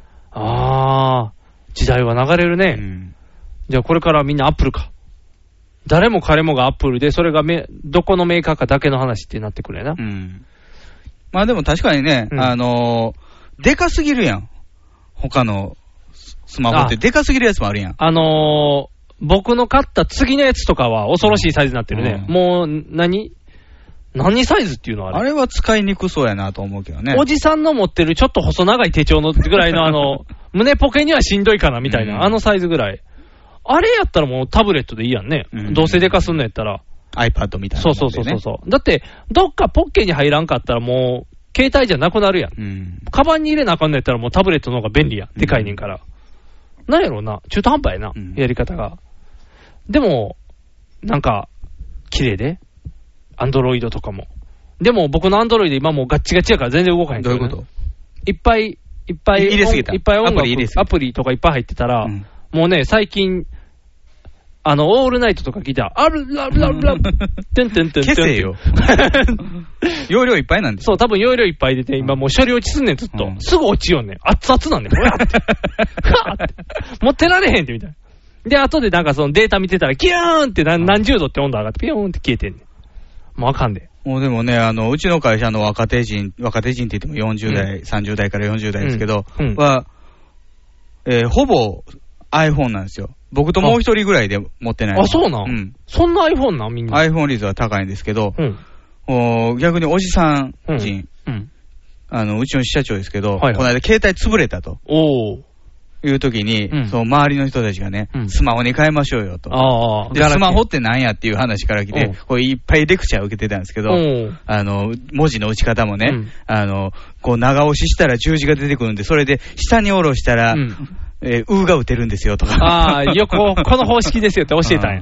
時代は流れるね。じゃあこれからみんなアップルか。誰も彼もがアップルで、それがどこのメーカーかだけの話ってなってくるやな。 まあでも確かにね、でかすぎるやん。他のスマホってでかすぎるやつもあるやん。 僕の買った次のやつとかは恐ろしいサイズになってるね。もう何サイズっていうのはあれは使いにくそうやなと思うけどね。 おじさんの持ってるちょっと細長い手帳のぐらいの胸ポケにはしんどいかなみたいな、サイズぐらい。あれやったらもうタブレットでいいやんね。どうせでかすんのやったら。 iPad みたいな、ね。 そう。だって、どっかポッケに入らんかったらもう、携帯じゃなくなるやん。カバンに入れなあかんのやったらもうタブレットの方が便利やん。でかいねんから。なんやろうな。中途半端やな。やり方が。でも、なんか、綺麗で。アンドロイドとかも。でも僕のアンドロイド今もうガッチガチやから全然動かへんけど、ね。 どういうこと？ いっぱい入れすぎた。 いっぱい音楽、アプリとかいっぱい入ってたら、もうね、最近、オールナイトとか聞いたら、てんてんてんてん。 消せよ。容量いっぱいなんですそう、多分容量いっぱい出て、今もう処理落ちすんねん、ずっと。すぐ落ちよんねん。熱々なんねん。ふわって。持ってられへんってみたいな。で、後でなんかそのデータ見てたら、キューンって何十度って温度上がって、ピヨーンって消えてんねん。もうあかんで。 もうでもね、うちの会社の若手人って言っても40代、30代から40代ですけど、は、ほぼ iPhone なんですよ。僕ともう一人ぐらいで持ってない。 そうなん？そんな iPhone なんみんな。 iPhone 率は高いんですけど、逆におじさん人、うちの支社長ですけど、この間携帯潰れたと。いう時に、その周りの人たちがね、スマホに変えましょうよと。で、スマホって何やっていう話から来て、こういっぱいレクチャーを受けてたんですけど、文字の打ち方もね、こう長押ししたら十字が出てくるんで、それで下に下ろしたら、が打てるんですよとか。 横、この方式ですよって教えたんや。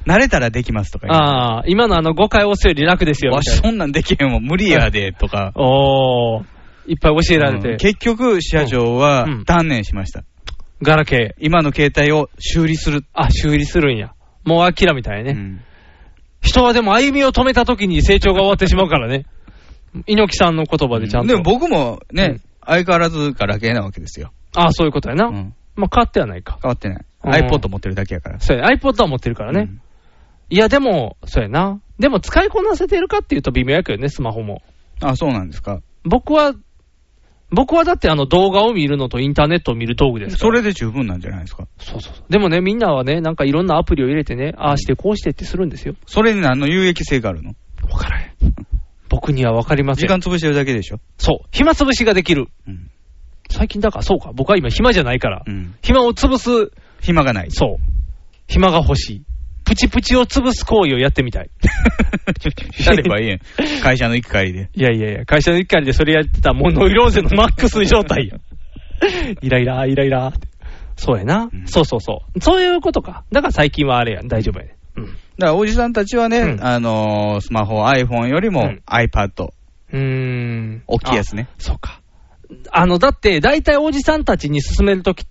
慣れたらできますとか。 ああ、今の5回押すより楽ですよみたいな。 そんなんできへんもん、無理やで、とか。 おー。いっぱい教えられて。 結局、社長は断念しました。 ガラケー。 今の携帯を修理する。 あ、修理するんや。もう諦めたんやね。人はでも歩みを止めた時に成長が終わってしまうからね。猪木さんの言葉でちゃんと。 でも僕もね、相変わらずガラケーなわけですよ。 ああ、そういうことやな。まあ変わってはないか。 変わってない。iPod 持ってるだけやから。 そうや、iPod は持ってるからね。いや、でも、そうやな。でも使いこなせてるかっていうと微妙やけどね、スマホも。 あ、そうなんですか。 僕はだって動画を見るのとインターネットを見る道具ですから。 それで十分なんじゃないですか。 そう。でもね、みんなはね、なんかいろんなアプリを入れてね、ああしてこうしてってするんですよ。 それに何の有益性があるの？ わからへん。僕にはわかりません。 時間潰してるだけでしょ。 そう。暇潰しができる。最近だからそうか。僕は今暇じゃないから。暇を潰す。 暇がない。 そう。暇が欲しい。プチプチを潰す行為をやってみたい。 やればいいやん。会社の行き帰りで。 いや、会社の行き帰りでそれやってたらもうノイローゼのマックス状態や。イライラーって。そうやな。そう。そういうことか。だから最近はあれやん。大丈夫やね。 だからおじさんたちはね、スマホ、iPhone よりも iPad。大きいやつね。 そうか。だって、大体おじさんたちに勧めるときって、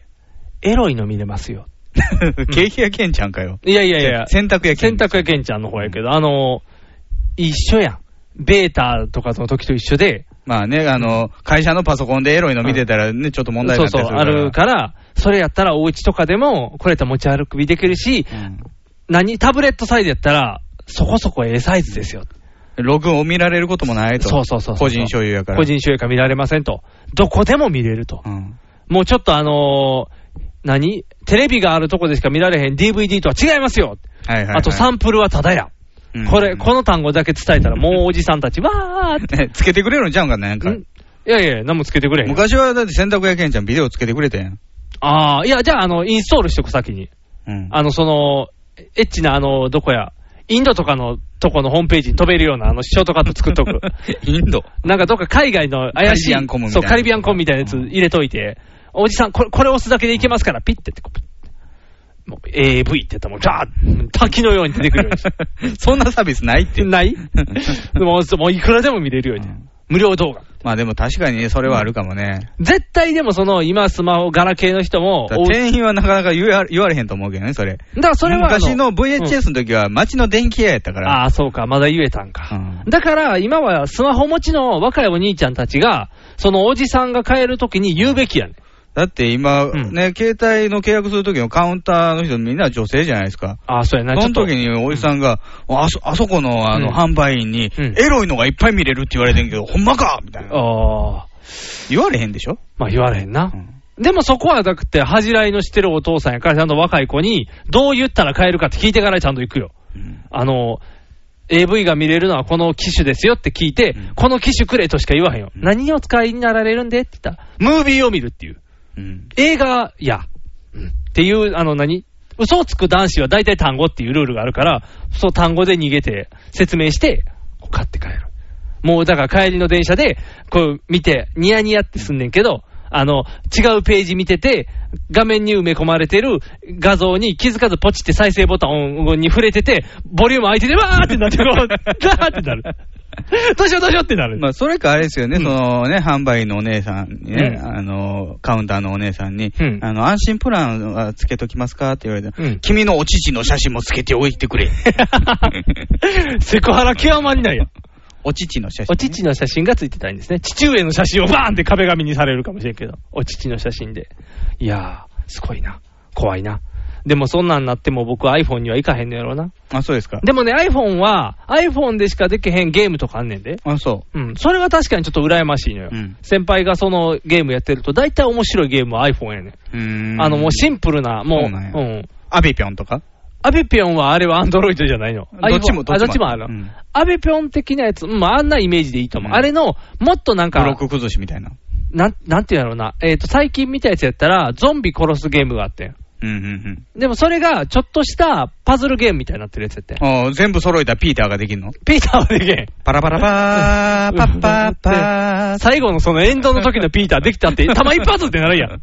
エロいの見れますよ。 ケーキ屋ケンちゃんかよ。 いや。 洗濯屋ケンちゃんの方やけど、一緒やん。ベータとかの時と一緒で。 まあね、会社のパソコンでエロいの見てたらね、ちょっと問題になったりするから。 そう、あるから、それやったらお家とかでも、これやったら持ち歩きできるし、タブレットサイズやったら、そこそこサイズですよ。 ログを見られることもないと。 そう。 個人所有やから。 個人所有やから見られませんと。どこでも見れると。もうちょっとテレビがあるとこでしか見られへん DVD とは違いますよ。あとサンプルはただや。この単語だけ伝えたらもうおじさんたち、わーって。 つけてくれるんちゃうんかなんか。 いや、何もつけてくれへん。 昔はだって洗濯屋ケンちゃんビデオつけてくれたやん。 ああ、いや、じゃあ、インストールしとく先に。エッチなどこや、インドとかのとこのホームページに飛べるようなショートカット作っとく。 インドなんかどっか海外の怪しい。カリビアンコムみたいなやつ入れといて、おじさん、これ押すだけでいけますから、ピッてって、もう AV って言ったらもう、ジャー滝のように出てくるように。 そんなサービスないって。 ないもういくらでも見れるように。無料動画。 まあでも確かにね、それはあるかもね。 絶対でも今スマホ、ガラケーの人も。 店員はなかなか言われへんと思うけどね、それ。 だからそれは。 昔の VHS の時は街の電気屋やったから。 ああ、そうか、まだ言えたんか。だから今はスマホ持ちの若いお兄ちゃんたちが、そのおじさんが帰るときに言うべきやね。 だって今、ね、携帯の契約するときのカウンターの人みんな女性じゃないですか。 ああ、そうやな。 その時におじさんが、あそこの販売員に、エロいのがいっぱい見れるって言われてんけど、ほんまかみたいな。言われへんでしょ？ まあ言われへんな。でもそこはだって恥じらいの知ってるお父さんやからちゃんと若い子にどう言ったら買えるかって聞いてからちゃんと行くよ。AV が見れるのはこの機種ですよって聞いて、この機種くれとしか言わへんよ。何を使いになられるんでって言ったら、ムービーを見るっていう。映画や。っていう、嘘をつく男子は大体単語っていうルールがあるから、そう単語で逃げて説明して、買って帰る。もうだから帰りの電車で、こう見て、ニヤニヤってすんねんけど、違うページ見てて、画面に埋め込まれてる画像に気づかずポチって再生ボタンに触れてて、ボリューム空いてて、わーってなって、ガーってなる。どうしようってなる。 まあ、それかあれですよね、販売のお姉さんにね、カウンターのお姉さんに、安心プランはつけときますかって言われて、君のお乳の写真もつけておいてくれ。 セクハラ極まりないよ。 お乳の写真、 お乳の写真がついてたいんですね。父上の写真をバーンって壁紙にされるかもしれんけど、お乳の写真で。いやー、すごいな。怖いな。でもそんなんなっても僕は iPhone には行かへんのやろな。 あ、そうですか。 でもね、iPhone は iPhone でしかできへんゲームとかあんねんで。 あ、そう。 それは確かにちょっと羨ましいのよ。先輩がそのゲームやってると、大体面白いゲームは iPhone やねん。もうシンプルな、もう、 アビピョンとかアビピョンはあれは Android じゃないの。 どっちもある。アビピョン的なやつ、あんなイメージでいいと思う。あれの、もっとなんか、 ブロック崩しみたいな。 なんていうやろうな。最近見たやつやったら、ゾンビ殺すゲームがあってん。でもそれが、ちょっとしたパズルゲームみたいになってるやつやってん。 全部揃えたピーターができんの？ ピーターはできへん。 パラパラパー、パッパッパー。 最後のそのエンドの時のピーターできたって、弾一発ってなるやん。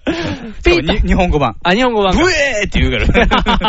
日本語版。 日本語版。 ブエーって言うから。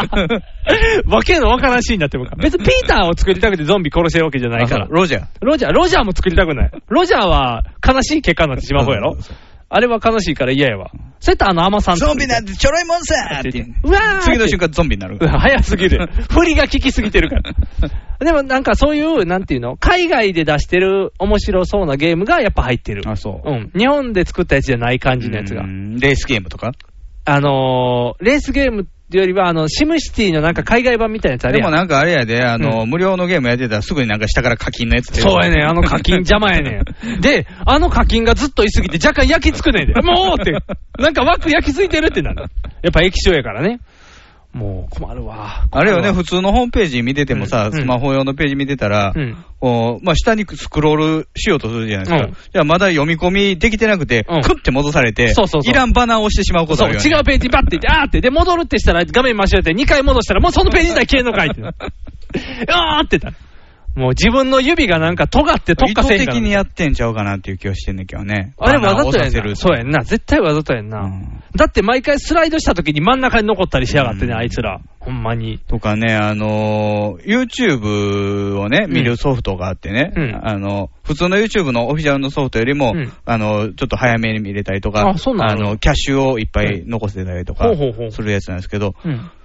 わけのわからんシーンになってもか。別にピーターを作りたくてゾンビ殺してるわけじゃないから。 ロジャーも作りたくない。ロジャーは悲しい結果になってしまう方やろ。あれは悲しいから嫌やわ。そういったアマさんゾンビなんてちょろいもんさーってうわー次の瞬間ゾンビになる。 早すぎる。振りが効きすぎてるから。でもなんかそういう、なんていうの、海外で出してる面白そうなゲームがやっぱ入ってる。 そう。 うん。日本で作ったやつじゃない感じのやつが。レースゲームとかレースゲームよりは、シムシティのなんか海外版みたいなやつあれや。 でもなんかあれやで、無料のゲームやってたらすぐになんか下から課金のやつそうやねん、課金邪魔やねん。で、課金がずっといすぎて若干焼きつくねんで。もうって、なんか枠焼きついてるってなる。やっぱ液晶やからね。もう困るわ。 あれよね、普通のホームページ見ててもさ、スマホ用のページ見てたら、下にスクロールしようとするじゃないですか。じゃあまだ読み込みできてなくて、クッて戻されて、いらんバナーを押してしまうことあるよね。 そう、違うページバッていって、あーって、で、戻るってしたら画面間違えて2回戻したら、もうそのページ自体消えんのかいって。あーってた。もう自分の指がなんか尖って特化せんから。 意図的にやってんちゃうかなっていう気はしてんねんけどね。 あれわざとやんな。そうやんな。絶対わざとやんな。だって毎回スライドした時に真ん中に残ったりしやがってね、あいつら。ほんまに。 とかね、YouTube をね、見るソフトがあってね、普通の YouTube のオフィシャルのソフトよりも、ちょっと早めに見れたりとか、キャッシュをいっぱい残せたりとか、するやつなんですけど、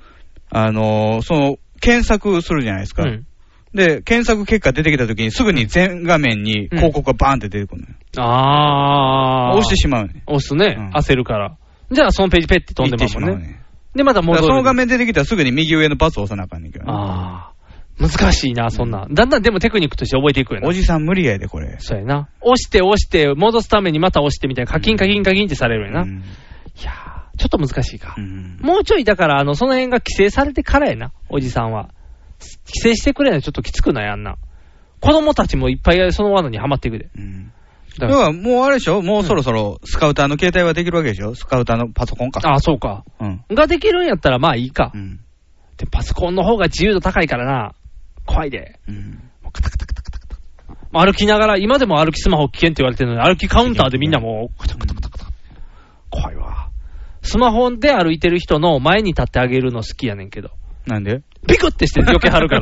検索するじゃないですか。で、検索結果出てきたときにすぐに全画面に広告がバーンって出てくるのよ。押してしまうね。 押すね。焦るから。じゃあそのページペッて飛んでますもんね。で、また戻る。 その画面出てきたらすぐに右上のバツを押さなあかんねんけどね。 難しいな、そんな。だんだんでもテクニックとして覚えていくよね。 おじさん無理やで、これ。 そうやな。押して戻すためにまた押してみたいな、カキンってされるよな。いやー、ちょっと難しいか。もうちょいだから、その辺が規制されてからやな、おじさんは。規制してくれないとちょっときつくないあんな。子供たちもいっぱいその罠にはまっていくで。 だからもうあれでしょ、もうそろそろスカウターの携帯はできるわけでしょ、スカウターのパソコンか。 そうか。ができるんやったらまあいいか。で、パソコンの方が自由度高いからな。怖いで。もうカタカタカタカタカタ。歩きながら、今でも歩きスマホ危険って言われてるのに、歩きカウンターでみんなもうカタカタカタカタ。怖いわ。スマホで歩いてる人の前に立ってあげるの好きやねんけど。 なんでビクってして避けはるから。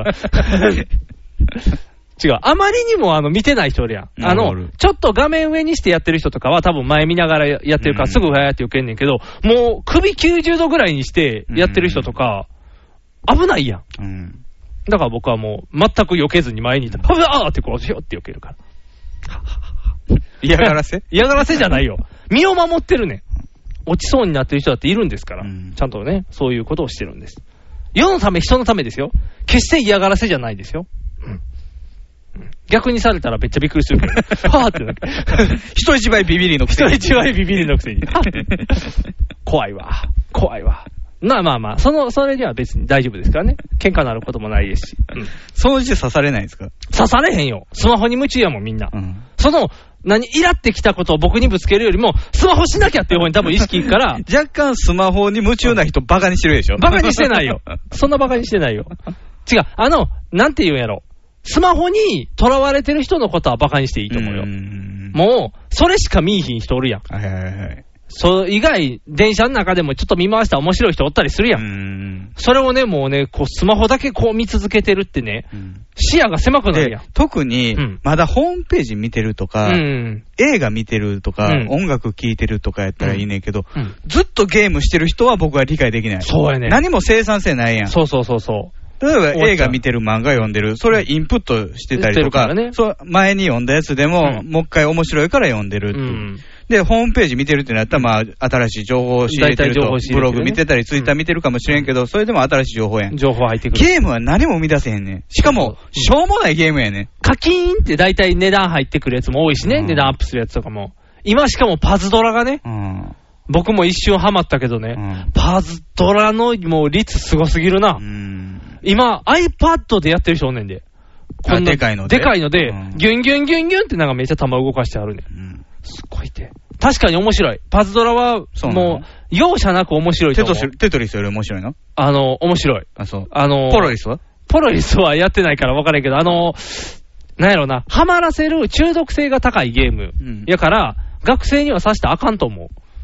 違う。あまりにも見てない人おるやん。ちょっと画面上にしてやってる人とかは多分前見ながらやってるからすぐやって避けんねんけど、もう首90度ぐらいにしてやってる人とか、危ないやん。だから僕はもう全く避けずに前にいたら、あーってこう、ひょって避けるから。 嫌がらせ嫌がらせじゃないよ。身を守ってるねん。落ちそうになってる人だっているんですから、ちゃんとね、そういうことをしてるんです。世のため、人のためですよ。決して嫌がらせじゃないですよ。逆にされたらめっちゃびっくりするけど、はぁってなる。 人一倍ビビリのくせに。 人一倍ビビリのくせに。怖いわ。怖いわ。まあ、それでは別に大丈夫ですからね。喧嘩になることもないですし。 そのうち刺されないですか？ 刺されへんよ。スマホに夢中やもん、みんな。イラってきたことを僕にぶつけるよりも、スマホしなきゃっていう方に多分意識いくから。 若干スマホに夢中な人バカにしてるでしょ？ バカにしてないよ。そんなバカにしてないよ。違う、なんて言うんやろ。スマホに囚われてる人のことはバカにしていいと思うよ。もう、それしか見いひん人おるやん。それ以外、電車の中でもちょっと見回した面白い人おったりするやん。それをね、もうね、こうスマホだけこう見続けてるってね、視野が狭くなるやん。 特に、まだホームページ見てるとか、映画見てるとか、音楽聴いてるとかやったらいいねんけど、ずっとゲームしてる人は僕は理解できない。 そうやね。 何も生産性ないやん。 そう。 例えば映画見てる漫画読んでる、それはインプットしてたりとか、前に読んだやつでも、もう一回面白いから読んでるっていう。で、ホームページ見てるってなったら、新しい情報を仕入れてると、ブログ見てたり、ツイッター見てるかもしれんけど、それでも新しい情報やん。 情報入ってくる。 ゲームは何も生み出せへんねん。しかも、しょうもないゲームやねん。 課金って大体値段入ってくるやつも多いしね、値段アップするやつとかも。今しかもパズドラがね、僕も一瞬ハマったけどね、パズドラのもう率すごすぎるな。今、iPad でやってる人おんねんで。 こんなでかいので、 ギュンギュンギュンギュンってなんかめっちゃ弾動かしてあるね。すごいて。確かに面白い。パズドラは、もう、容赦なく面白いと思う。 テトリスより面白いの？ 面白い。 ポロリスは？ ポロリスはやってないから分からんけど、なんやろな、ハマらせる中毒性が高いゲーム。やから、学生にはさしたらあかんと思う。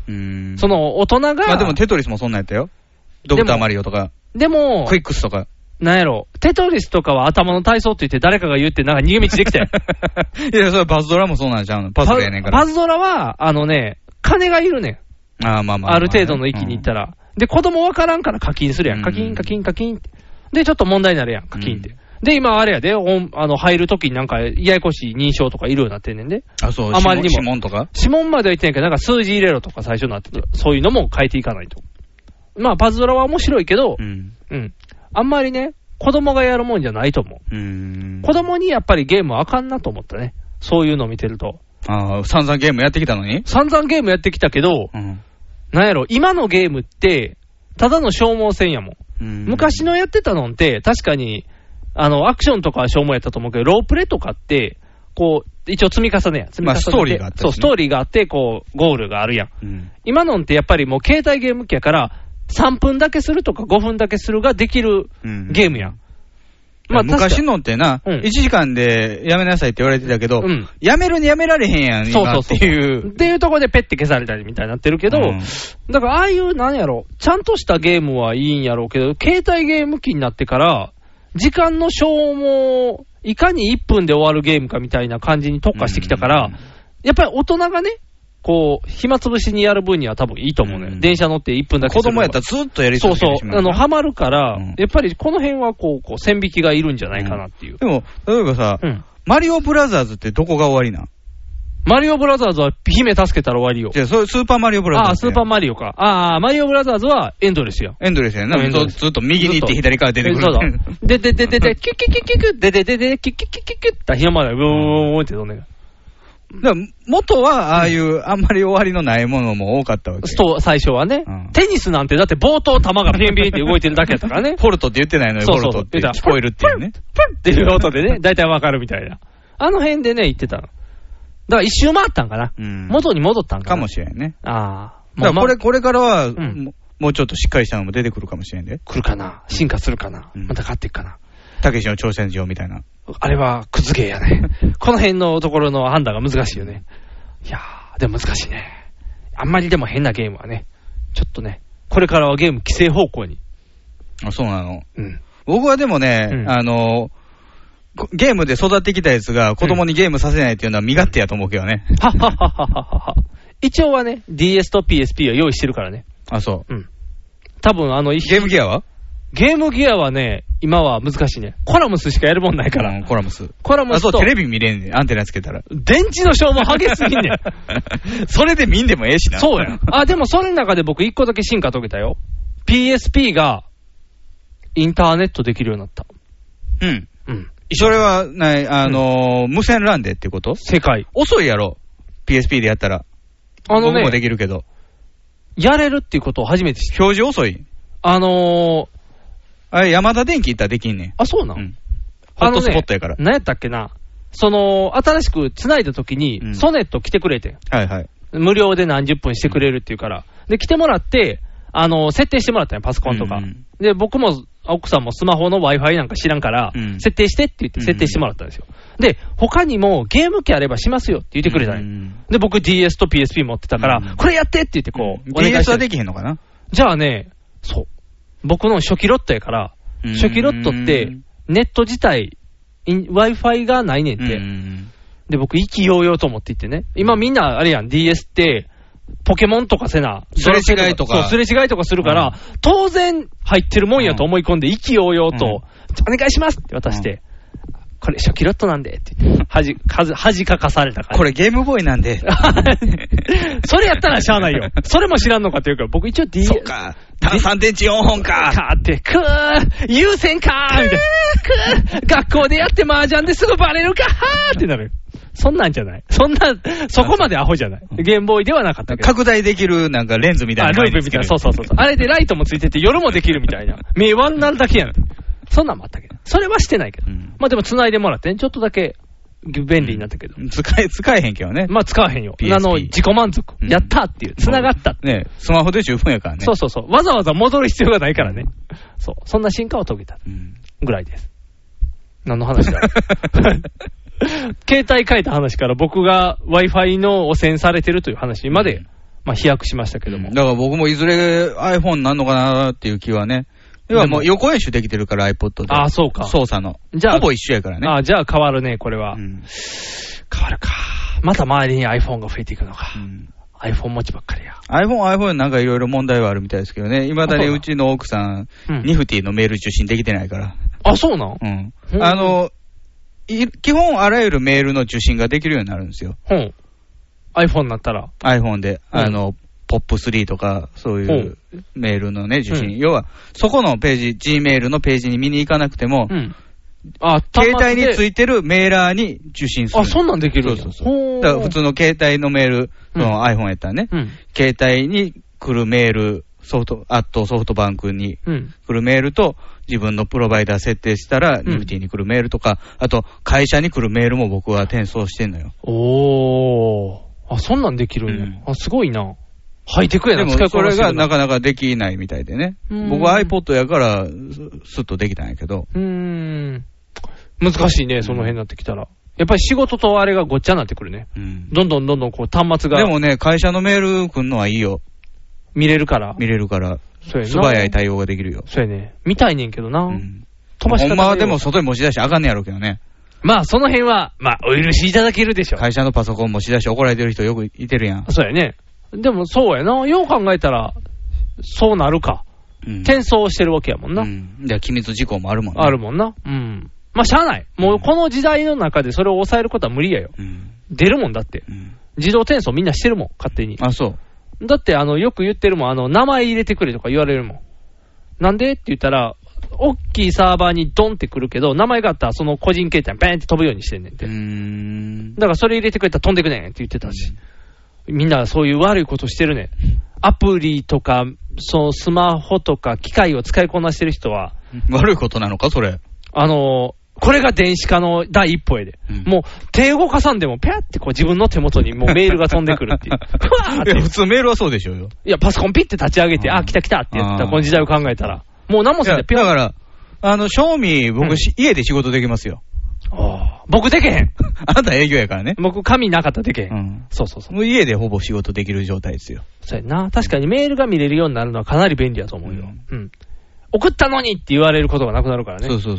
その大人が。 まあでもテトリスもそんなんやったよ。ドクターマリオとか。 でも、 クイックスとか。 なんやろ、テトリスとかは頭の体操って言って誰かが言ってなんか逃げ道できたよ。 いや、それパズドラもそうなんちゃうの。パズルやねんから。 パズドラは、金がいるねん。 まあ。 ある程度の域に行ったら。で、子供わからんから課金するやん。課金って。で、ちょっと問題になるやん、課金って。で、今あれやで、入るときになんか、ややこしい認証とかいるようになってんねんで。 あ、そう、 あまりにも。 指紋とか指紋までは言ってないけど、なんか数字入れろとか最初になってて、そういうのも変えていかないと。まあ、パズドラは面白いけど、あんまりね、子供がやるもんじゃないと思う。子供にやっぱりゲームはあかんなと思ったね。そういうのを見てると。 ああ、散々ゲームやってきたのに？ 散々ゲームやってきたけど、なんやろ、今のゲームって、ただの消耗戦やもん。昔のやってたのって、確かに、アクションとかは消耗やったと思うけど、ロープレとかって、こう、一応積み重ねや。 まあ、ストーリーがあって、 そう、ストーリーがあって、こう、ゴールがあるやん。今のってやっぱりもう携帯ゲーム機やから、3分だけするとか5分だけするができるゲームやん。 まあ、昔のってな、1時間でやめなさいって言われてたけど、やめるにやめられへんやん、今っていう。 っていうところでペッて消されたりみたいになってるけど、だからああいう、なんやろ、ちゃんとしたゲームはいいんやろうけど、携帯ゲーム機になってから、時間の消耗、いかに1分で終わるゲームかみたいな感じに特化してきたから、やっぱり大人がね、こう、暇つぶしにやる分には多分いいと思うね。電車乗って1分だけ。 子供やったらずっとやり続けてしまう。 そう、ハマるから、やっぱりこの辺はこう、線引きがいるんじゃないかなっていう。 でも、例えばさ、マリオブラザーズってどこが終わりなん？ マリオブラザーズは姫助けたら終わりよ。 じゃあ、それスーパーマリオブラザーズ。 ああ、スーパーマリオか。ああ、マリオブラザーズはエンドレスよ。 エンドレスやな。ずっと右に行って左から出てくる。 そうだ。で、キュッキュッキュッキュッキュッキュッ、で、キュッキュッキュッキュッキュッって、まで、ブーンってどんねん。 だから元はああいうあんまり終わりのないものも多かったわけ。 最初はね、テニスなんてだって冒頭球がピンピンって動いてるだけやったからね。 フォルトって言ってないのにフォルトって聞こえるっていうね。 プンっていう音でね、だいたいわかるみたいな。あの辺でね、言ってたの。だから一周回ったんかな。元に戻ったんかな。 かもしれんね。 ああ。 だからこれからは、もうちょっとしっかりしたのも出てくるかもしれんで。 来るかな。進化するかな。また変わっていくかな。 たけしの挑戦状みたいな。 あれはクズゲーやね。この辺のところの判断が難しいよね。いやー、でも難しいね。あんまりでも変なゲームはね、ちょっとね、これからはゲーム規制方向に。 あ、そうなの。僕はでもね、ゲームで育ってきたやつが子供にゲームさせないっていうのは身勝手やと思うけどね。 ははははは。一応はね、DS と PSP は用意してるからね。 あ、そう。 多分ゲームギアは？ ゲームギアはね、今は難しいね。コラムスしかやるもんないから。 コラムス。 あ、 そう、テレビ見れんねん。アンテナつけたら。 電池の消耗激しすぎんねん。 それで見んでもええしな。 そうや。あ、でもそれの中で僕一個だけ進化遂げたよ。PSP がインターネットできるようになった。 それは、無線 LAN でってこと？ 世界。 遅いやろ。PSP でやったら。僕もできるけど。 やれるっていうことを初めて知った。 表示遅い。あれ、ヤマダ電機行ったらできんねん。 あ、そうなん？ ホットスポットやから。 何やったっけな。新しく繋いだ時に、ソネット来てくれて。 はいはい。 無料で何十分してくれるっていうから。で、来てもらって、設定してもらったんよ、パソコンとか。で、僕も、奥さんもスマホの Wi-Fi なんか知らんから、設定してって言って設定してもらったんですよ。で、他にもゲーム機あればしますよって言ってくれたんよ。で、僕 DS と PSP 持ってたから、これやってって言ってこう、 DS はできへんのかな？ じゃあね、そう。僕の初期ロットやから、初期ロットってネット自体、Wi-Fi がないねんて。で、僕意気揚々と思っていってね。今みんなあれやん、DS って、ポケモンとかせな、 すれ違いとか。 そう、すれ違いとかするから、当然入ってるもんやと思い込んで、意気揚々と、お願いしますって渡して、これ初期ロットなんでって言って、恥かかされたから。 これゲームボーイなんで。 それやったらしゃあないよ。それも知らんのかっていうから、僕一応 DS。 そうか。単3電池4本か。 かって、優先かーみたいな。学校でやって麻雀ですぐバレるかーってなる。そんなんじゃない。そこまでアホじゃない。ゲームボーイではなかったけど。 拡大できるなんかレンズみたいな。 ループみたいな。そう。あれでライトもついてて夜もできるみたいな。目ワンなるだけやん。そんなんもあったけど。それはしてないけど。まあでも繋いでもらってね、ちょっとだけ便利になったけど。 使えへんけどね。 まあ使わへんよ。自己満足。やったっていう。繋がった。 ね、スマホで十分やからね。 そう。わざわざ戻る必要がないからね。そう。そんな進化を遂げた。ぐらいです。何の話だ携帯変えた話から僕が Wi-Fi の汚染されてるという話までまあ飛躍しましたけども。 だから僕もいずれ iPhone になるのかなっていう気はね。要はもう横演習できてるから iPod で。 ああ、そうか。 操作の。 じゃあほぼ一緒やからね。 ああ、じゃあ変わるね、これは。変わるか。また周りに iPhone が増えていくのか。iPhone 持ちばっかりや。 iPhone なんかいろいろ問題はあるみたいですけどね。未だにうちの奥さん、ニフティのメール受信できてないから。 あ、そうなん？ 基本あらゆるメールの受信ができるようになるんですよ。 iPhone になったら iPhone で、POP3 とか、そういうメールのね、受信。要は、そこのページ、Gmail のページに見に行かなくても、携帯についてるメーラーに受信する。 あ、そんなんできるんや。 そうだから普通の携帯のメール、iPhone やったらね、携帯に来るメール、ソフトバンクに来るメールと、自分のプロバイダー設定したら、ニフティに来るメールとか、あと、会社に来るメールも僕は転送してんのよ。 あ、そんなんできるんや。あ、すごいな。ハイテクやな。 でもそれがなかなかできないみたいでね。僕は iPod やからスッとできたんやけど。 難しいね、その辺になってきたら。やっぱり仕事とあれがごっちゃになってくるね。どんどんこう端末が。 でもね、会社のメール来んのはいいよ。 見れるから。 素早い対応ができるよ。 そうやね。見たいねんけどな。 飛ばし方ほんまはでも外に持ち出してあかんねやろうけどね。 まあその辺は、お許しいただけるでしょ。 会社のパソコン持ち出して怒られてる人よくいてるやん。 そうやね。でもそうやな。よう考えたら、そうなるか。転送してるわけやもんな。 で、機密事項もあるもんね。 あるもんな。まあ、しゃあない。もうこの時代の中でそれを抑えることは無理やよ。出るもんだって。自動転送みんなしてるもん、勝手に。 あ、そう。 だって、よく言ってるもん、名前入れてくれとか言われるもん。なんでって言ったら、大きいサーバーにドンってくるけど、名前があったらその個人携帯にバーンって飛ぶようにしてんねんって。だからそれ入れてくれたら飛んでくねんって言ってたし。みんなそういう悪いことしてるね。アプリとか、そのスマホとか機械を使いこなしてる人は。 悪いことなのか、それ。 これが電子化の第一歩やで。もう手動かさんでもピャーってこう自分の手元にもうメールが飛んでくるっていう。 いや、普通メールはそうでしょうよ。 いや、パソコンピッて立ち上げて、来た来たってやったら、この時代を考えたら。もう何もせんでピャー。 だから、賞味、僕、家で仕事できますよ。 僕でけへん。 あなた営業やからね。 僕、紙なかったらでけへん。そう。 もう家でほぼ仕事できる状態ですよ。 そうやな。確かにメールが見れるようになるのはかなり便利だと思うよ。送ったのにって言われることがなくなるからね。 そう。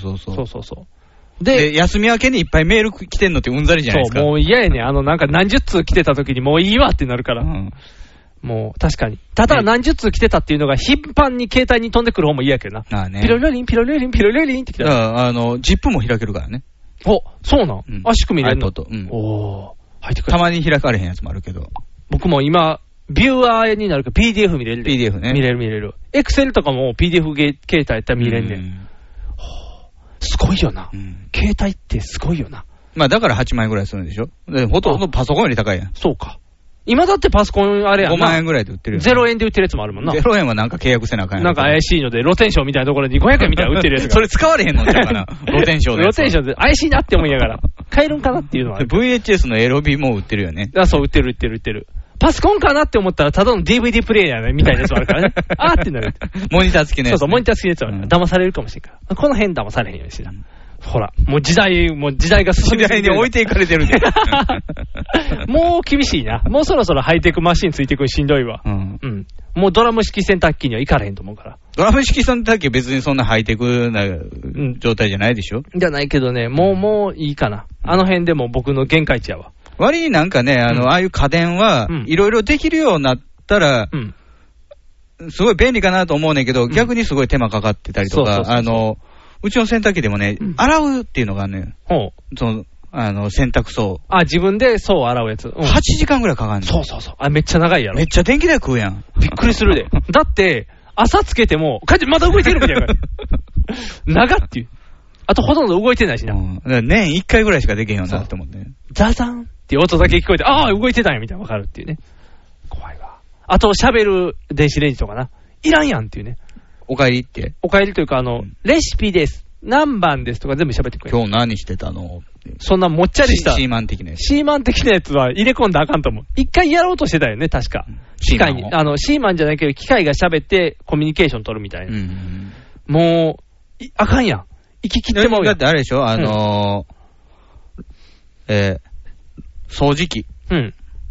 で、 休み明けにいっぱいメール来てんのってうんざりじゃないですか。 そう、もう嫌やね。なんか何十通来てた時にもういいわってなるから。もう確かに。ただ何十通来てたっていうのが頻繁に携帯に飛んでくる方も嫌やけどな。ピロリリン、ピロリリン、ピロリリンって来たら。 ジップも開けるからね。 そうなん？足組み入れるの？ 入ってくる。たまに開かれへんやつもあるけど。 僕も今、ビューアーになるから PDF 見れる。 PDF ね。 見れる。エクセルとかも PDF 携帯やったら見れんねん。すごいよな。携帯ってすごいよな。 まあだから8万円ぐらいするんでしょ。ほとんどパソコンより高いやん。 そうか。今だってパソコンあれやんな。 5万円ぐらいで売ってるよ。 0円で売ってるやつもあるもんな。 0円はなんか契約せなあかんやん。 なんか怪しいので、露天商みたいなところに500円みたいな売ってるやつが。 それ使われへんのちゃうかな。露天商で。 露天商で怪しいなって思いながら。買えるんかなっていうのは。 VHS のエロビも売ってるよね。 そう、売ってる。パソコンかなって思ったら、ただの DVD プレイヤーみたいなやつもあるからね。あーってなる。 モニター付きのやつ。 そう、モニター付きのやつは騙されるかもしれんから。この辺騙されへんようにしてな。ほら、もう時代が進んでる。 時代に置いていかれてるで。 もう厳しいな。もうそろそろハイテクマシンついてくるしんどいわ。もうドラム式洗濯機には行かれへんと思うから。 ドラム式洗濯機は別にそんなハイテクな状態じゃないでしょ？ じゃないけどね、もういいかな。あの辺でも僕の限界値やわ。 割になんかね、ああいう家電はいろいろできるようになったら、すごい便利かなと思うねんけど、逆にすごい手間かかってたりとか、うちの洗濯機でもね、洗うっていうのがね、洗濯槽。 自分で槽を洗うやつ。 8時間ぐらいかかんねん。 そう。めっちゃ長いやろ。 めっちゃ電気代食うやん。 びっくりするで。だって、朝つけても、帰ってまだ動いてるみたいな。長っていう。あとほとんど動いてないしな。 年1回ぐらいしかできへんようになって思ってね。 ザザンっていう音だけ聞こえて、動いてたんやみたいなわかるっていうね。怖いわ。あと喋る電子レンジとかな。いらんやんっていうね。 お帰りって。 お帰りというか、レシピです。何番ですとか全部喋ってくれる。 今日何してたの？ そんなもっちゃりした。 シーマン的なやつ。 シーマン的なやつは入れ込んだらあかんと思う。一回やろうとしてたよね、確か。機械に。シーマンじゃないけど、機械が喋ってコミュニケーション取るみたいな。もう、あかんやん。行き切ってもうやん。 だってあれでしょ掃除機。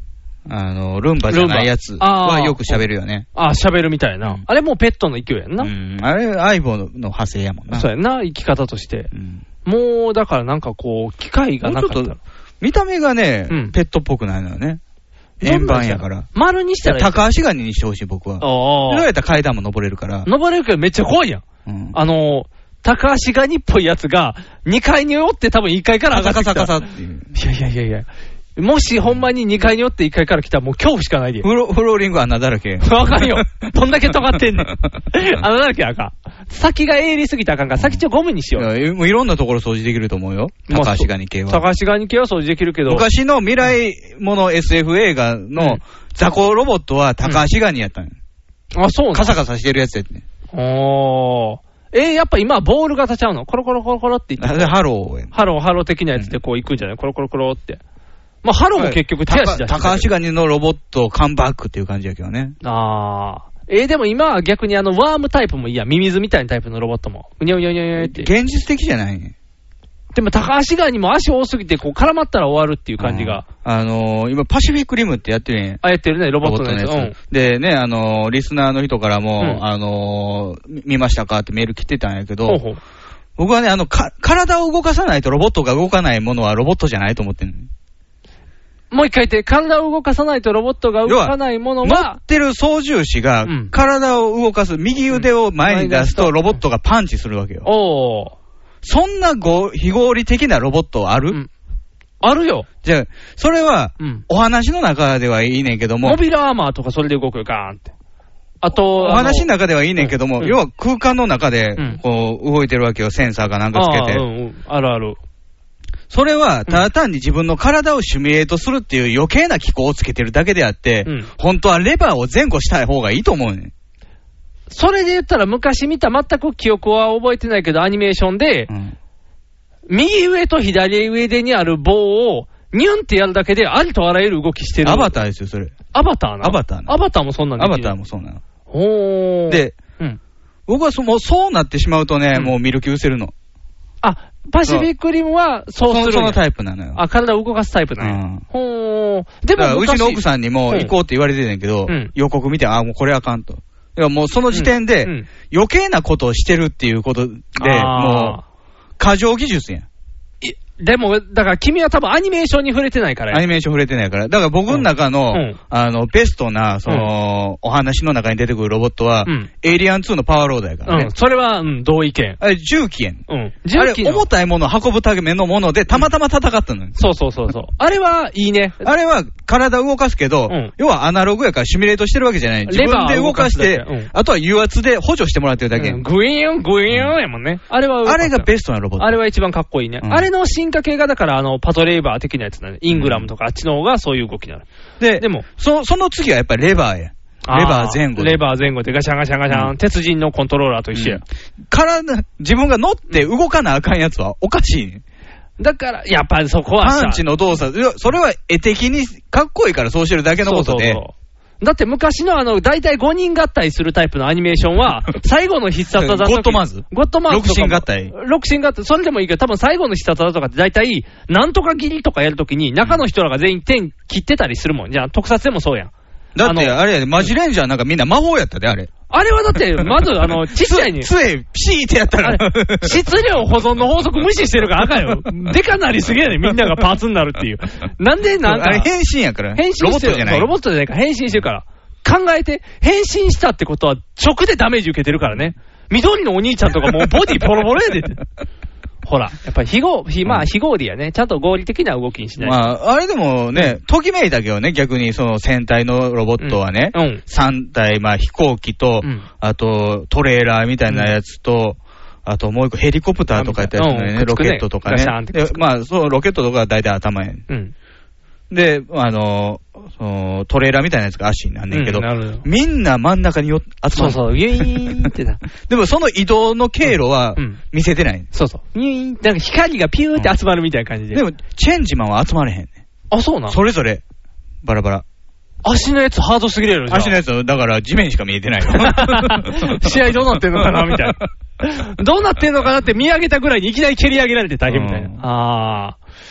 ルンバじゃないやつはよく喋るよね。 喋るみたいな。あれもうペットの勢いやんな。 あれ、相棒の派生やもんな。 そうやんな、生き方として。もう、だからなんかこう、機械がなかったら。ちょっと、 見た目がね、ペットっぽくないのよね。円盤やから。 丸にしたらいい。 高足ガニにしてほしい、僕は。そうやったら階段も登れるから。 登れるけどめっちゃ怖いやん。高足ガニっぽいやつが、2階におって多分1階から上がってきた。カサカサっていう。いや。もしほんまに2階におって1階から来たらもう恐怖しかないで。 フローリング穴だらけ。 わかんよ。どんだけ尖ってんねん。穴だらけあかん。先が鋭利すぎたらあかんから、先ゴムにしよう。 もういろんなところ掃除できると思うよ。高足ガニ系は。 高足ガニ系は掃除できるけど。 昔の未来もの SF 映画の雑魚ロボットは高足ガニやったんよ。 そうなの？ カサカサしてるやつやってね。 やっぱ今ボール型ちゃうの？コロコロコロコロって言って。 ハローハロー的なやつでこう行くんじゃない？コロコロコロって。まあ、ハローも結局手足だし。 高足ガニのロボットカムバックっていう感じやけどね。 でも今は逆にワームタイプもいいや。ミミズみたいなタイプのロボットも。うにゃうにゃうにゃうにゃって。 現実的じゃないね。 でも高足ガニも足多すぎてこう絡まったら終わるっていう感じが。 今パシフィックリムってやってるね。 やってるね、ロボットのやつ。 でね、リスナーの人からも、見ましたかってメール来てたんやけど、僕はね、体を動かさないとロボットが動かないものはロボットじゃないと思ってる。 もう一回言って、体を動かさないとロボットが動かないものは、 乗ってる操縦士が体を動かす、右腕を前に出すとロボットがパンチするわけよ。そんな非合理的なロボットある？ あるよ。 じゃあ、それは、お話の中ではいいねんけども。 モビルアーマーとかそれで動くよ、ガーンって。あと、 お話の中ではいいねんけども、要は空間の中で、こう、動いてるわけよ、センサーかなんかつけて。 あるある。 それは、ただ単に自分の体をシミュレートするっていう余計な機構をつけてるだけであって、本当はレバーを前後したい方がいいと思うねん。 それで言ったら昔見た全く記憶は覚えてないけど、アニメーションで、右上と左上にある棒を、ニュンってやるだけでありとあらゆる動きしてる。 アバターですよ、それ。 アバターな。 アバターもそんなんアバターもそうなの。で、僕はもうそうなってしまうとね、もう見る気失せるの。 パシフィックリムはそうする。 そのタイプなのよ。 体を動かすタイプなのよ。でもうちの奥さんにも行こうって言われてんねんけど、予告見て、もうこれあかんと。もうその時点で、余計なことをしてるっていうことで、もう、過剰技術やん。 でも、だから君は多分アニメーションに触れてないからアニメーション触れてないから。だから僕の中の、ベストな、お話の中に出てくるロボットは、エイリアン2のパワーロードやからね。 それは、同意見。 あれ、重機やん。あれ、重たいものを運ぶためのもので、たまたま戦ったのよ。 そう。あれはいいね。 あれは、体を動かすけど、要はアナログやからシミュレートしてるわけじゃない。自分で動かして、あとは油圧で補助してもらってるだけ。 グイーンやもんね。あれがベストなロボット。 あれは一番かっこいいね。あれの進化系がだからパトレーバー的なやつだね。イングラムとかあっちの方がそういう動きになる。 でも、その次はやっぱりレバーや。レバー前後。 レバー前後でガシャンガシャンガシャン。鉄人のコントローラーと一緒や。 自分が乗って動かなあかんやつはおかしいね。 だから、やっぱりそこはパンチの動作、それは絵的にかっこいいからそうしてるだけのことで。 だって昔の大体5人合体するタイプのアニメーションは、最後の必殺技ゴッドマーズ。6人合体。 6人合体。それでもいいけど、多分最後の必殺技とかって大体、なんとか切りとかやるときに、中の人らが全員点切ってたりするもん。じゃあ、特撮でもそうやん。 だって、あれやで、マジレンジャーなんかみんな魔法やったで、あれ。 あれはだって、まず、ちっちゃいに。 杖、ピシーってやったら。 質量保存の法則無視してるからあかんよ。でかなりすげえね、みんながパーツになるっていう。なんで、なんか。 あれ変身やから。 変身してる。ロボットじゃない。ロボットじゃないから、変身してるから。考えて、変身したってことは、直でダメージ受けてるからね。緑のお兄ちゃんとかもうボディボロボロやでって。ほら、やっぱり非合理やね。ちゃんと合理的な動きにしない。 あれでもね、ときめいたけどね、逆にその戦隊のロボットはね、3体、飛行機と、あとトレーラーみたいなやつと、あともう一個ヘリコプターとかやったやつね、ロケットとかね。そうロケットとかは大体頭やね。で、トレーラーみたいなやつが足になんねんけど、みんな真ん中に集まる。 そう、ウィーンってな。 でもその移動の経路は見せてない。 そう。ウィーンって、なんか光がピューって集まるみたいな感じで。 でも、チェンジマンは集まれへんね。 そうな。 それぞれ、バラバラ。 足のやつハードすぎるやろ、 足のやつ、だから地面しか見えてないよ。 試合どうなってんのかなみたいな。どうなってんのかなって見上げたぐらいにいきなり蹴り上げられて大変みたいな。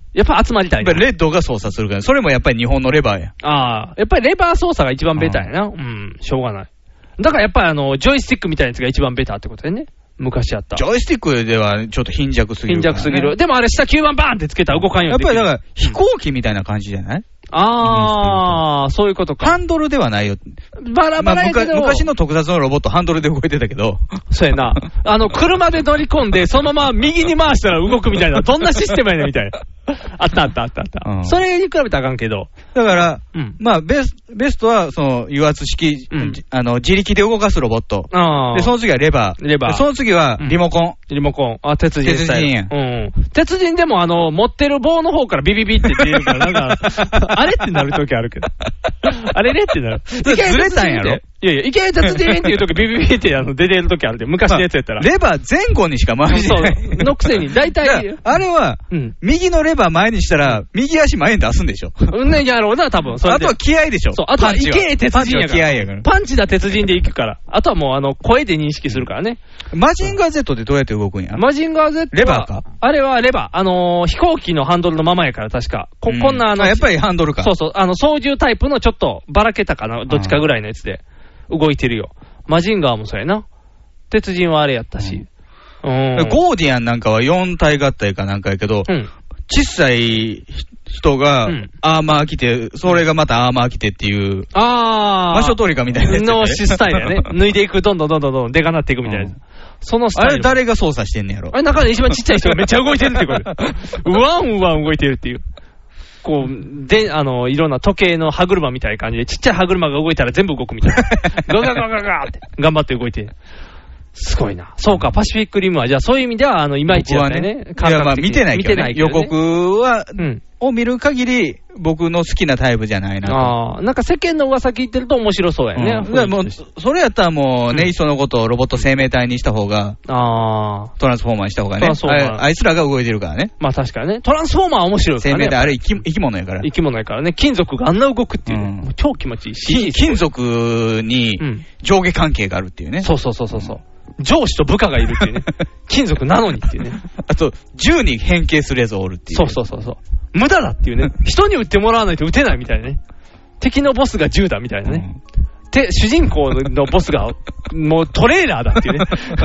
やっぱ集まりたいな。 やっぱりレッドが操作するから、それもやっぱり日本のレバーや。 ああ、やっぱりレバー操作が一番ベターやな。うん、しょうがない。だからやっぱりジョイスティックみたいなやつが一番ベターってことだよね。昔あった。 ジョイスティックではちょっと貧弱すぎる、ね。 貧弱すぎる。でもあれ下9番バーンってつけたら動かんようにできる。 やっぱりだから飛行機みたいな感じじゃない？ ああ、そういうことか。 ハンドルではないよ。 バラバラやけど、 昔の特撮のロボットハンドルで動いてたけど。 そうやな。車で乗り込んで、そのまま右に回したら動くみたいな、どんなシステムやねんみたいな。あった。うん、それに比べたらあかんけど。 だから、うん、まあベストは、油圧式、うん、自力で動かすロボット。で、その次はレバー。その次はリモコン。 リモコン。あ、鉄人スタイル。 鉄人や。 うん。鉄人でも持ってる棒の方からビビビって出るから、なんか、あれってなるときあるけど。あれねってなる。 ずれたんやろ？ いや、いけ鉄人っていうときビビビって出るときあるで、昔のやつやったら。 レバー前後にしか回してない。 そう。のくせに、大体。 あれは、右のレバー前にしたら、右足前に出すんでしょ。 ね、やろうな、多分。 あとは気合でしょ。 そう。あとは、いけ鉄人やから。 気合やから。 パンチだ鉄人で行くから。あとはもう、声で認識するからね。 マジンガー Z ってどうやって動くんや？ マジンガー Z はレバーか？ あれはレバー。飛行機のハンドルのままやから、確か。こんなやっぱりハンドルか。 そうそう。操縦タイプのちょっとばらけたかな、どっちかぐらいのやつで動いてるよ。マジンガーもそうやな。鉄人はあれやったし。 ゴーディアンなんかは4体合体かなんかやけど、小さい人がアーマー着て、それがまたアーマー着てっていう、場所取りかみたいなやつ、 のスタイルやね。脱いでいく、どんどんでかなっていくみたいな。そのスタイル。 あれ誰が操作してんねやろ？ あれ中で一番ちっちゃい人がめっちゃ動いてるってこと。うわん動いてるっていう。こう、で、いろんな時計の歯車みたいな感じで、ちっちゃい歯車が動いたら全部動くみたいな。ガガガガガって、頑張って動いて。すごいな。そうか、パシフィックリムは、じゃあそういう意味では、いまいちだったよね。 いや、まあ見てないけどね。予告は、を見る限り、僕の好きなタイプじゃないな。 ああ、なんか世間の噂聞いてると面白そうやね。 もうそれやったらもうね、いっそのことをロボット生命体にした方が、トランスフォーマーにした方がね。あいつらが動いてるからね。 まあ確かにね。トランスフォーマーは面白いからね。 生命体、あれ生き物やから。 生き物やからね。金属があんな動くっていうね。超気持ちいいし。 金属に上下関係があるっていうね。 そう。上司と部下がいるっていうね。金属なのにっていうね。 あと、銃に変形するやつおるっていう、 ね。そう。無駄だっていうね。人に撃ってもらわないと撃てないみたいなね。敵のボスが銃だみたいなね。で、主人公のボスが、もうトレーラーだっていうね。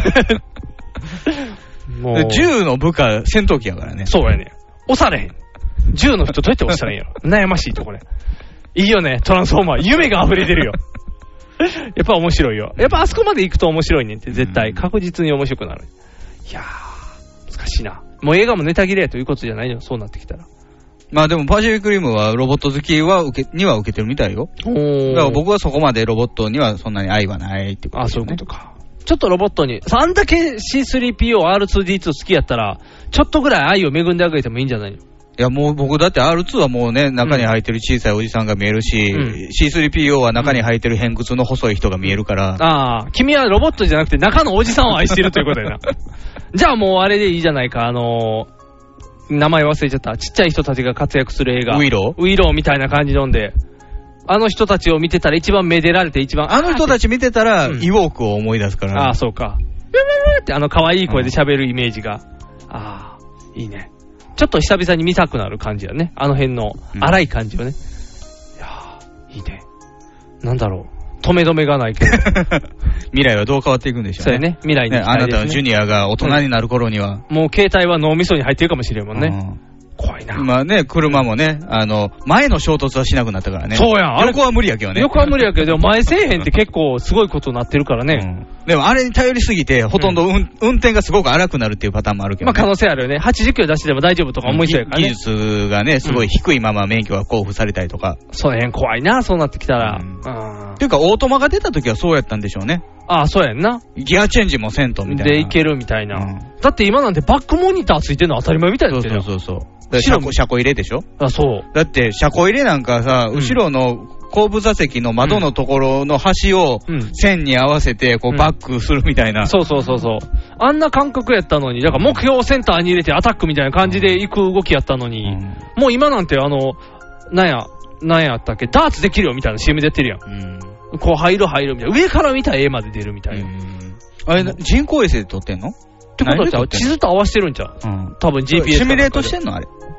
もう銃の部下、戦闘機やからね。 そうやね。押されへん。銃の人どうやって押したらいいんやろ。悩ましいとこね。いいよね、トランスフォーマー。夢が溢れてるよ。やっぱ面白いよ。やっぱあそこまで行くと面白いねんって、絶対。確実に面白くなる。いやー、難しいな。もう映画もネタ切れということじゃないの、そうなってきたら。 まあでもパシフィックリムはロボット好きは受けてるみたいよ。だから僕はそこまでロボットにはそんなに愛はないってことですね。 あ、そういうことか。ちょっとロボットに、あんだけ C3PO、R2D2 好きやったら、ちょっとぐらい愛を恵んであげてもいいんじゃないの？ いやもう僕だって R2 はもうね、中に入ってる小さいおじさんが見えるし、C3PO は中に入ってる偏屈の細い人が見えるから。 ああ、君はロボットじゃなくて中のおじさんを愛してるということやな。じゃあもうあれでいいじゃないか、名前忘れちゃった。ちっちゃい人たちが活躍する映画。 ウィローみたいな感じのんで。あの人たちを見てたら一番めでられて一番。 あの人たち見てたら、イウォークを思い出すから。 ああ、そうか。って可愛い声で喋るイメージが。ああ、いいね。ちょっと久々に見たくなる感じだね。あの辺の荒い感じをね。いやー、いいね。なんだろう。止めがないけど。 未来はどう変わっていくんでしょうね。 そうやね。未来に、 ね。あなたのジュニアが大人になる頃には。 もう携帯は脳みそに入ってるかもしれんもんね。怖いな。 まあね、車もね、前の衝突はしなくなったからね。 そうやん。 横は無理やけどね。 横は無理やけど、でも前せえへんって結構すごいことになってるからね。 でもあれに頼りすぎて、ほとんど運転がすごく荒くなるっていうパターンもあるけど、ね。 まあ可能性あるよね。80キロ出してでも大丈夫とか思いそうやからね。 技術がね、すごい低いまま免許が交付されたりとか。 その辺怖いな、そうなってきたら。 っていうか、オートマが出た時はそうやったんでしょうね。 ああ、そうやんな。 ギアチェンジもせんとみたいな。 で、いけるみたいな。だって今なんてバックモニターついてるの当たり前みたいな。 そう。車庫入れでしょ？ あ、そう。 だって車庫入れなんかさ、後ろの後部座席の窓のところの端を線に合わせてこうバックするみたいな。 そう。あんな感覚やったのに、だから目標をセンターに入れてアタックみたいな感じで行く動きやったのに、もう今なんてなんやったっけ、ダーツできるよみたいな CM でやってるやん。こう入るみたいな。上から見たら絵まで出るみたいな。 あれ、人工衛星で撮ってんの？ ってことは地図と合わせてるんちゃう？多分 GPS。 シミュレートしてんのあれ。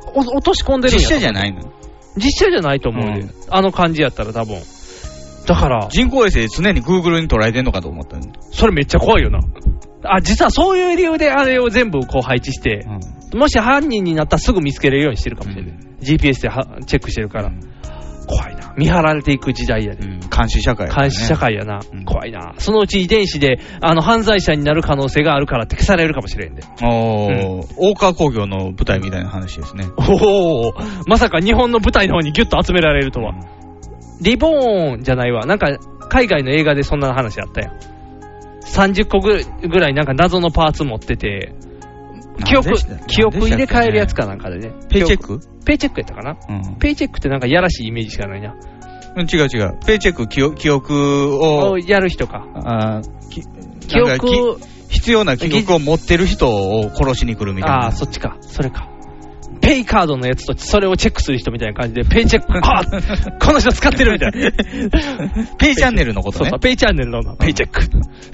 落とし込んでるんや。 実写じゃないの？ 実写じゃないと思うね、あの感じやったら多分。だから。 人工衛星常に Google に捉えてんのかと思ったね。 それめっちゃ怖いよな。実はそういう理由であれを全部こう配置して、もし犯人になったらすぐ見つけれるようにしてるかもしれない。GPS でチェックしてるから。怖いな。見張られていく時代やで。 監視社会やな。 監視社会やな。怖いな。そのうち遺伝子で、犯罪者になる可能性があるからって消されるかもしれんで。 大川工業の舞台みたいな話ですね。 おお、まさか日本の舞台の方にギュッと集められるとは。リボーンじゃないわ。なんか、海外の映画でそんな話あったやん。30個ぐらいなんか謎のパーツ持ってて、記憶入れ替えるやつかなんかでね。 ペイチェックやったかな、ペイチェックってなんかやらしいイメージしかないな。 違う。ペイチェック記憶をやる人か。 記憶必要な記憶を持ってる人を殺しに来るみたいな。 そっちか。それか。ペイカードのやつとそれをチェックする人みたいな感じで、ペイチェック、この人使ってるみたいな。 ペイチャンネルのことね。 そう、ペイチャンネルのペイチェック。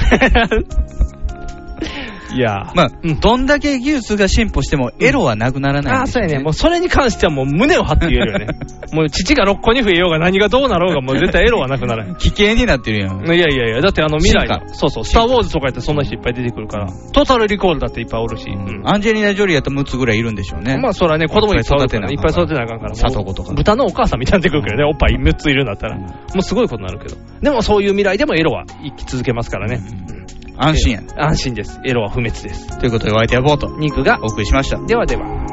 いやどんだけ技術が進歩してもエロはなくならないんですよね。 そうやね。もうそれに関してはもう胸を張って言えるよね。もう父が6個に増えようが何がどうなろうがもう絶対エロはなくならない。 危険になってるやん。 いや、だって未来の、そう、スターウォーズとかやってそんな人いっぱい出てくるから、トータルリコールだっていっぱいおるし。 アンジェリーナ・ジョリーやったら6つぐらいいるんでしょうね。 それはね、子供にいっぱい育てなあかんから。 里子とか。 豚のお母さんみたいになってくるけどね、おっぱい6ついるんだったら。もうすごいことになるけど。でもそういう未来でもエロは生き続けますからね。 安心や。 安心です。エロは不滅です。 ということで、お相手はボート。 ニクがお送りしました。 ではでは。